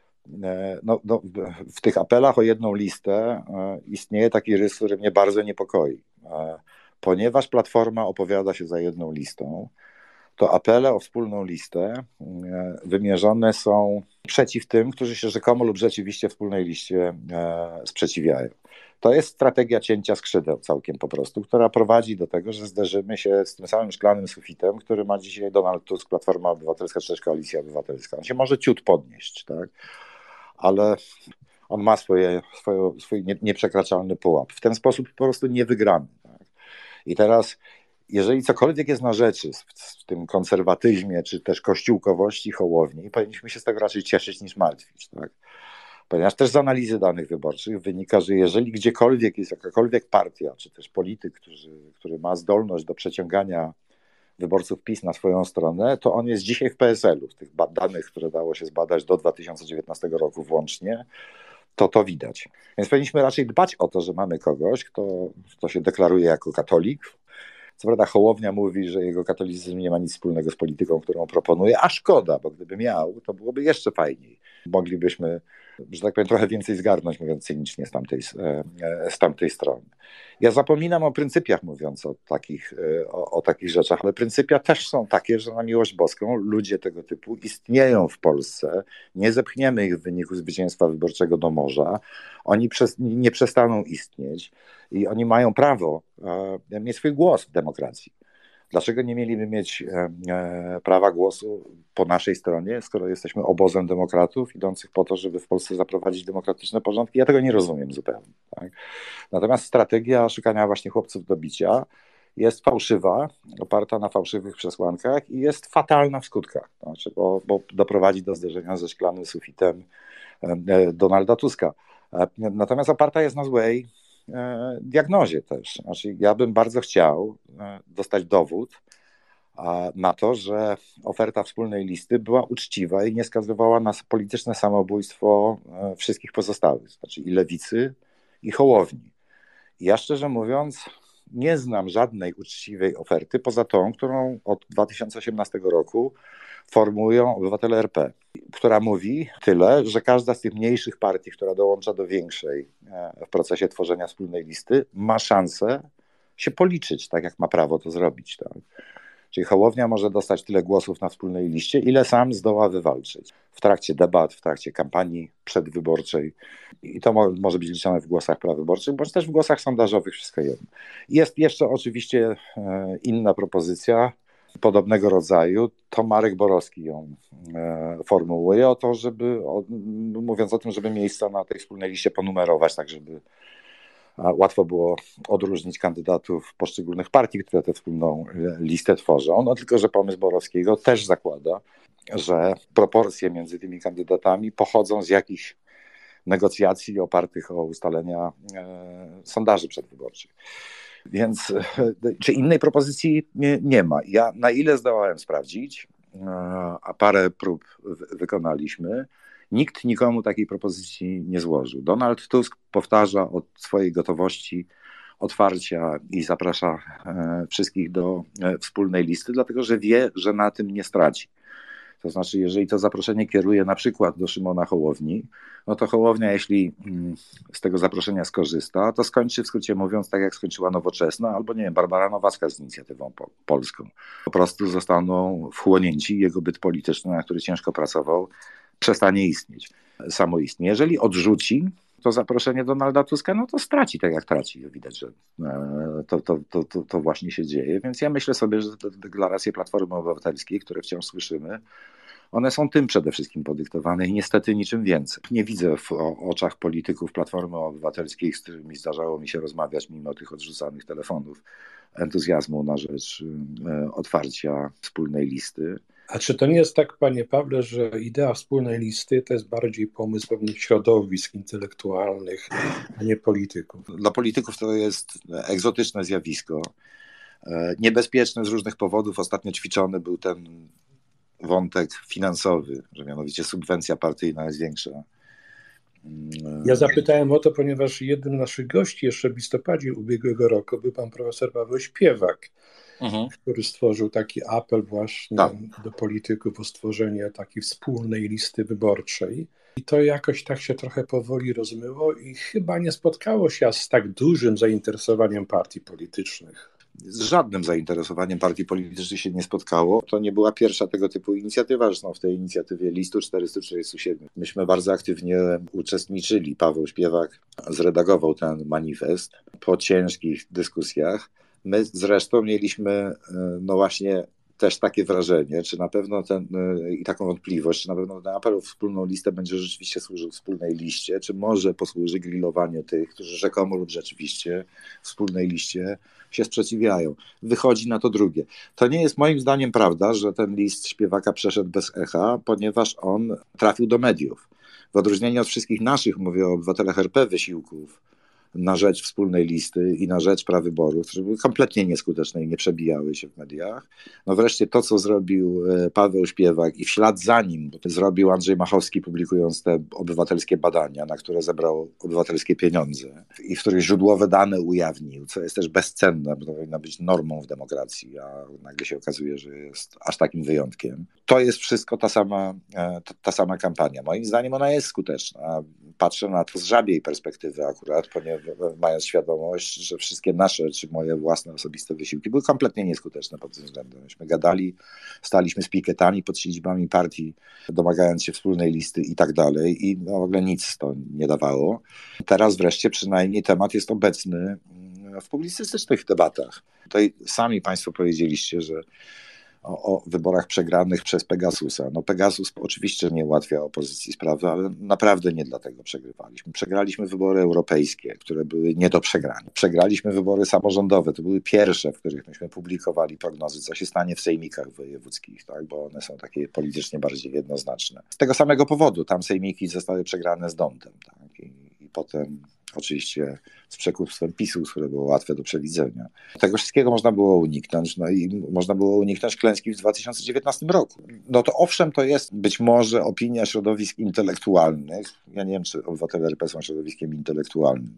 w tych apelach o jedną listę istnieje taki rys, który mnie bardzo niepokoi. Ponieważ Platforma opowiada się za jedną listą, to apele o wspólną listę wymierzone są przeciw tym, którzy się rzekomo lub rzeczywiście wspólnej liście sprzeciwiają. To jest strategia cięcia skrzydeł całkiem po prostu, która prowadzi do tego, że zderzymy się z tym samym szklanym sufitem, który ma dzisiaj Donald Tusk, Platforma Obywatelska czy też Koalicja Obywatelska. On się może ciut podnieść, tak? Ale on ma swój nieprzekraczalny pułap. W ten sposób po prostu nie wygramy. Tak? I teraz jeżeli cokolwiek jest na rzeczy w tym konserwatyzmie, czy też kościółkowości Hołowni, powinniśmy się z tego raczej cieszyć niż martwić. Tak? Ponieważ też z analizy danych wyborczych wynika, że jeżeli gdziekolwiek jest jakakolwiek partia, czy też polityk, który ma zdolność do przeciągania wyborców PiS na swoją stronę, to on jest dzisiaj w PSL-u. Z tych danych, które dało się zbadać do 2019 roku włącznie, to widać. Więc powinniśmy raczej dbać o to, że mamy kogoś, kto się deklaruje jako katolik. Co prawda Hołownia mówi, że jego katolicyzm nie ma nic wspólnego z polityką, którą proponuje, a szkoda, bo gdyby miał, to byłoby jeszcze fajniej. Moglibyśmy że tak powiem, trochę więcej zgarnąć, mówiąc cynicznie z tamtej strony. Ja zapominam o pryncypiach, mówiąc o takich rzeczach, ale pryncypia też są takie, że na miłość boską ludzie tego typu istnieją w Polsce. Nie zepchniemy ich w wyniku zwycięstwa wyborczego do morza. Oni nie przestaną istnieć i oni mają prawo mieć swój głos w demokracji. Dlaczego nie mieliby mieć prawa głosu po naszej stronie, skoro jesteśmy obozem demokratów idących po to, żeby w Polsce zaprowadzić demokratyczne porządki? Ja tego nie rozumiem zupełnie. Tak? Natomiast strategia szukania właśnie chłopców do bicia jest fałszywa, oparta na fałszywych przesłankach i jest fatalna w skutkach, znaczy, bo doprowadzi do zderzenia ze szklanym sufitem Donalda Tuska. Natomiast oparta jest na złej diagnozie też. Znaczy, ja bym bardzo chciał dostać dowód na to, że oferta wspólnej listy była uczciwa i nie skazywała na polityczne samobójstwo wszystkich pozostałych, znaczy i Lewicy, i Hołowni. I ja szczerze mówiąc nie znam żadnej uczciwej oferty poza tą, którą od 2018 roku formułują obywatele RP, która mówi tyle, że każda z tych mniejszych partii, która dołącza do większej w procesie tworzenia wspólnej listy, ma szansę się policzyć, tak jak ma prawo to zrobić. Tak? Czyli Hołownia może dostać tyle głosów na wspólnej liście, ile sam zdoła wywalczyć w trakcie debat, w trakcie kampanii przedwyborczej. I to może być liczone w głosach prawyborczych, bądź też w głosach sondażowych, wszystko jedno. Jest jeszcze oczywiście inna propozycja podobnego rodzaju, to Marek Borowski ją formułuje, o to, mówiąc o tym, żeby miejsca na tej wspólnej liście ponumerować, tak żeby łatwo było odróżnić kandydatów poszczególnych partii, które tę wspólną listę tworzą. No tylko, że pomysł Borowskiego też zakłada, że proporcje między tymi kandydatami pochodzą z jakichś negocjacji opartych o ustalenia sondaży przedwyborczych. Więc czy innej propozycji nie ma. Ja na ile zdołałem sprawdzić, a parę prób wykonaliśmy, nikt nikomu takiej propozycji nie złożył. Donald Tusk powtarza o swojej gotowości otwarcia i zaprasza wszystkich do wspólnej listy, dlatego że wie, że na tym nie straci. To znaczy, jeżeli to zaproszenie kieruje na przykład do Szymona Hołowni, no to Hołownia, jeśli z tego zaproszenia skorzysta, to skończy, w skrócie mówiąc, tak jak skończyła Nowoczesna, albo nie wiem, Barbara Nowacka z Inicjatywą Polską. Po prostu zostaną wchłonięci, jego byt polityczny, na który ciężko pracował, przestanie istnieć, samoistnie. Jeżeli odrzuci to zaproszenie Donalda Tuska, no to straci, tak jak traci. Widać, że to właśnie się dzieje. Więc ja myślę sobie, że te deklaracje Platformy Obywatelskiej, które wciąż słyszymy, one są tym przede wszystkim podyktowane i niestety niczym więcej. Nie widzę w oczach polityków Platformy Obywatelskiej, z którymi zdarzało mi się rozmawiać mimo tych odrzucanych telefonów, entuzjazmu na rzecz otwarcia wspólnej listy. A czy to nie jest tak, panie Pawle, że idea wspólnej listy to jest bardziej pomysł pewnych środowisk intelektualnych, a nie polityków? Dla polityków to jest egzotyczne zjawisko, niebezpieczne z różnych powodów. Ostatnio ćwiczony był ten wątek finansowy, że mianowicie subwencja partyjna jest większa. Ja zapytałem o to, ponieważ jednym z naszych gości jeszcze w listopadzie ubiegłego roku był pan profesor Paweł Śpiewak, który stworzył taki apel właśnie do polityków o stworzenie takiej wspólnej listy wyborczej. I to jakoś tak się trochę powoli rozmyło i chyba nie spotkało się z tak dużym zainteresowaniem partii politycznych. Z żadnym zainteresowaniem partii politycznych się nie spotkało. To nie była pierwsza tego typu inicjatywa, zresztą w tej inicjatywie listu 447. Myśmy bardzo aktywnie uczestniczyli. Paweł Śpiewak zredagował ten manifest po ciężkich dyskusjach. My zresztą mieliśmy, no właśnie, też takie wrażenie, czy na pewno i taką wątpliwość, czy na pewno ten apel o wspólną listę będzie rzeczywiście służył wspólnej liście, czy może posłuży grillowaniu tych, którzy rzekomo lub rzeczywiście wspólnej liście się sprzeciwiają. Wychodzi na to drugie. To nie jest moim zdaniem prawda, że ten list Śpiewaka przeszedł bez echa, ponieważ on trafił do mediów. W odróżnieniu od wszystkich naszych, mówię o obywatelach RP, wysiłków na rzecz wspólnej listy i na rzecz prawyborów, które były kompletnie nieskuteczne i nie przebijały się w mediach. No wreszcie to, co zrobił Paweł Śpiewak i w ślad za nim zrobił Andrzej Machowski, publikując te obywatelskie badania, na które zebrał obywatelskie pieniądze i w których źródłowe dane ujawnił, co jest też bezcenne, bo to powinna być normą w demokracji, a nagle się okazuje, że jest aż takim wyjątkiem. To jest wszystko ta sama kampania. Moim zdaniem ona jest skuteczna. Patrzę na to z żabiej perspektywy akurat, ponieważ mając świadomość, że wszystkie nasze, czy moje własne osobiste wysiłki były kompletnie nieskuteczne pod tym względem. Myśmy gadali, staliśmy z pikietami pod siedzibami partii, domagając się wspólnej listy i tak dalej i w ogóle nic to nie dawało. Teraz wreszcie przynajmniej temat jest obecny w publicystycznych debatach. Tutaj sami Państwo powiedzieliście, że o wyborach przegranych przez Pegasusa. No Pegasus oczywiście nie ułatwia opozycji sprawy, ale naprawdę nie dlatego przegrywaliśmy. Przegraliśmy wybory europejskie, które były nie do przegrania. Przegraliśmy wybory samorządowe. To były pierwsze, w których myśmy publikowali prognozy, co się stanie w sejmikach wojewódzkich, tak? Bo one są takie politycznie bardziej jednoznaczne. Z tego samego powodu tam sejmiki zostały przegrane z Dątem. Tak? I potem oczywiście z przekupstwem PiS-u, które było łatwe do przewidzenia. Tego wszystkiego można było uniknąć, no i można było uniknąć klęski w 2019 roku. No to owszem, to jest być może opinia środowisk intelektualnych. Ja nie wiem, czy obywatele RP są środowiskiem intelektualnym.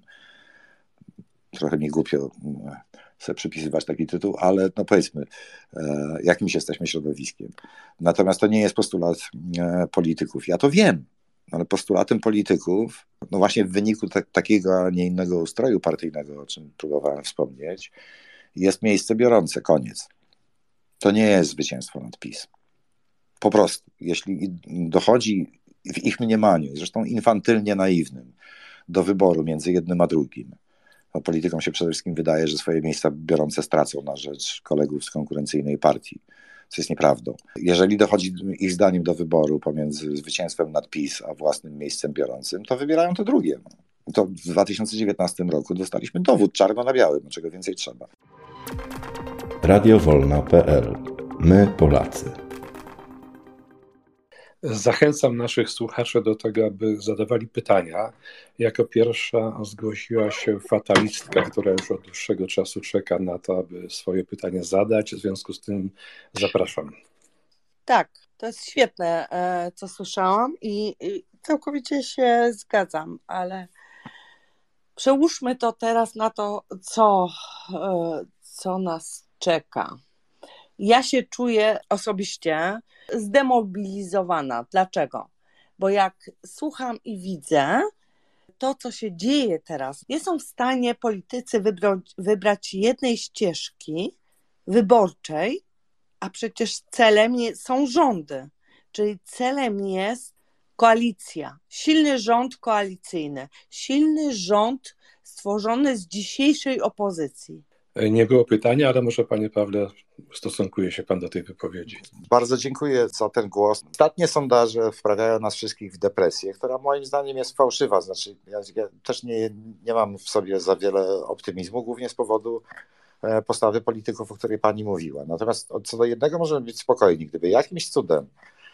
Trochę mi głupio sobie przypisywać taki tytuł, ale no powiedzmy, jakimś jesteśmy środowiskiem. Natomiast to nie jest postulat polityków. Ja to wiem. Ale postulatem polityków, no właśnie w wyniku takiego, a nie innego ustroju partyjnego, o czym próbowałem wspomnieć, jest miejsce biorące, koniec. To nie jest zwycięstwo nad PiS. Po prostu, jeśli dochodzi w ich mniemaniu, zresztą infantylnie naiwnym, do wyboru między jednym a drugim, no politykom się przede wszystkim wydaje, że swoje miejsca biorące stracą na rzecz kolegów z konkurencyjnej partii, co jest nieprawdą. Jeżeli dochodzi ich zdaniem do wyboru pomiędzy zwycięstwem nad PiS a własnym miejscem biorącym, to wybierają to drugie. To w 2019 roku dostaliśmy dowód czarno na białym, czego więcej trzeba. Radiowolna.pl. My Polacy. Zachęcam naszych słuchaczy do tego, aby zadawali pytania. Jako pierwsza zgłosiła się fatalistka, która już od dłuższego czasu czeka na to, aby swoje pytanie zadać. W związku z tym zapraszam. Tak, to jest świetne, co słyszałam i całkowicie się zgadzam, ale przełóżmy to teraz na to, co nas czeka. Ja się czuję osobiście zdemobilizowana. Dlaczego? Bo jak słucham i widzę to, co się dzieje teraz, nie są w stanie politycy wybrać jednej ścieżki wyborczej, a przecież celem są rządy. Czyli celem jest koalicja, silny rząd koalicyjny, silny rząd stworzony z dzisiejszej opozycji. Nie było pytania, ale może panie Pawle, stosunkuje się pan do tej wypowiedzi. Bardzo dziękuję za ten głos. Ostatnie sondaże wprawiają nas wszystkich w depresję, która moim zdaniem jest fałszywa. Znaczy, ja też nie mam w sobie za wiele optymizmu, głównie z powodu postawy polityków, o której pani mówiła. Natomiast co do jednego możemy być spokojni. Gdyby jakimś cudem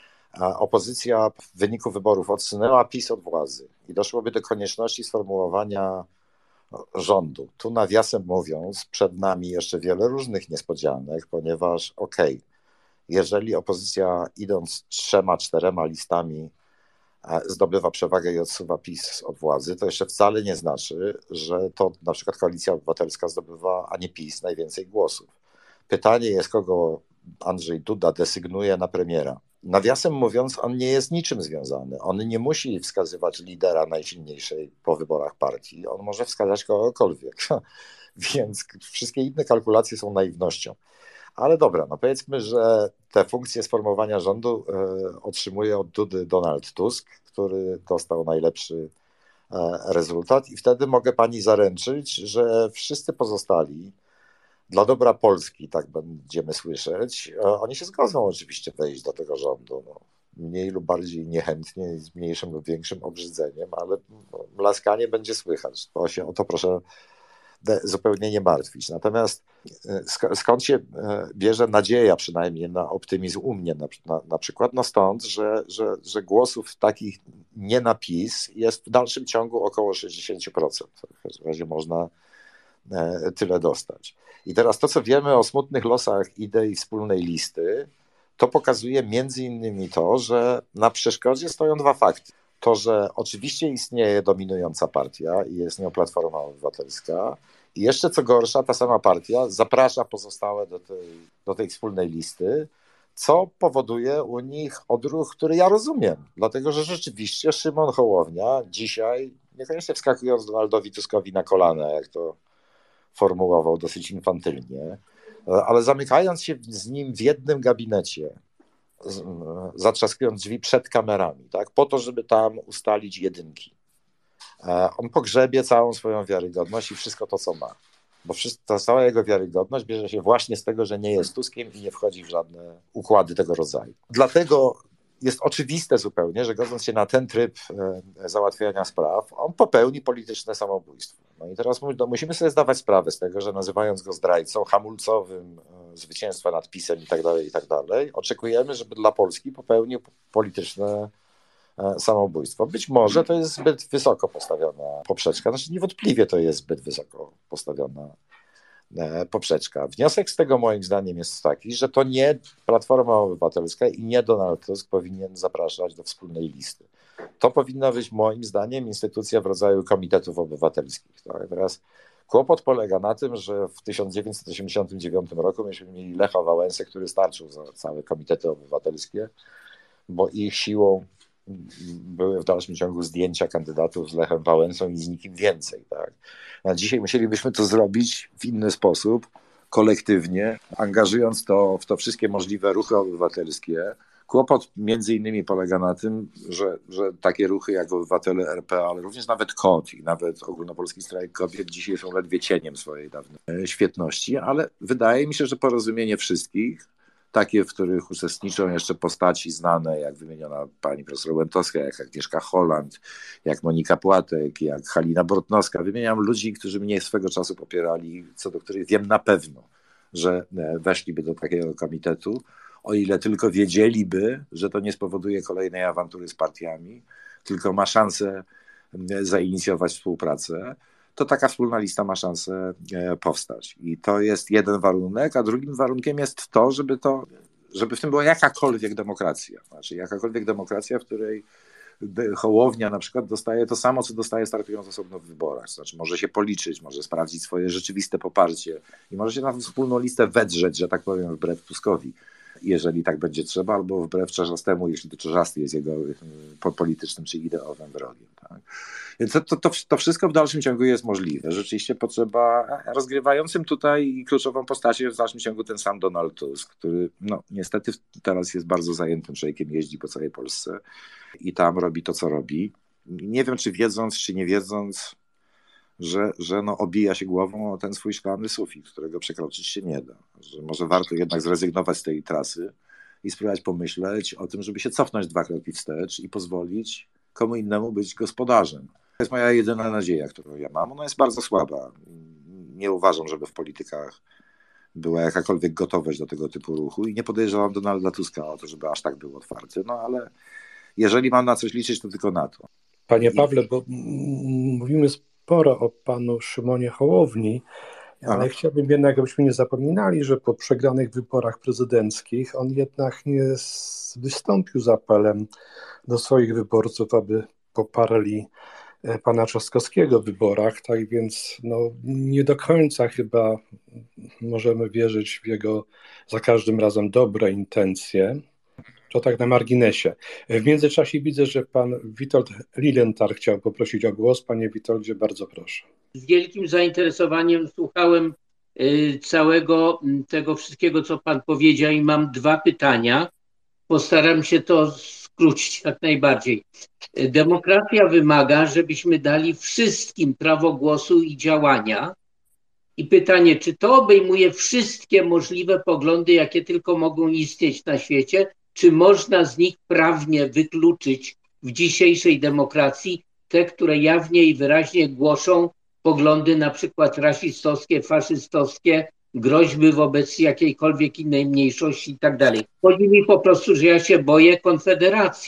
opozycja w wyniku wyborów odsunęła PiS od władzy i doszłoby do konieczności sformułowania rządu. Tu nawiasem mówiąc, przed nami jeszcze wiele różnych niespodzianek, ponieważ jeżeli opozycja idąc 3-4 listami zdobywa przewagę i odsuwa PiS od władzy, to jeszcze wcale nie znaczy, że to na przykład Koalicja Obywatelska zdobywa, a nie PiS, najwięcej głosów. Pytanie jest, kogo Andrzej Duda desygnuje na premiera. Nawiasem mówiąc, on nie jest niczym związany. On nie musi wskazywać lidera najsilniejszej po wyborach partii. On może wskazać kogokolwiek. Więc wszystkie inne kalkulacje są naiwnością. Ale dobra, no powiedzmy, że te funkcje sformowania rządu otrzymuje od Dudy Donald Tusk, który dostał najlepszy rezultat i wtedy mogę pani zaręczyć, że wszyscy pozostali dla dobra Polski, tak będziemy słyszeć, oni się zgodzą oczywiście wejść do tego rządu. No, mniej lub bardziej niechętnie, z mniejszym lub większym obrzydzeniem, ale mlaskanie będzie słychać. To się o to proszę zupełnie nie martwić. Natomiast skąd się bierze nadzieja przynajmniej na optymizm u mnie na przykład? No stąd, że głosów takich nie na PiS jest w dalszym ciągu około 60%. W każdym razie można tyle dostać. I teraz to, co wiemy o smutnych losach idei wspólnej listy, to pokazuje między innymi to, że na przeszkodzie stoją dwa fakty. To, że oczywiście istnieje dominująca partia i jest nią Platforma Obywatelska i jeszcze co gorsza, ta sama partia zaprasza pozostałe do tej wspólnej listy, co powoduje u nich odruch, który ja rozumiem, dlatego że rzeczywiście Szymon Hołownia dzisiaj, niekoniecznie wskakując Donaldowi Tuskowi na kolana, jak to formułował dosyć infantylnie, ale zamykając się z nim w jednym gabinecie, zatrzaskując drzwi przed kamerami, tak, po to, żeby tam ustalić jedynki. On pogrzebie całą swoją wiarygodność i wszystko to, co ma. Bo ta cała jego wiarygodność bierze się właśnie z tego, że nie jest Tuskiem i nie wchodzi w żadne układy tego rodzaju. Dlatego jest oczywiste zupełnie, że godząc się na ten tryb załatwiania spraw, on popełni polityczne samobójstwo. No i teraz musimy sobie zdawać sprawę z tego, że nazywając go zdrajcą hamulcowym zwycięstwa nad PiS-em i tak dalej, oczekujemy, żeby dla Polski popełnił polityczne samobójstwo. Być może to jest zbyt wysoko postawiona poprzeczka, znaczy niewątpliwie to jest zbyt wysoko postawiona poprzeczka. Wniosek z tego moim zdaniem jest taki, że to nie Platforma Obywatelska i nie Donald Tusk powinien zapraszać do wspólnej listy. To powinna być moim zdaniem instytucja w rodzaju komitetów obywatelskich. Tak? Teraz kłopot polega na tym, że w 1989 roku myśmy mieli Lecha Wałęsę, który starczył za całe komitety obywatelskie, bo ich siłą były w dalszym ciągu zdjęcia kandydatów z Lechem Wałęsą i z nikim więcej. Tak? A dzisiaj musielibyśmy to zrobić w inny sposób, kolektywnie, angażując w to wszystkie możliwe ruchy obywatelskie. Kłopot między innymi polega na tym, że takie ruchy jak Obywatele RP, ale również nawet KOT i nawet Ogólnopolski Strajk Kobiet dzisiaj są ledwie cieniem swojej dawnej świetności, ale wydaje mi się, że porozumienie wszystkich, takie, w których uczestniczą jeszcze postaci znane, jak wymieniona pani profesor Łętowska, jak Agnieszka Holland, jak Monika Płatek, jak Halina Bortnowska. Wymieniam ludzi, którzy mnie swego czasu popierali, co do których wiem na pewno, że weszliby do takiego komitetu, o ile tylko wiedzieliby, że to nie spowoduje kolejnej awantury z partiami, tylko ma szansę zainicjować współpracę, to taka wspólna lista ma szansę powstać. I to jest jeden warunek, a drugim warunkiem jest to, żeby w tym była jakakolwiek demokracja. Znaczy jakakolwiek demokracja, w której Hołownia na przykład dostaje to samo, co dostaje startując osobno w wyborach. Znaczy może się policzyć, może sprawdzić swoje rzeczywiste poparcie i może się na wspólną listę wedrzeć, że tak powiem, wbrew Tuskowi, jeżeli tak będzie trzeba, albo wbrew Czarzastemu, jeśli to Czarzasty jest jego politycznym czy ideowym wrogiem. Tak? Więc to wszystko w dalszym ciągu jest możliwe. Rzeczywiście potrzeba, rozgrywającym tutaj kluczową postacią jest w dalszym ciągu ten sam Donald Tusk, który niestety teraz jest bardzo zajętym człowiekiem, jeździ po całej Polsce i tam robi to, co robi. Nie wiem, czy wiedząc, czy nie wiedząc, że obija się głową o ten swój szklany sufit, którego przekroczyć się nie da. Że może warto jednak zrezygnować z tej trasy i spróbować pomyśleć o tym, żeby się cofnąć 2 kroki wstecz i pozwolić komu innemu być gospodarzem. To jest moja jedyna nadzieja, którą ja mam. Ona jest bardzo słaba. Nie uważam, żeby w politykach była jakakolwiek gotowość do tego typu ruchu i nie podejrzewam Donalda Tuska o to, żeby aż tak był otwarty. No ale jeżeli mam na coś liczyć, to tylko na to. Panie Pawle, bo mówimy sporo o panu Szymonie Hołowni, ale chciałbym jednak, abyśmy nie zapominali, że po przegranych wyborach prezydenckich on jednak nie wystąpił z apelem do swoich wyborców, aby poparli pana Trzaskowskiego w wyborach, tak więc nie do końca chyba możemy wierzyć w jego za każdym razem dobre intencje. To tak na marginesie. W międzyczasie widzę, że pan Witold Lilienthal chciał poprosić o głos. Panie Witoldzie, bardzo proszę. Z wielkim zainteresowaniem słuchałem całego tego wszystkiego, co pan powiedział i mam 2 pytania. Postaram się to skrócić jak najbardziej. Demokracja wymaga, żebyśmy dali wszystkim prawo głosu i działania. I pytanie, czy to obejmuje wszystkie możliwe poglądy, jakie tylko mogą istnieć na świecie, czy można z nich prawnie wykluczyć w dzisiejszej demokracji te, które jawnie i wyraźnie głoszą poglądy na przykład rasistowskie, faszystowskie, groźby wobec jakiejkolwiek innej mniejszości i tak dalej. Chodzi mi po prostu, że ja się boję Konfederacji,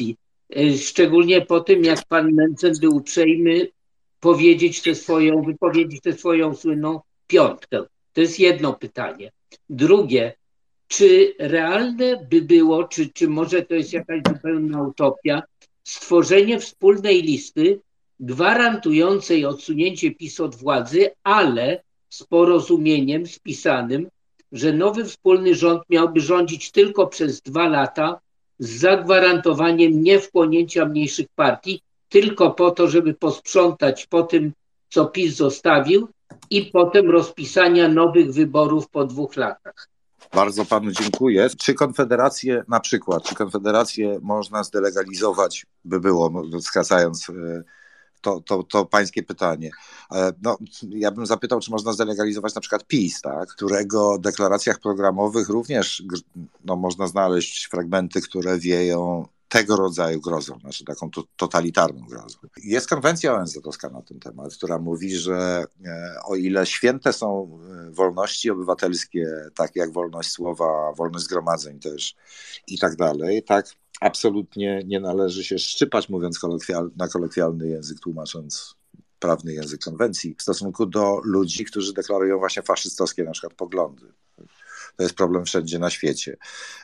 szczególnie po tym, jak pan Mencen był uprzejmy wypowiedzieć tę swoją słynną piątkę. To jest jedno pytanie. Drugie, czy realne by było, czy może to jest jakaś zupełna utopia, stworzenie wspólnej listy gwarantującej odsunięcie PiS od władzy, ale z porozumieniem spisanym, że nowy wspólny rząd miałby rządzić tylko przez 2 lata z zagwarantowaniem niewchłonięcia mniejszych partii, tylko po to, żeby posprzątać po tym, co PiS zostawił i potem rozpisania nowych wyborów po 2 latach. Bardzo panu dziękuję. Czy Konfederację można zdelegalizować, by było, skracając to pańskie pytanie. No, ja bym zapytał, czy można zdelegalizować na przykład PiS, tak? Którego deklaracjach programowych również można znaleźć fragmenty, które wieją tego rodzaju grozą, znaczy taką totalitarną grozą. Jest konwencja ONZ-owska na ten temat, która mówi, że o ile święte są wolności obywatelskie, takie jak wolność słowa, wolność zgromadzeń też i tak dalej, tak absolutnie nie należy się szczypać, mówiąc na kolokwialny język, tłumacząc prawny język konwencji, w stosunku do ludzi, którzy deklarują właśnie faszystowskie na przykład poglądy. To jest problem wszędzie na świecie.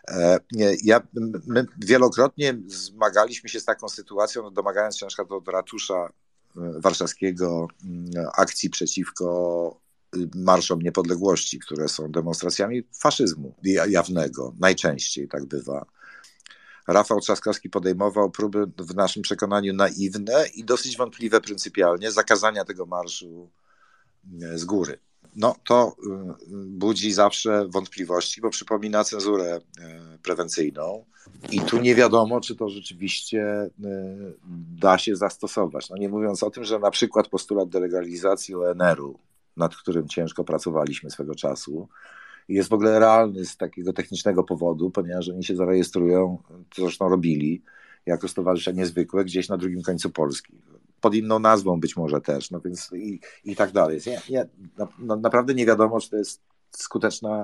My wielokrotnie zmagaliśmy się z taką sytuacją, domagając się na przykład od ratusza warszawskiego akcji przeciwko marszom niepodległości, które są demonstracjami faszyzmu jawnego. Najczęściej tak bywa. Rafał Trzaskowski podejmował próby w naszym przekonaniu naiwne i dosyć wątpliwe pryncypialnie zakazania tego marszu z góry. No to budzi zawsze wątpliwości, bo przypomina cenzurę prewencyjną i tu nie wiadomo, czy to rzeczywiście da się zastosować. No nie mówiąc o tym, że na przykład postulat delegalizacji ONR-u, nad którym ciężko pracowaliśmy swego czasu, jest w ogóle realny z takiego technicznego powodu, ponieważ oni się zarejestrują, to zresztą robili, jako stowarzyszenie zwykłe gdzieś na drugim końcu Polski. Pod inną nazwą być może też, no więc i tak dalej. Naprawdę nie wiadomo, czy to jest skuteczna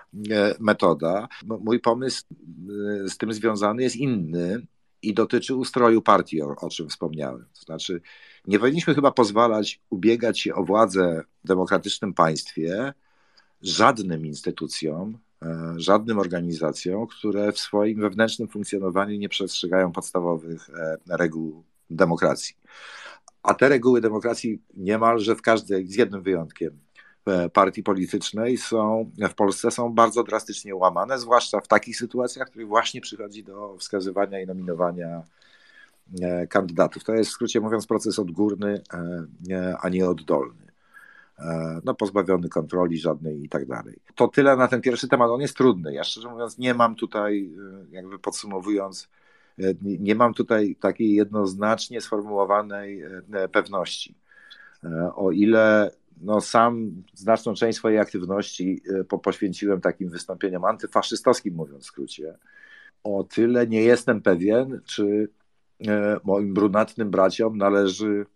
metoda. Mój pomysł z tym związany jest inny i dotyczy ustroju partii, o czym wspomniałem. To znaczy, nie powinniśmy chyba pozwalać ubiegać się o władzę w demokratycznym państwie żadnym instytucjom, żadnym organizacjom, które w swoim wewnętrznym funkcjonowaniu nie przestrzegają podstawowych reguł demokracji. A te reguły demokracji niemalże w każdej, z jednym wyjątkiem, partii politycznej w Polsce są bardzo drastycznie łamane, zwłaszcza w takich sytuacjach, w których właśnie przychodzi do wskazywania i nominowania kandydatów. To jest w skrócie mówiąc proces odgórny, a nie oddolny. Pozbawiony kontroli żadnej i tak dalej. To tyle na ten pierwszy temat. On jest trudny. Ja szczerze mówiąc nie mam tutaj, jakby podsumowując, nie mam tutaj takiej jednoznacznie sformułowanej pewności. O ile sam znaczną część swojej aktywności poświęciłem takim wystąpieniom antyfaszystowskim, mówiąc w skrócie, o tyle nie jestem pewien, czy moim brunatnym braciom należy,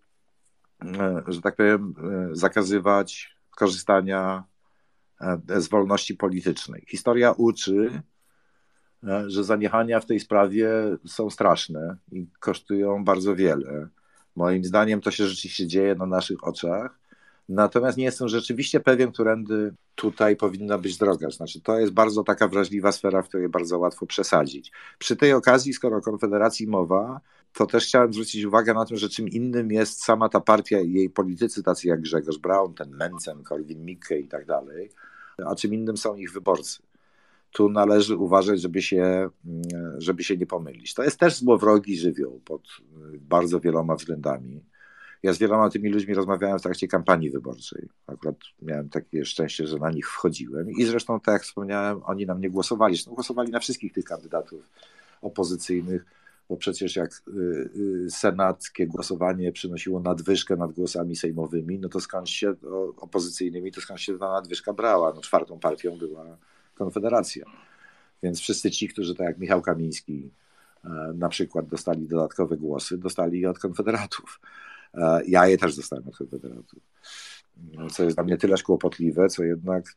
że tak powiem, zakazywać korzystania z wolności politycznej. Historia uczy, że zaniechania w tej sprawie są straszne i kosztują bardzo wiele. Moim zdaniem to się rzeczywiście dzieje na naszych oczach. Natomiast nie jestem rzeczywiście pewien, którędy tutaj powinna być droga. Znaczy, to jest bardzo taka wrażliwa sfera, w której bardzo łatwo przesadzić. Przy tej okazji, skoro o Konfederacji mowa, to też chciałem zwrócić uwagę na to, że czym innym jest sama ta partia i jej politycy, tacy jak Grzegorz Braun, ten Mencen, Korwin-Mikke i tak dalej, a czym innym są ich wyborcy. Tu należy uważać, żeby się nie pomylić. To jest też złowrogi żywioł pod bardzo wieloma względami. Ja z wieloma tymi ludźmi rozmawiałem w trakcie kampanii wyborczej. Akurat miałem takie szczęście, że na nich wchodziłem i zresztą, tak jak wspomniałem, oni na mnie głosowali. Zresztą głosowali na wszystkich tych kandydatów opozycyjnych, bo przecież jak senackie głosowanie przynosiło nadwyżkę nad głosami sejmowymi, no to skąd się opozycyjnymi, to skąd się ta nadwyżka brała? No, czwartą partią była Konfederacja. Więc wszyscy ci, którzy tak jak Michał Kamiński na przykład dostali dodatkowe głosy, dostali je od konfederatów. Ja je też dostałem od konfederatów. Co jest dla mnie tyleż kłopotliwe, co jednak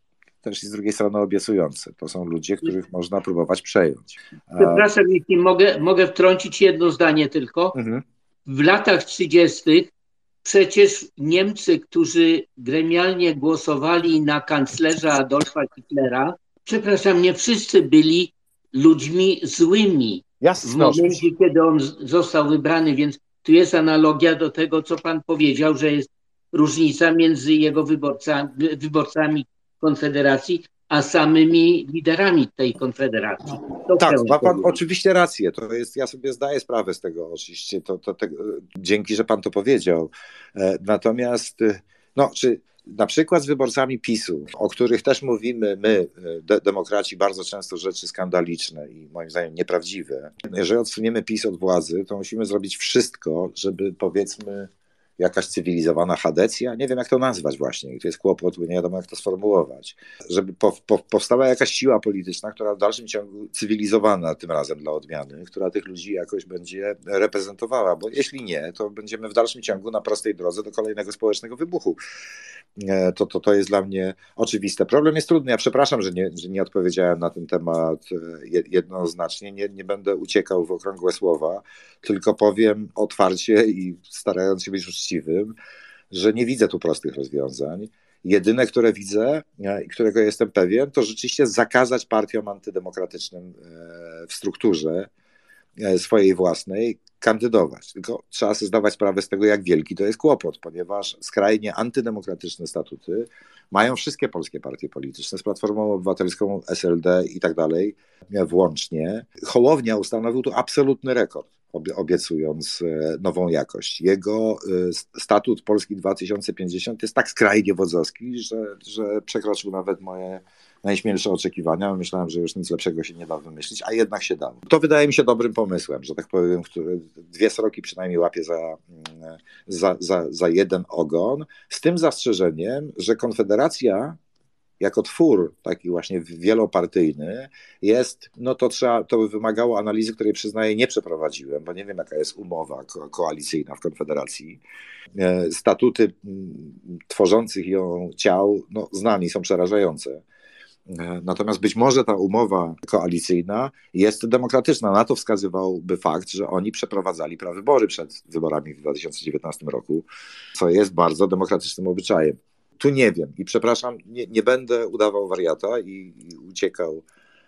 też i z drugiej strony obiecujące. To są ludzie, których można próbować przejąć. Przepraszam, jeśli mogę wtrącić jedno zdanie tylko. W latach 30. przecież Niemcy, którzy gremialnie głosowali na kanclerza Adolfa Hitlera, przepraszam, nie wszyscy byli ludźmi złymi w momencie, kiedy on został wybrany, więc tu jest analogia do tego, co pan powiedział, że jest różnica między jego wyborcami Konfederacji, a samymi liderami tej Konfederacji. Tak, ma pan oczywiście rację. To jest, ja sobie zdaję sprawę z tego oczywiście. Dzięki, że pan to powiedział. Natomiast czy na przykład z wyborcami PiS-u, o których też mówimy my, demokraci, bardzo często rzeczy skandaliczne i moim zdaniem nieprawdziwe. Jeżeli odsuniemy PiS od władzy, to musimy zrobić wszystko, żeby powiedzmy jakaś cywilizowana chadecja, nie wiem jak to nazwać właśnie, to jest kłopot, nie wiadomo jak to sformułować, żeby powstała jakaś siła polityczna, która w dalszym ciągu cywilizowana tym razem dla odmiany, która tych ludzi jakoś będzie reprezentowała, bo jeśli nie, to będziemy w dalszym ciągu na prostej drodze do kolejnego społecznego wybuchu. To jest dla mnie oczywiste. Problem jest trudny, ja przepraszam, że nie odpowiedziałem na ten temat jednoznacznie, nie będę uciekał w okrągłe słowa, tylko powiem otwarcie i starając się być uczciwym, że nie widzę tu prostych rozwiązań. Jedyne, które widzę i którego jestem pewien, to rzeczywiście zakazać partiom antydemokratycznym w strukturze swojej własnej kandydować. Tylko trzeba sobie zdawać sprawę z tego, jak wielki to jest kłopot, ponieważ skrajnie antydemokratyczne statuty mają wszystkie polskie partie polityczne, z Platformą Obywatelską, SLD i tak dalej, włącznie. Hołownia ustanowił tu absolutny rekord, obiecując nową jakość. Jego statut Polski 2050 jest tak skrajnie wodzowski, że przekroczył nawet moje najśmielsze oczekiwania. Myślałem, że już nic lepszego się nie da wymyślić, a jednak się dało. To wydaje mi się dobrym pomysłem, że tak powiem, który 2 sroki przynajmniej łapie za jeden ogon, z tym zastrzeżeniem, że Konfederacja jako twór taki właśnie wielopartyjny jest, to by wymagało analizy, której przyznaję nie przeprowadziłem, bo nie wiem jaka jest umowa koalicyjna w Konfederacji. Statuty tworzących ją ciał, z nami są przerażające. Natomiast być może ta umowa koalicyjna jest demokratyczna. Na to wskazywałby fakt, że oni przeprowadzali prawybory przed wyborami w 2019 roku, co jest bardzo demokratycznym obyczajem. Tu nie wiem i przepraszam, nie będę udawał wariata i uciekał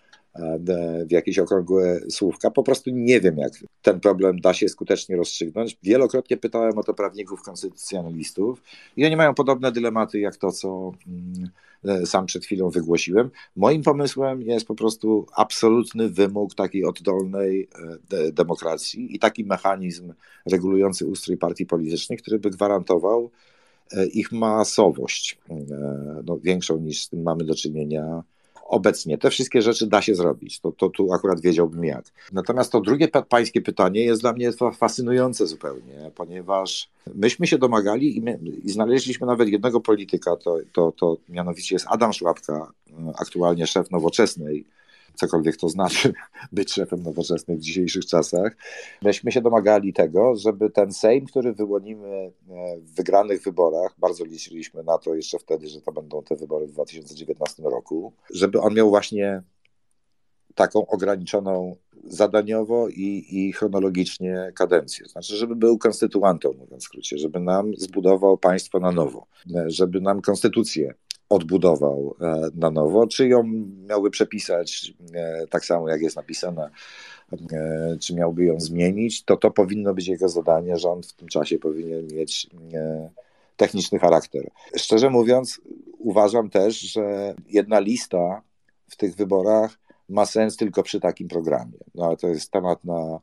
w jakieś okrągłe słówka. Po prostu nie wiem, jak ten problem da się skutecznie rozstrzygnąć. Wielokrotnie pytałem o to prawników konstytucjonalistów i oni mają podobne dylematy jak to, co sam przed chwilą wygłosiłem. Moim pomysłem jest po prostu absolutny wymóg takiej oddolnej demokracji i taki mechanizm regulujący ustrój partii politycznych, który by gwarantował ich masowość, większą niż z tym mamy do czynienia obecnie. Te wszystkie rzeczy da się zrobić, to tu akurat wiedziałbym jak. Natomiast to drugie pańskie pytanie jest dla mnie fascynujące zupełnie, ponieważ myśmy się domagali i znaleźliśmy nawet jednego polityka, to mianowicie jest Adam Szłapka, aktualnie szef Nowoczesnej, cokolwiek to znaczy być szefem Nowoczesnej w dzisiejszych czasach. Myśmy się domagali tego, żeby ten Sejm, który wyłonimy w wygranych wyborach, bardzo liczyliśmy na to jeszcze wtedy, że to będą te wybory w 2019 roku, żeby on miał właśnie taką ograniczoną zadaniowo i chronologicznie kadencję. Znaczy, żeby był konstytuantą, mówiąc w skrócie, żeby nam zbudował państwo na nowo, żeby nam konstytucję odbudował na nowo, czy ją miałby przepisać tak samo jak jest napisana, czy miałby ją zmienić, to powinno być jego zadanie, rząd w tym czasie powinien mieć techniczny charakter. Szczerze mówiąc, uważam też, że jedna lista w tych wyborach ma sens tylko przy takim programie. Ale to jest temat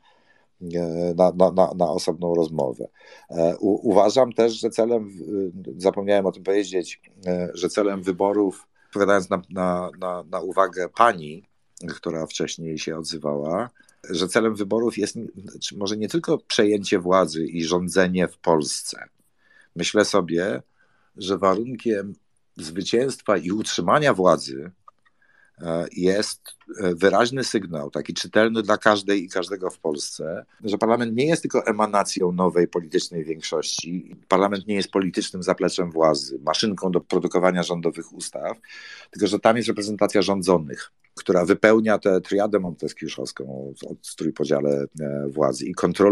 na osobną rozmowę. Uważam też, że zapomniałem o tym powiedzieć, że celem wyborów, odpowiadając na uwagę pani, która wcześniej się odzywała, że celem wyborów jest może nie tylko przejęcie władzy i rządzenie w Polsce. Myślę sobie, że warunkiem zwycięstwa i utrzymania władzy jest wyraźny sygnał, taki czytelny dla każdej i każdego w Polsce, że parlament nie jest tylko emanacją nowej politycznej większości, parlament nie jest politycznym zapleczem władzy, maszynką do produkowania rządowych ustaw, tylko że tam jest reprezentacja rządzonych, która wypełnia tę triadę monteskiuszowską o trójpodziale władzy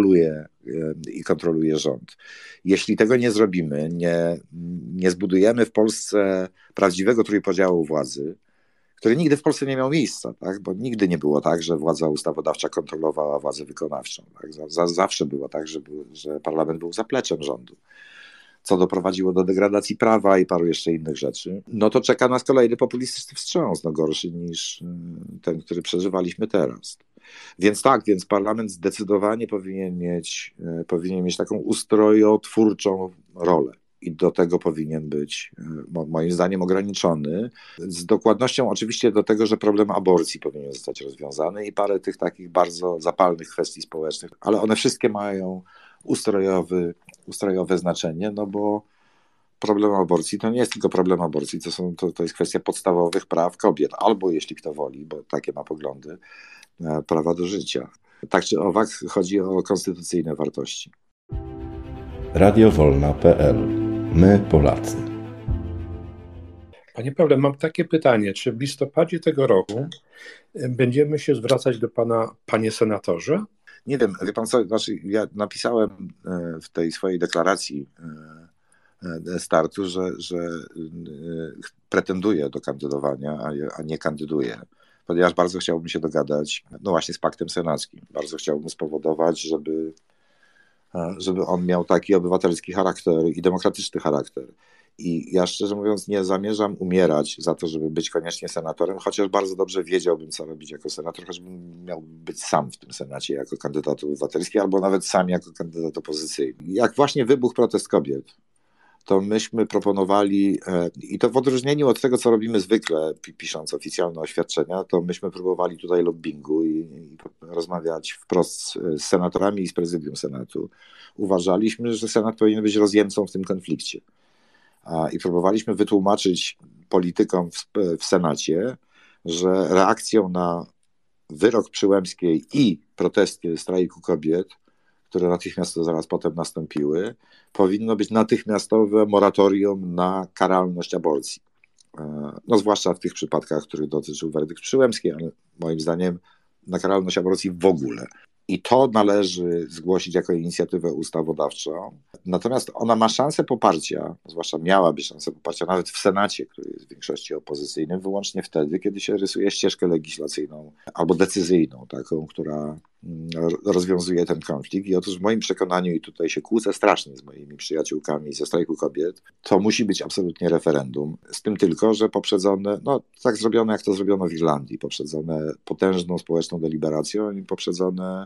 i kontroluje rząd. Jeśli tego nie zrobimy, nie zbudujemy w Polsce prawdziwego trójpodziału władzy, który nigdy w Polsce nie miał miejsca, tak? Bo nigdy nie było tak, że władza ustawodawcza kontrolowała władzę wykonawczą. Tak? Zawsze było tak, że parlament był zapleczem rządu, co doprowadziło do degradacji prawa i paru jeszcze innych rzeczy. No to czeka nas kolejny populistyczny wstrząs, gorszy niż ten, który przeżywaliśmy teraz. Więc parlament zdecydowanie powinien mieć taką ustrojotwórczą rolę. I do tego powinien być, moim zdaniem, ograniczony. Z dokładnością oczywiście do tego, że problem aborcji powinien zostać rozwiązany i parę tych takich bardzo zapalnych kwestii społecznych, ale one wszystkie mają ustrojowe znaczenie, bo problem aborcji to nie jest tylko problem aborcji, to jest kwestia podstawowych praw kobiet, albo jeśli kto woli, bo takie ma poglądy, prawa do życia. Tak czy owak chodzi o konstytucyjne wartości. Radiowolna.pl. My, Polacy. Panie Pawle, mam takie pytanie. Czy w listopadzie tego roku będziemy się zwracać do pana, panie senatorze? Nie wiem, wie pan co, znaczy ja napisałem w tej swojej deklaracji startu, że pretenduję do kandydowania, a nie kandyduję, ponieważ bardzo chciałbym się dogadać, właśnie z Paktem Senackim. Bardzo chciałbym spowodować, żeby on miał taki obywatelski charakter i demokratyczny charakter. I ja szczerze mówiąc nie zamierzam umierać za to, żeby być koniecznie senatorem, chociaż bardzo dobrze wiedziałbym, co robić jako senator, choćbym miał być sam w tym Senacie jako kandydat obywatelski, albo nawet sam jako kandydat opozycyjny. Jak właśnie wybuchł protest kobiet, to myśmy proponowali, i to w odróżnieniu od tego, co robimy zwykle, pisząc oficjalne oświadczenia, to myśmy próbowali tutaj lobbingu i rozmawiać wprost z senatorami i z prezydium Senatu. Uważaliśmy, że Senat powinien być rozjemcą w tym konflikcie. I próbowaliśmy wytłumaczyć politykom w Senacie, że reakcją na wyrok Przyłębskiej i protesty strajku kobiet, które natychmiast zaraz potem nastąpiły, powinno być natychmiastowe moratorium na karalność aborcji. Zwłaszcza w tych przypadkach, których dotyczył werdykt Przyłębskiej, ale moim zdaniem na karalność aborcji w ogóle. I to należy zgłosić jako inicjatywę ustawodawczą. Natomiast ona ma szansę poparcia, zwłaszcza miałaby szansę poparcia nawet w Senacie, który jest w większości opozycyjnym, wyłącznie wtedy, kiedy się rysuje ścieżkę legislacyjną albo decyzyjną, taką, która rozwiązuje ten konflikt. I otóż w moim przekonaniu, i tutaj się kłócę strasznie z moimi przyjaciółkami ze strajku kobiet, to musi być absolutnie referendum. Z tym tylko, że poprzedzone, tak zrobione jak to zrobiono w Irlandii, poprzedzone potężną społeczną deliberacją i poprzedzone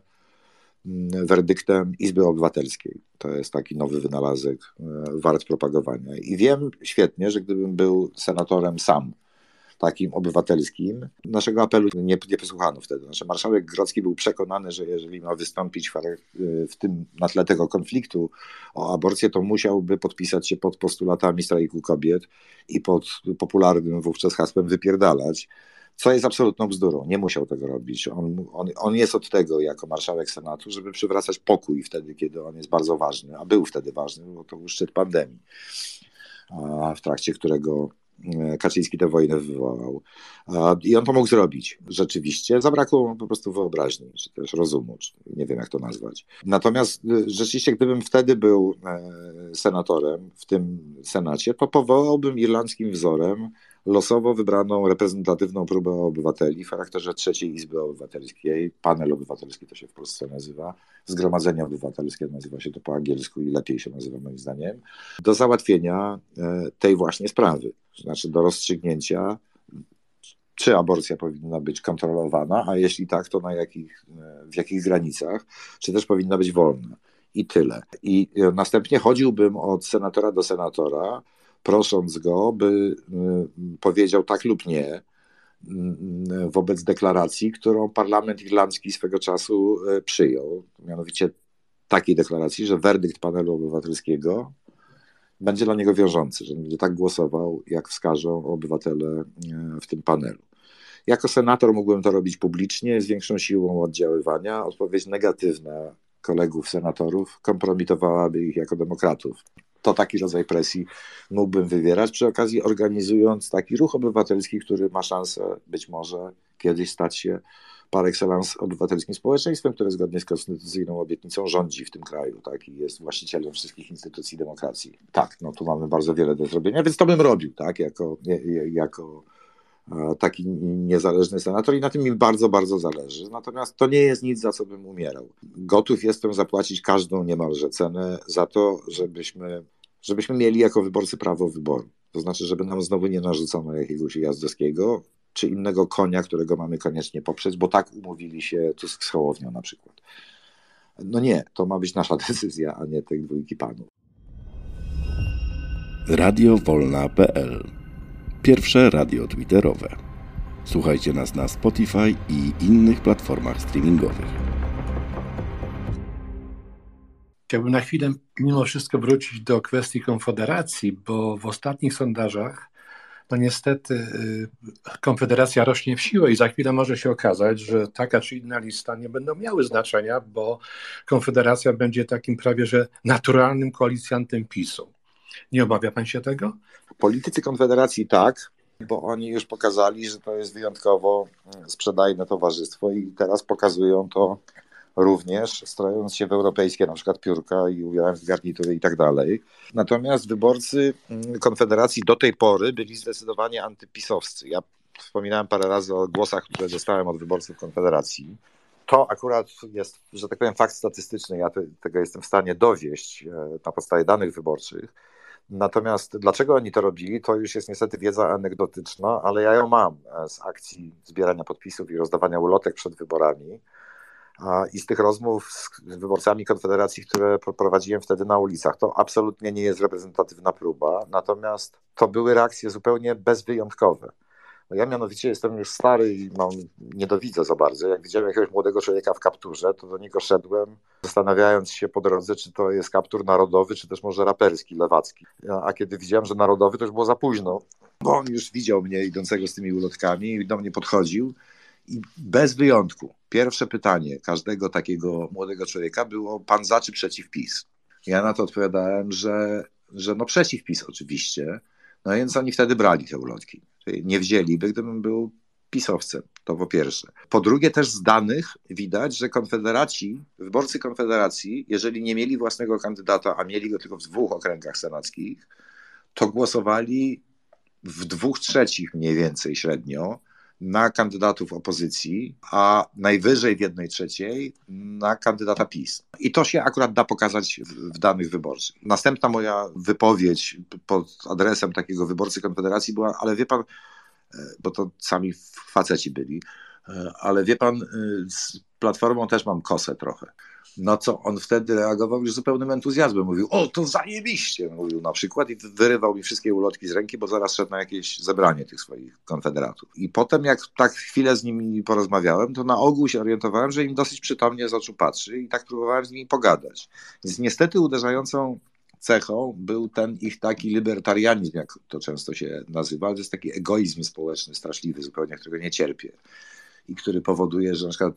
werdyktem Izby Obywatelskiej. To jest taki nowy wynalazek wart propagowania. I wiem świetnie, że gdybym był senatorem sam, takim obywatelskim, naszego apelu nie posłuchano wtedy. Znaczy, marszałek Grodzki był przekonany, że jeżeli ma wystąpić w tym na tle tego konfliktu o aborcję, to musiałby podpisać się pod postulatami strajku kobiet i pod popularnym wówczas hasłem wypierdalać, co jest absolutną bzdurą. Nie musiał tego robić. On jest od tego jako marszałek Senatu, żeby przywracać pokój wtedy, kiedy on jest bardzo ważny, a był wtedy ważny, bo to był szczyt pandemii, w trakcie którego Kaczyński tę wojnę wywołał. I on to mógł zrobić. Rzeczywiście. Zabrakło mu po prostu wyobraźni, czy też rozumu, czy nie wiem jak to nazwać. Natomiast rzeczywiście, gdybym wtedy był senatorem w tym Senacie, to powołałbym irlandzkim wzorem losowo wybraną reprezentatywną próbę obywateli w charakterze trzeciej Izby Obywatelskiej. Panel obywatelski to się w Polsce nazywa. Zgromadzenie obywatelskie nazywa się to po angielsku i lepiej się nazywa moim zdaniem. Do załatwienia tej właśnie sprawy. Znaczy do rozstrzygnięcia, czy aborcja powinna być kontrolowana, a jeśli tak, to w jakich granicach, czy też powinna być wolna. I tyle. I następnie chodziłbym od senatora do senatora, prosząc go, by powiedział tak lub nie wobec deklaracji, którą parlament irlandzki swego czasu przyjął. Mianowicie takiej deklaracji, że werdykt panelu obywatelskiego będzie dla niego wiążący, że będzie tak głosował, jak wskażą obywatele w tym panelu. Jako senator mógłbym to robić publicznie, z większą siłą oddziaływania. Odpowiedź negatywna kolegów senatorów kompromitowałaby ich jako demokratów. To taki rodzaj presji mógłbym wywierać, przy okazji organizując taki ruch obywatelski, który ma szansę być może kiedyś stać się par excellence obywatelskim społeczeństwem, które zgodnie z konstytucyjną obietnicą rządzi w tym kraju, tak, i jest właścicielem wszystkich instytucji demokracji. Tak, no tu mamy bardzo wiele do zrobienia, więc to bym robił, tak, jako taki niezależny senator i na tym mi bardzo, bardzo zależy. Natomiast to nie jest nic, za co bym umierał. Gotów jestem zapłacić każdą niemalże cenę za to, żebyśmy mieli jako wyborcy prawo wyboru. To znaczy, żeby nam znowu nie narzucono jakiegoś Jazdowskiego czy innego konia, którego mamy koniecznie poprzeć, bo tak umówili się Tusk z Hołownią na przykład. No nie, to ma być nasza decyzja, a nie tych dwójki panów. radiowolna.pl. Pierwsze radio twitterowe. Słuchajcie nas na Spotify i innych platformach streamingowych. Chciałbym na chwilę mimo wszystko wrócić do kwestii Konfederacji, bo w ostatnich sondażach no niestety Konfederacja rośnie w siłę i za chwilę może się okazać, że taka czy inna lista nie będą miały znaczenia, bo Konfederacja będzie takim prawie że naturalnym koalicjantem PiS-u. Nie obawia pan się tego? Politycy Konfederacji tak, bo oni już pokazali, że to jest wyjątkowo sprzedajne towarzystwo i teraz pokazują to również, strojąc się w europejskie na przykład piórka i ubierając garnitury i tak dalej. Natomiast wyborcy Konfederacji do tej pory byli zdecydowanie antypisowscy. Ja wspominałem parę razy o głosach, które dostałem od wyborców Konfederacji. To akurat jest, że tak powiem, fakt statystyczny. Ja tego jestem w stanie dowieść na podstawie danych wyborczych. Natomiast dlaczego oni to robili, to już jest niestety wiedza anegdotyczna, ale ja ją mam z akcji zbierania podpisów i rozdawania ulotek przed wyborami i z tych rozmów z wyborcami Konfederacji, które prowadziłem wtedy na ulicach. To absolutnie nie jest reprezentatywna próba, natomiast to były reakcje zupełnie bezwyjątkowe. No ja mianowicie jestem już stary i nie dowidzę za bardzo. Jak widziałem jakiegoś młodego człowieka w kapturze, to do niego szedłem, zastanawiając się po drodze, czy to jest kaptur narodowy, czy też może raperski, lewacki. A kiedy widziałem, że narodowy, to już było za późno, bo on już widział mnie idącego z tymi ulotkami i do mnie podchodził i bez wyjątku pierwsze pytanie każdego takiego młodego człowieka było: pan za czy przeciw PiS? Ja na to odpowiadałem, że no przeciw PiS oczywiście. No więc oni wtedy brali te ulotki. Nie wzięliby, gdybym był pisowcem, to po pierwsze. Po drugie, też z danych widać, że wyborcy Konfederacji, jeżeli nie mieli własnego kandydata, a mieli go tylko w 2 okręgach senackich, to głosowali w 2/3 mniej więcej średnio na kandydatów opozycji, a najwyżej w 1/3 na kandydata PiS. I to się akurat da pokazać w danych wyborczych. Następna moja wypowiedź pod adresem takiego wyborcy Konfederacji była: ale wie pan, bo to sami faceci byli, ale wie pan, z Platformą też mam kosę trochę. No co on wtedy reagował już zupełnym entuzjazmem. Mówił: o, to zajebiście, mówił na przykład, i wyrywał mi wszystkie ulotki z ręki, bo zaraz szedł na jakieś zebranie tych swoich konfederatów. I potem, jak tak chwilę z nimi porozmawiałem, to na ogół się orientowałem, że im dosyć przytomnie z oczu patrzy i tak próbowałem z nimi pogadać. Więc niestety uderzającą cechą był ten ich taki libertarianizm, jak to często się nazywa. To jest taki egoizm społeczny straszliwy zupełnie, którego nie cierpię i który powoduje, że na przykład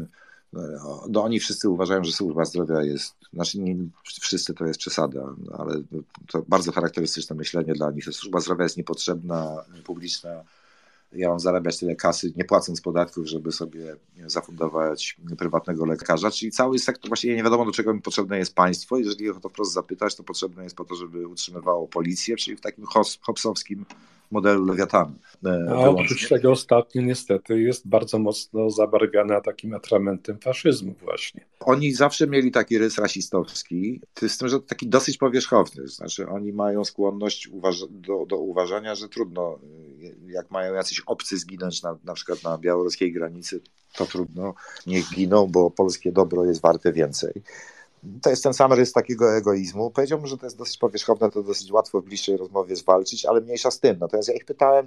no oni wszyscy uważają, że służba zdrowia jest, znaczy nie wszyscy, to jest przesada, ale to bardzo charakterystyczne myślenie dla nich, że służba zdrowia jest niepotrzebna, publiczna. Ja mam zarabiać tyle kasy, nie płacąc podatków, żeby sobie zafundować prywatnego lekarza, czyli cały sektor, właściwie nie wiadomo, do czego mi potrzebne jest państwo. Jeżeli o to wprost zapytać, to potrzebne jest po to, żeby utrzymywało policję, czyli w takim hobbesowskim modelu Lewiatana. A oprócz tego ostatnio niestety jest bardzo mocno zabarwiana takim atramentem faszyzmu właśnie. Oni zawsze mieli taki rys rasistowski, z tym, że to taki dosyć powierzchowny. Znaczy oni mają skłonność do uważania, że trudno, jak mają jacyś obcy zginąć na przykład na białoruskiej granicy, to trudno, niech giną, bo polskie dobro jest warte więcej. To jest ten sam rys takiego egoizmu. Powiedziałbym, że to jest dosyć powierzchowne, to dosyć łatwo w bliższej rozmowie zwalczyć, ale mniejsza z tym. Natomiast ja ich pytałem,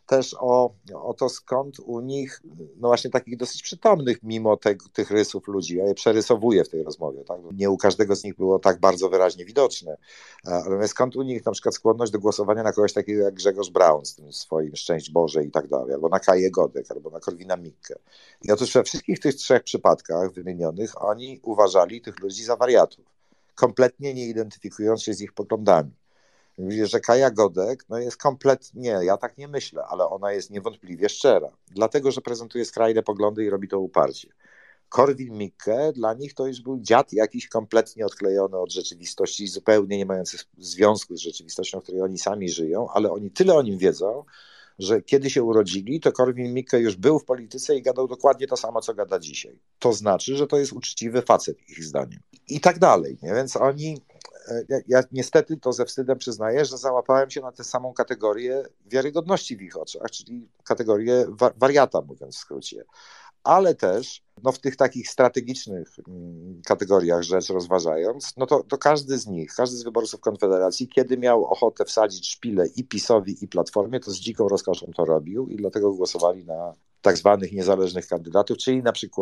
też o to, skąd u nich, no właśnie takich dosyć przytomnych, mimo tych rysów ludzi, ja je przerysowuję w tej rozmowie, tak? Nie u każdego z nich było tak bardzo wyraźnie widoczne, ale skąd u nich na przykład skłonność do głosowania na kogoś takiego jak Grzegorz Braun z tym swoim Szczęść Boże i tak dalej, albo na Kaję Godek, albo na Korwina Mikke. I otóż we wszystkich tych 3 przypadkach wymienionych oni uważali tych ludzi za wariatów, kompletnie nie identyfikując się z ich poglądami. Mówię, że Kaja Godek jest kompletnie, ja tak nie myślę, ale ona jest niewątpliwie szczera, dlatego że prezentuje skrajne poglądy i robi to uparcie. Korwin-Mikke, dla nich to już był dziad jakiś kompletnie odklejony od rzeczywistości, zupełnie nie mający związku z rzeczywistością, w której oni sami żyją, ale oni tyle o nim wiedzą, że kiedy się urodzili, to Korwin-Mikke już był w polityce i gadał dokładnie to samo, co gada dzisiaj. To znaczy, że to jest uczciwy facet, ich zdaniem. I tak dalej, nie? Więc oni... Ja niestety to ze wstydem przyznaję, że załapałem się na tę samą kategorię wiarygodności w ich oczach, czyli kategorię wariata, mówiąc w skrócie. Ale też w tych takich strategicznych kategoriach rzecz rozważając, to każdy z nich, każdy z wyborców Konfederacji, kiedy miał ochotę wsadzić szpilę i PiS-owi, i Platformie, to z dziką rozkoszą to robił i dlatego głosowali na tak zwanych niezależnych kandydatów, czyli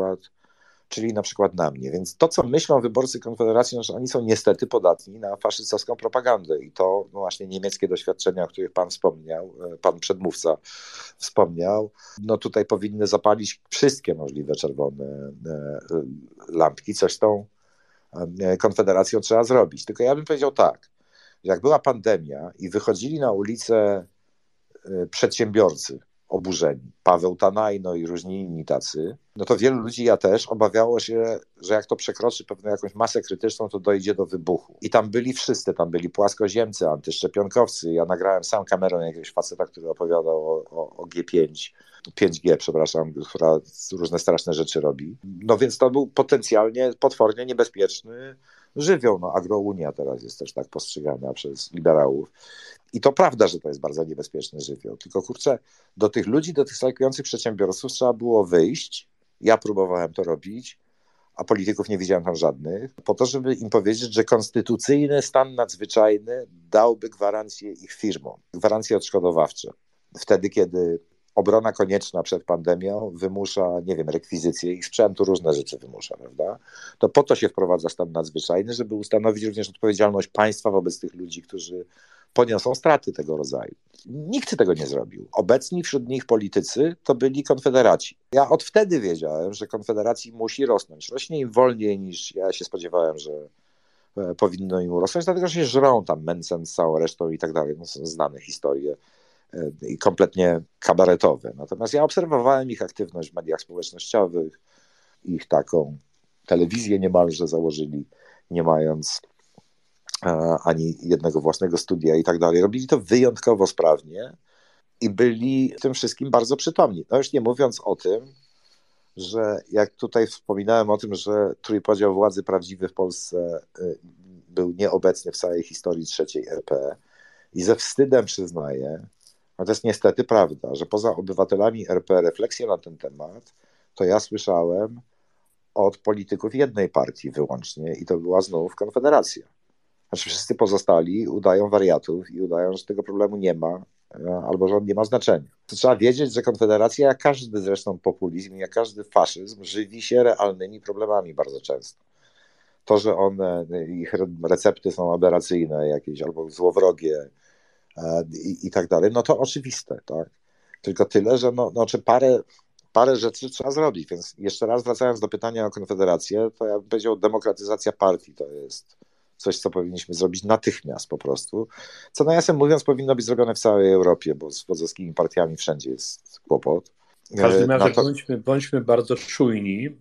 na przykład na mnie. Więc to, co myślą wyborcy Konfederacji, że oni są niestety podatni na faszystowską propagandę i to właśnie niemieckie doświadczenia, o których pan wspomniał, pan przedmówca wspomniał, tutaj powinny zapalić wszystkie możliwe czerwone lampki. Coś z tą Konfederacją trzeba zrobić. Tylko ja bym powiedział tak, że jak była pandemia i wychodzili na ulicę przedsiębiorcy oburzeni, Paweł Tanajno i różni inni tacy, to wielu ludzi, ja też, obawiało się, że jak to przekroczy pewną jakąś masę krytyczną, to dojdzie do wybuchu. I tam byli wszyscy, tam byli płaskoziemcy, antyszczepionkowcy. Ja nagrałem sam kamerą jakiegoś faceta, który opowiadał o G5, 5G, przepraszam, która różne straszne rzeczy robi. Więc to był potencjalnie, potwornie niebezpieczny żywioł. Agrounia teraz jest też tak postrzegana przez liberałów. I to prawda, że to jest bardzo niebezpieczny żywioł. Tylko kurczę, do tych ludzi, do tych strajkujących przedsiębiorców trzeba było wyjść. Ja próbowałem to robić, a polityków nie widziałem tam żadnych, po to, żeby im powiedzieć, że konstytucyjny stan nadzwyczajny dałby gwarancję ich firmom, gwarancje odszkodowawcze. Wtedy, kiedy obrona konieczna przed pandemią wymusza, rekwizycję ich sprzętu, różne rzeczy wymusza, prawda? To po to się wprowadza stan nadzwyczajny, żeby ustanowić również odpowiedzialność państwa wobec tych ludzi, którzy poniosą straty tego rodzaju. Nikt tego nie zrobił. Obecni wśród nich politycy to byli konfederaci. Ja od wtedy wiedziałem, że Konfederacji musi rosnąć. Rośnie im wolniej niż ja się spodziewałem, że powinno im urosnąć, dlatego że się żrą tam Mencen z całą resztą i tak dalej. Są znane historie i kompletnie kabaretowe. Natomiast ja obserwowałem ich aktywność w mediach społecznościowych, ich taką telewizję niemalże założyli, nie mając ani jednego własnego studia i tak dalej. Robili to wyjątkowo sprawnie i byli w tym wszystkim bardzo przytomni. Już nie mówiąc o tym, że jak tutaj wspominałem o tym, że trójpodział władzy prawdziwy w Polsce był nieobecny w całej historii III RP i ze wstydem przyznaję, to jest niestety prawda, że poza obywatelami RP refleksję na ten temat, to ja słyszałem od polityków jednej partii wyłącznie i to była znów Konfederacja. Wszyscy pozostali udają wariatów i udają, że tego problemu nie ma, albo że on nie ma znaczenia. To trzeba wiedzieć, że Konfederacja, jak każdy zresztą populizm, jak każdy faszyzm, żywi się realnymi problemami bardzo często. To, że ich recepty są aberracyjne jakieś albo złowrogie i tak dalej, to oczywiste, tak? Tylko tyle, że czy parę rzeczy trzeba zrobić. Więc jeszcze raz wracając do pytania o Konfederację, to ja bym powiedział, demokratyzacja partii to jest coś, co powinniśmy zrobić natychmiast po prostu. Co nawiasem mówiąc powinno być zrobione w całej Europie, bo z wodzowymi partiami wszędzie jest kłopot. W każdym razie bądźmy bardzo czujni.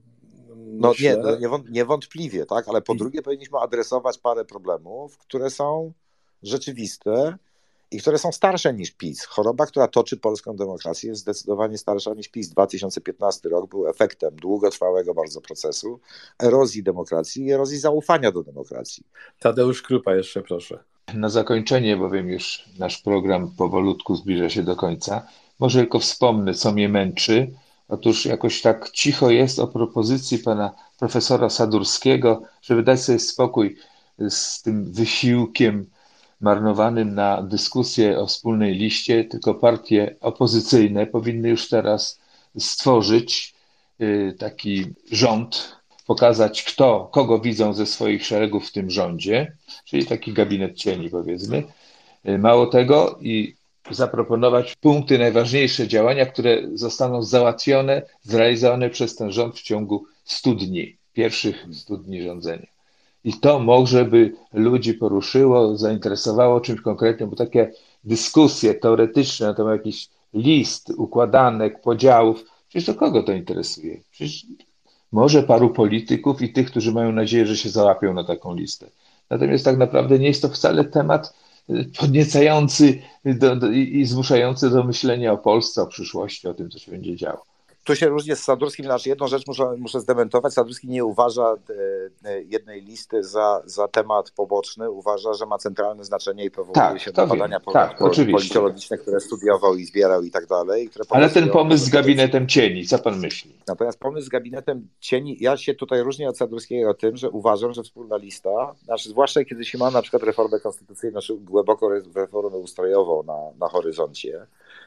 Niewątpliwie, tak, ale po drugie powinniśmy adresować parę problemów, które są rzeczywiste i które są starsze niż PiS. Choroba, która toczy polską demokrację, jest zdecydowanie starsza niż PiS. 2015 rok był efektem długotrwałego bardzo procesu erozji demokracji i erozji zaufania do demokracji. Tadeusz Krupa jeszcze proszę. Na zakończenie, bowiem już nasz program powolutku zbliża się do końca, może tylko wspomnę, co mnie męczy. Otóż jakoś tak cicho jest o propozycji pana profesora Sadurskiego, żeby dać sobie spokój z tym wysiłkiem marnowanym na dyskusję o wspólnej liście, tylko partie opozycyjne powinny już teraz stworzyć taki rząd, pokazać kogo widzą ze swoich szeregów w tym rządzie, czyli taki gabinet cieni powiedzmy. Mało tego i zaproponować punkty, najważniejsze działania, które zostaną załatwione, zrealizowane przez ten rząd w ciągu 100 dni, pierwszych 100 dni rządzenia. I to może by ludzi poruszyło, zainteresowało czymś konkretnym, bo takie dyskusje teoretyczne na temat jakichś list, układanek, podziałów, przecież do kogo to interesuje? Przecież może paru polityków i tych, którzy mają nadzieję, że się załapią na taką listę. Natomiast tak naprawdę nie jest to wcale temat podniecający i zmuszający do myślenia o Polsce, o przyszłości, o tym, co się będzie działo. Tu się różnie z Sadurskim, znaczy jedną rzecz muszę zdementować. Sadurski nie uważa jednej listy za temat poboczny, uważa, że ma centralne znaczenie i powołuje się do badania politologiczne, które studiował i zbierał i tak dalej. Ale ten pomysł z gabinetem cieni, co pan myśli? Natomiast pomysł z gabinetem cieni, ja się tutaj różnię od Sadurskiego tym, że uważam, że wspólna lista, znaczy zwłaszcza kiedy się ma na przykład reformę konstytucyjną, czy głęboko reformę ustrojową na horyzoncie,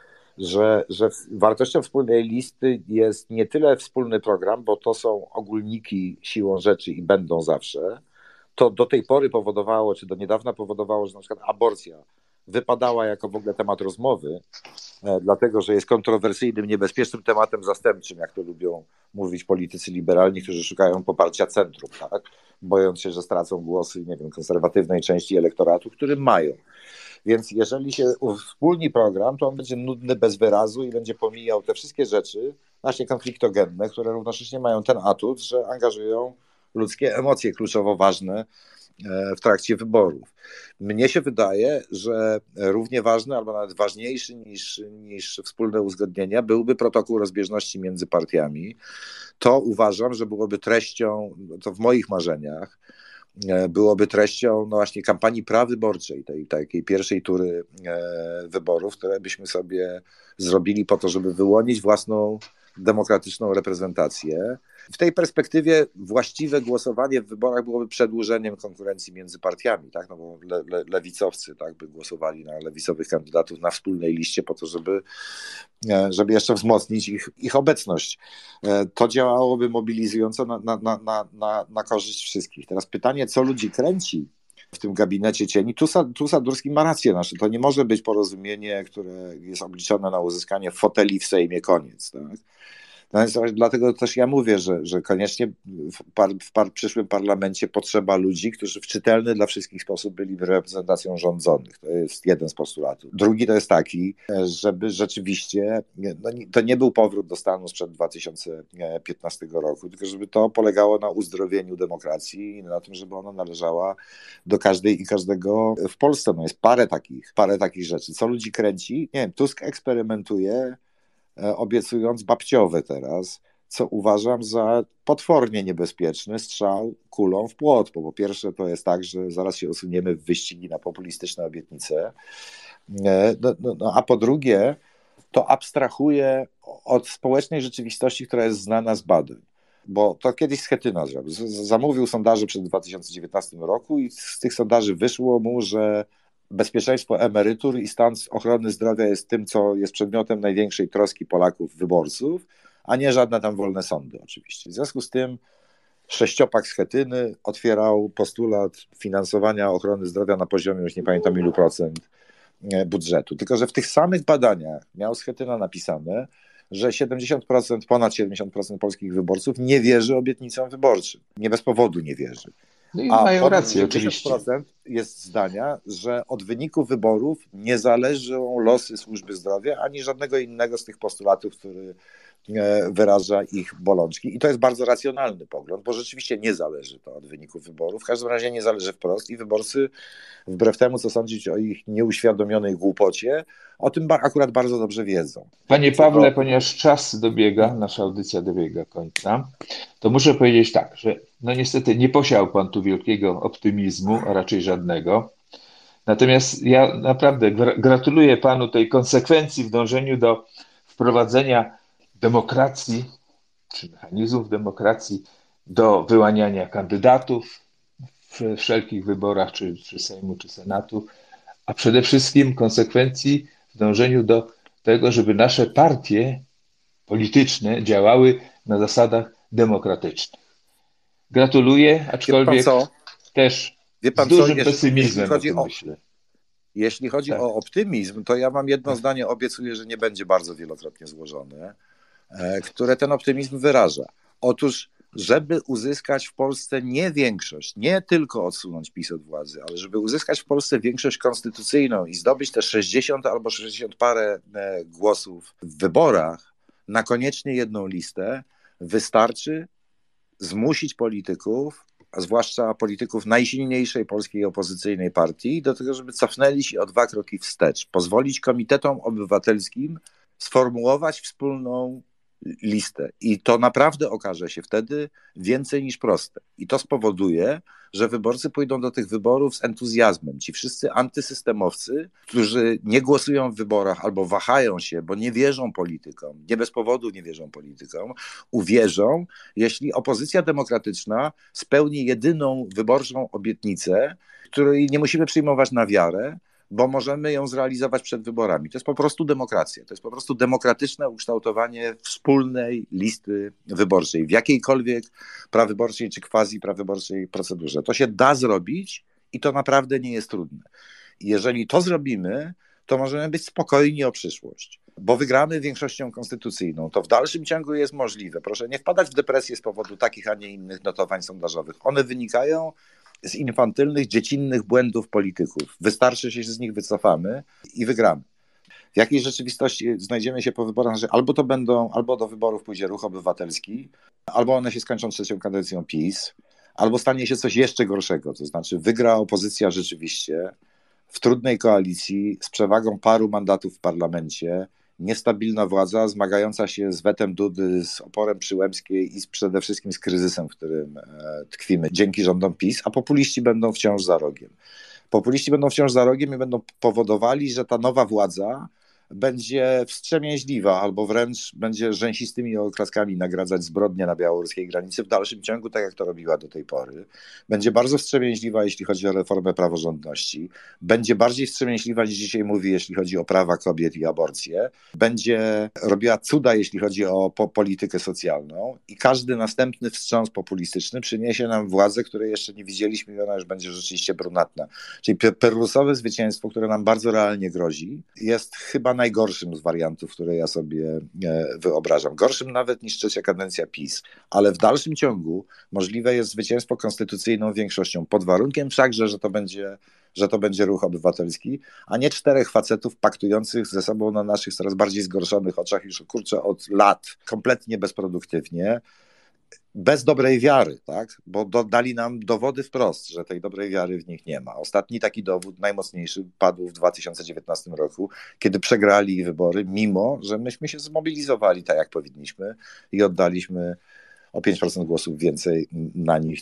że wartością wspólnej listy jest nie tyle wspólny program, bo to są ogólniki siłą rzeczy i będą zawsze. To do tej pory powodowało, czy do niedawna powodowało, że na przykład aborcja wypadała jako w ogóle temat rozmowy, dlatego że jest kontrowersyjnym, niebezpiecznym tematem zastępczym, jak to lubią mówić politycy liberalni, którzy szukają poparcia centrum, tak? Bojąc się, że stracą głosy, nie wiem, konserwatywnej części elektoratu, który mają. Więc jeżeli się uwspólni program, to on będzie nudny, bez wyrazu i będzie pomijał te wszystkie rzeczy, właśnie konfliktogenne, które równocześnie mają ten atut, że angażują ludzkie emocje kluczowo ważne w trakcie wyborów. Mnie się wydaje, że równie ważny, albo nawet ważniejszy niż wspólne uzgodnienia byłby protokół rozbieżności między partiami. To uważam, że byłoby treścią, to w moich marzeniach, byłoby treścią no właśnie kampanii prawyborczej, tej takiej pierwszej tury wyborów, które byśmy sobie zrobili po to, żeby wyłonić własną demokratyczną reprezentację. W tej perspektywie właściwe głosowanie w wyborach byłoby przedłużeniem konkurencji między partiami, tak? No bo lewicowcy tak, by głosowali na lewicowych kandydatów na wspólnej liście po to, żeby jeszcze wzmocnić ich obecność. To działałoby mobilizująco na korzyść wszystkich. Teraz pytanie, co ludzi kręci w tym gabinecie cieni. Tu Sadurski ma rację. Znaczy, to nie może być porozumienie, które jest obliczone na uzyskanie foteli w Sejmie, koniec. Tak? No więc dlatego też ja mówię, że koniecznie w przyszłym parlamencie potrzeba ludzi, którzy w czytelny dla wszystkich sposób byliby reprezentacją rządzących. To jest jeden z postulatów. Drugi to jest taki, żeby rzeczywiście, no to nie był powrót do stanu sprzed 2015 roku, tylko żeby to polegało na uzdrowieniu demokracji i na tym, żeby ona należała do każdej i każdego w Polsce. No jest parę takich rzeczy. Co ludzi kręci? Nie wiem, Tusk eksperymentuje, obiecując babciowe teraz, co uważam za potwornie niebezpieczny strzał kulą w płot, bo po pierwsze to jest tak, że zaraz się osuniemy w wyścigi na populistyczne obietnice, a po drugie to abstrahuje od społecznej rzeczywistości, która jest znana z badań. Bo to kiedyś Schetyna zamówił sondaże przed 2019 roku i z tych sondaży wyszło mu, że bezpieczeństwo emerytur i stan ochrony zdrowia jest tym, co jest przedmiotem największej troski Polaków, wyborców, a nie żadne tam wolne sądy oczywiście. W związku z tym sześciopak Schetyny otwierał postulat finansowania ochrony zdrowia na poziomie, już nie pamiętam ilu procent budżetu. Tylko że w tych samych badaniach miał Schetyna napisane, że ponad 70% polskich wyborców nie wierzy obietnicom wyborczym. Nie bez powodu nie wierzy. No i mają rację, oczywiście. 50% jest zdania, że od wyników wyborów nie zależą losy służby zdrowia, ani żadnego innego z tych postulatów, który wyraża ich bolączki. I to jest bardzo racjonalny pogląd, bo rzeczywiście nie zależy to od wyników wyborów. W każdym razie nie zależy wprost i wyborcy, wbrew temu, co sądzić o ich nieuświadomionej głupocie, o tym akurat bardzo dobrze wiedzą. Panie Pawle, ponieważ czas dobiega, nasza audycja dobiega końca, to muszę powiedzieć tak, że no niestety nie posiał pan tu wielkiego optymizmu, a raczej żadnego. Natomiast ja naprawdę gratuluję panu tej konsekwencji w dążeniu do wprowadzenia demokracji, czy mechanizmów demokracji do wyłaniania kandydatów w wszelkich wyborach, czy Sejmu, czy Senatu, a przede wszystkim konsekwencji w dążeniu do tego, żeby nasze partie polityczne działały na zasadach demokratycznych. Gratuluję, aczkolwiek też z dużym pesymizmem o tym myślę. Jeśli chodzi o optymizm, to ja mam jedno zdanie, obiecuję, że nie będzie bardzo wielokrotnie złożone, które ten optymizm wyraża. Otóż, żeby uzyskać w Polsce nie większość, nie tylko odsunąć PiS od władzy, ale żeby uzyskać w Polsce większość konstytucyjną i zdobyć te 60 albo 60 parę głosów w wyborach na koniecznie jedną listę, wystarczy zmusić polityków, a zwłaszcza polityków najsilniejszej polskiej opozycyjnej partii, do tego, żeby cofnęli się o 2 kroki wstecz, pozwolić komitetom obywatelskim sformułować wspólną listę. I to naprawdę okaże się wtedy więcej niż proste. I to spowoduje, że wyborcy pójdą do tych wyborów z entuzjazmem. Ci wszyscy antysystemowcy, którzy nie głosują w wyborach albo wahają się, bo nie wierzą politykom, nie bez powodu nie wierzą politykom, uwierzą, jeśli opozycja demokratyczna spełni jedyną wyborczą obietnicę, której nie musimy przyjmować na wiarę, bo możemy ją zrealizować przed wyborami. To jest po prostu demokracja. To jest po prostu demokratyczne ukształtowanie wspólnej listy wyborczej w jakiejkolwiek prawyborczej czy quasi-prawyborczej procedurze. To się da zrobić i to naprawdę nie jest trudne. I jeżeli to zrobimy, to możemy być spokojni o przyszłość, bo wygramy większością konstytucyjną. To w dalszym ciągu jest możliwe. Proszę nie wpadać w depresję z powodu takich, a nie innych notowań sondażowych. One wynikają z infantylnych, dziecinnych błędów polityków. Wystarczy, że się z nich wycofamy i wygramy. W jakiej rzeczywistości znajdziemy się po wyborach, że albo do wyborów pójdzie Ruch Obywatelski, albo one się skończą 3. kadencją PiS, albo stanie się coś jeszcze gorszego, to znaczy wygra opozycja rzeczywiście w trudnej koalicji z przewagą paru mandatów w parlamencie, niestabilna władza zmagająca się z wetem Dudy, z oporem Przyłębskiej i przede wszystkim z kryzysem, w którym tkwimy dzięki rządom PiS, a populiści będą wciąż za rogiem. Populiści będą wciąż za rogiem i będą powodowali, że ta nowa władza będzie wstrzemięźliwa albo wręcz będzie rzęsistymi oklaskami nagradzać zbrodnie na białoruskiej granicy w dalszym ciągu, tak jak to robiła do tej pory. Będzie bardzo wstrzemięźliwa, jeśli chodzi o reformę praworządności. Będzie bardziej wstrzemięźliwa niż dzisiaj mówi, jeśli chodzi o prawa kobiet i aborcję. Będzie robiła cuda, jeśli chodzi o politykę socjalną i każdy następny wstrząs populistyczny przyniesie nam władzę, której jeszcze nie widzieliśmy i ona już będzie rzeczywiście brunatna. Czyli perlusowe zwycięstwo, które nam bardzo realnie grozi, jest chyba najgorszym z wariantów, które ja sobie wyobrażam. Gorszym nawet niż 3. kadencja PiS, ale w dalszym ciągu możliwe jest zwycięstwo konstytucyjną większością, pod warunkiem wszakże, że to będzie Ruch Obywatelski, a nie 4 facetów paktujących ze sobą na naszych coraz bardziej zgorszonych oczach już od lat, kompletnie bezproduktywnie, bez dobrej wiary, tak? Bo dali nam dowody wprost, że tej dobrej wiary w nich nie ma. Ostatni taki dowód, najmocniejszy, padł w 2019 roku, kiedy przegrali wybory, mimo że myśmy się zmobilizowali tak, jak powinniśmy i oddaliśmy o 5% głosów więcej na nich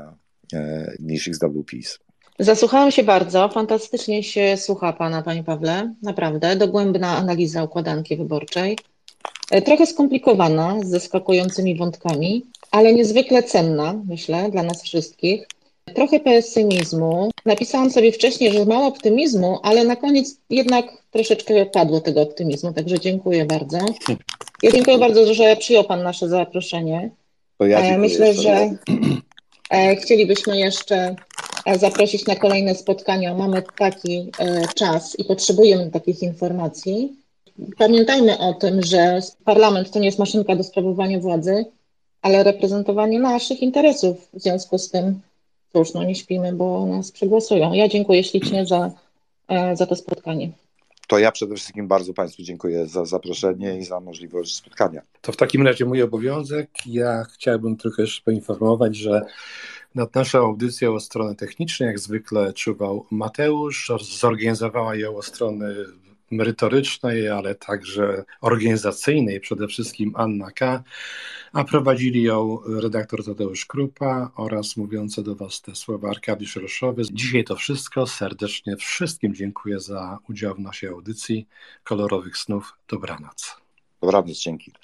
niż ich zdobył PiS. Zasłuchałam się bardzo, fantastycznie się słucha Pana, Panie Pawle, naprawdę, dogłębna analiza układanki wyborczej. Trochę skomplikowana, z zaskakującymi wątkami, ale niezwykle cenna, myślę, dla nas wszystkich. Trochę pesymizmu. Napisałam sobie wcześniej, że mało optymizmu, ale na koniec jednak troszeczkę padło tego optymizmu, także dziękuję bardzo. Ja dziękuję bardzo, że przyjął Pan nasze zaproszenie. To ja dziękuję. Myślę, że chcielibyśmy jeszcze zaprosić na kolejne spotkania. Mamy taki czas i potrzebujemy takich informacji. Pamiętajmy o tym, że parlament to nie jest maszynka do sprawowania władzy, ale reprezentowanie naszych interesów. W związku z tym, cóż, nie śpimy, bo nas przegłosują. Ja dziękuję ślicznie za to spotkanie. To ja przede wszystkim bardzo Państwu dziękuję za zaproszenie i za możliwość spotkania. To w takim razie mój obowiązek. Ja chciałbym tylko jeszcze poinformować, że nad naszą audycją od strony technicznej jak zwykle czuwał Mateusz. Zorganizowała ją od strony merytorycznej, ale także organizacyjnej, przede wszystkim Anna K., a prowadzili ją redaktor Tadeusz Krupa oraz mówiący do Was te słowa Arkadiusz Roszowy. Dzisiaj to wszystko. Serdecznie wszystkim dziękuję za udział w naszej audycji. Kolorowych snów. Dobranoc. Dobranoc, dzięki.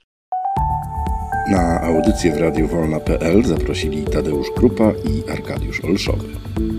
Na audycję w radiowolna.pl zaprosili Tadeusz Krupa i Arkadiusz Olszowy.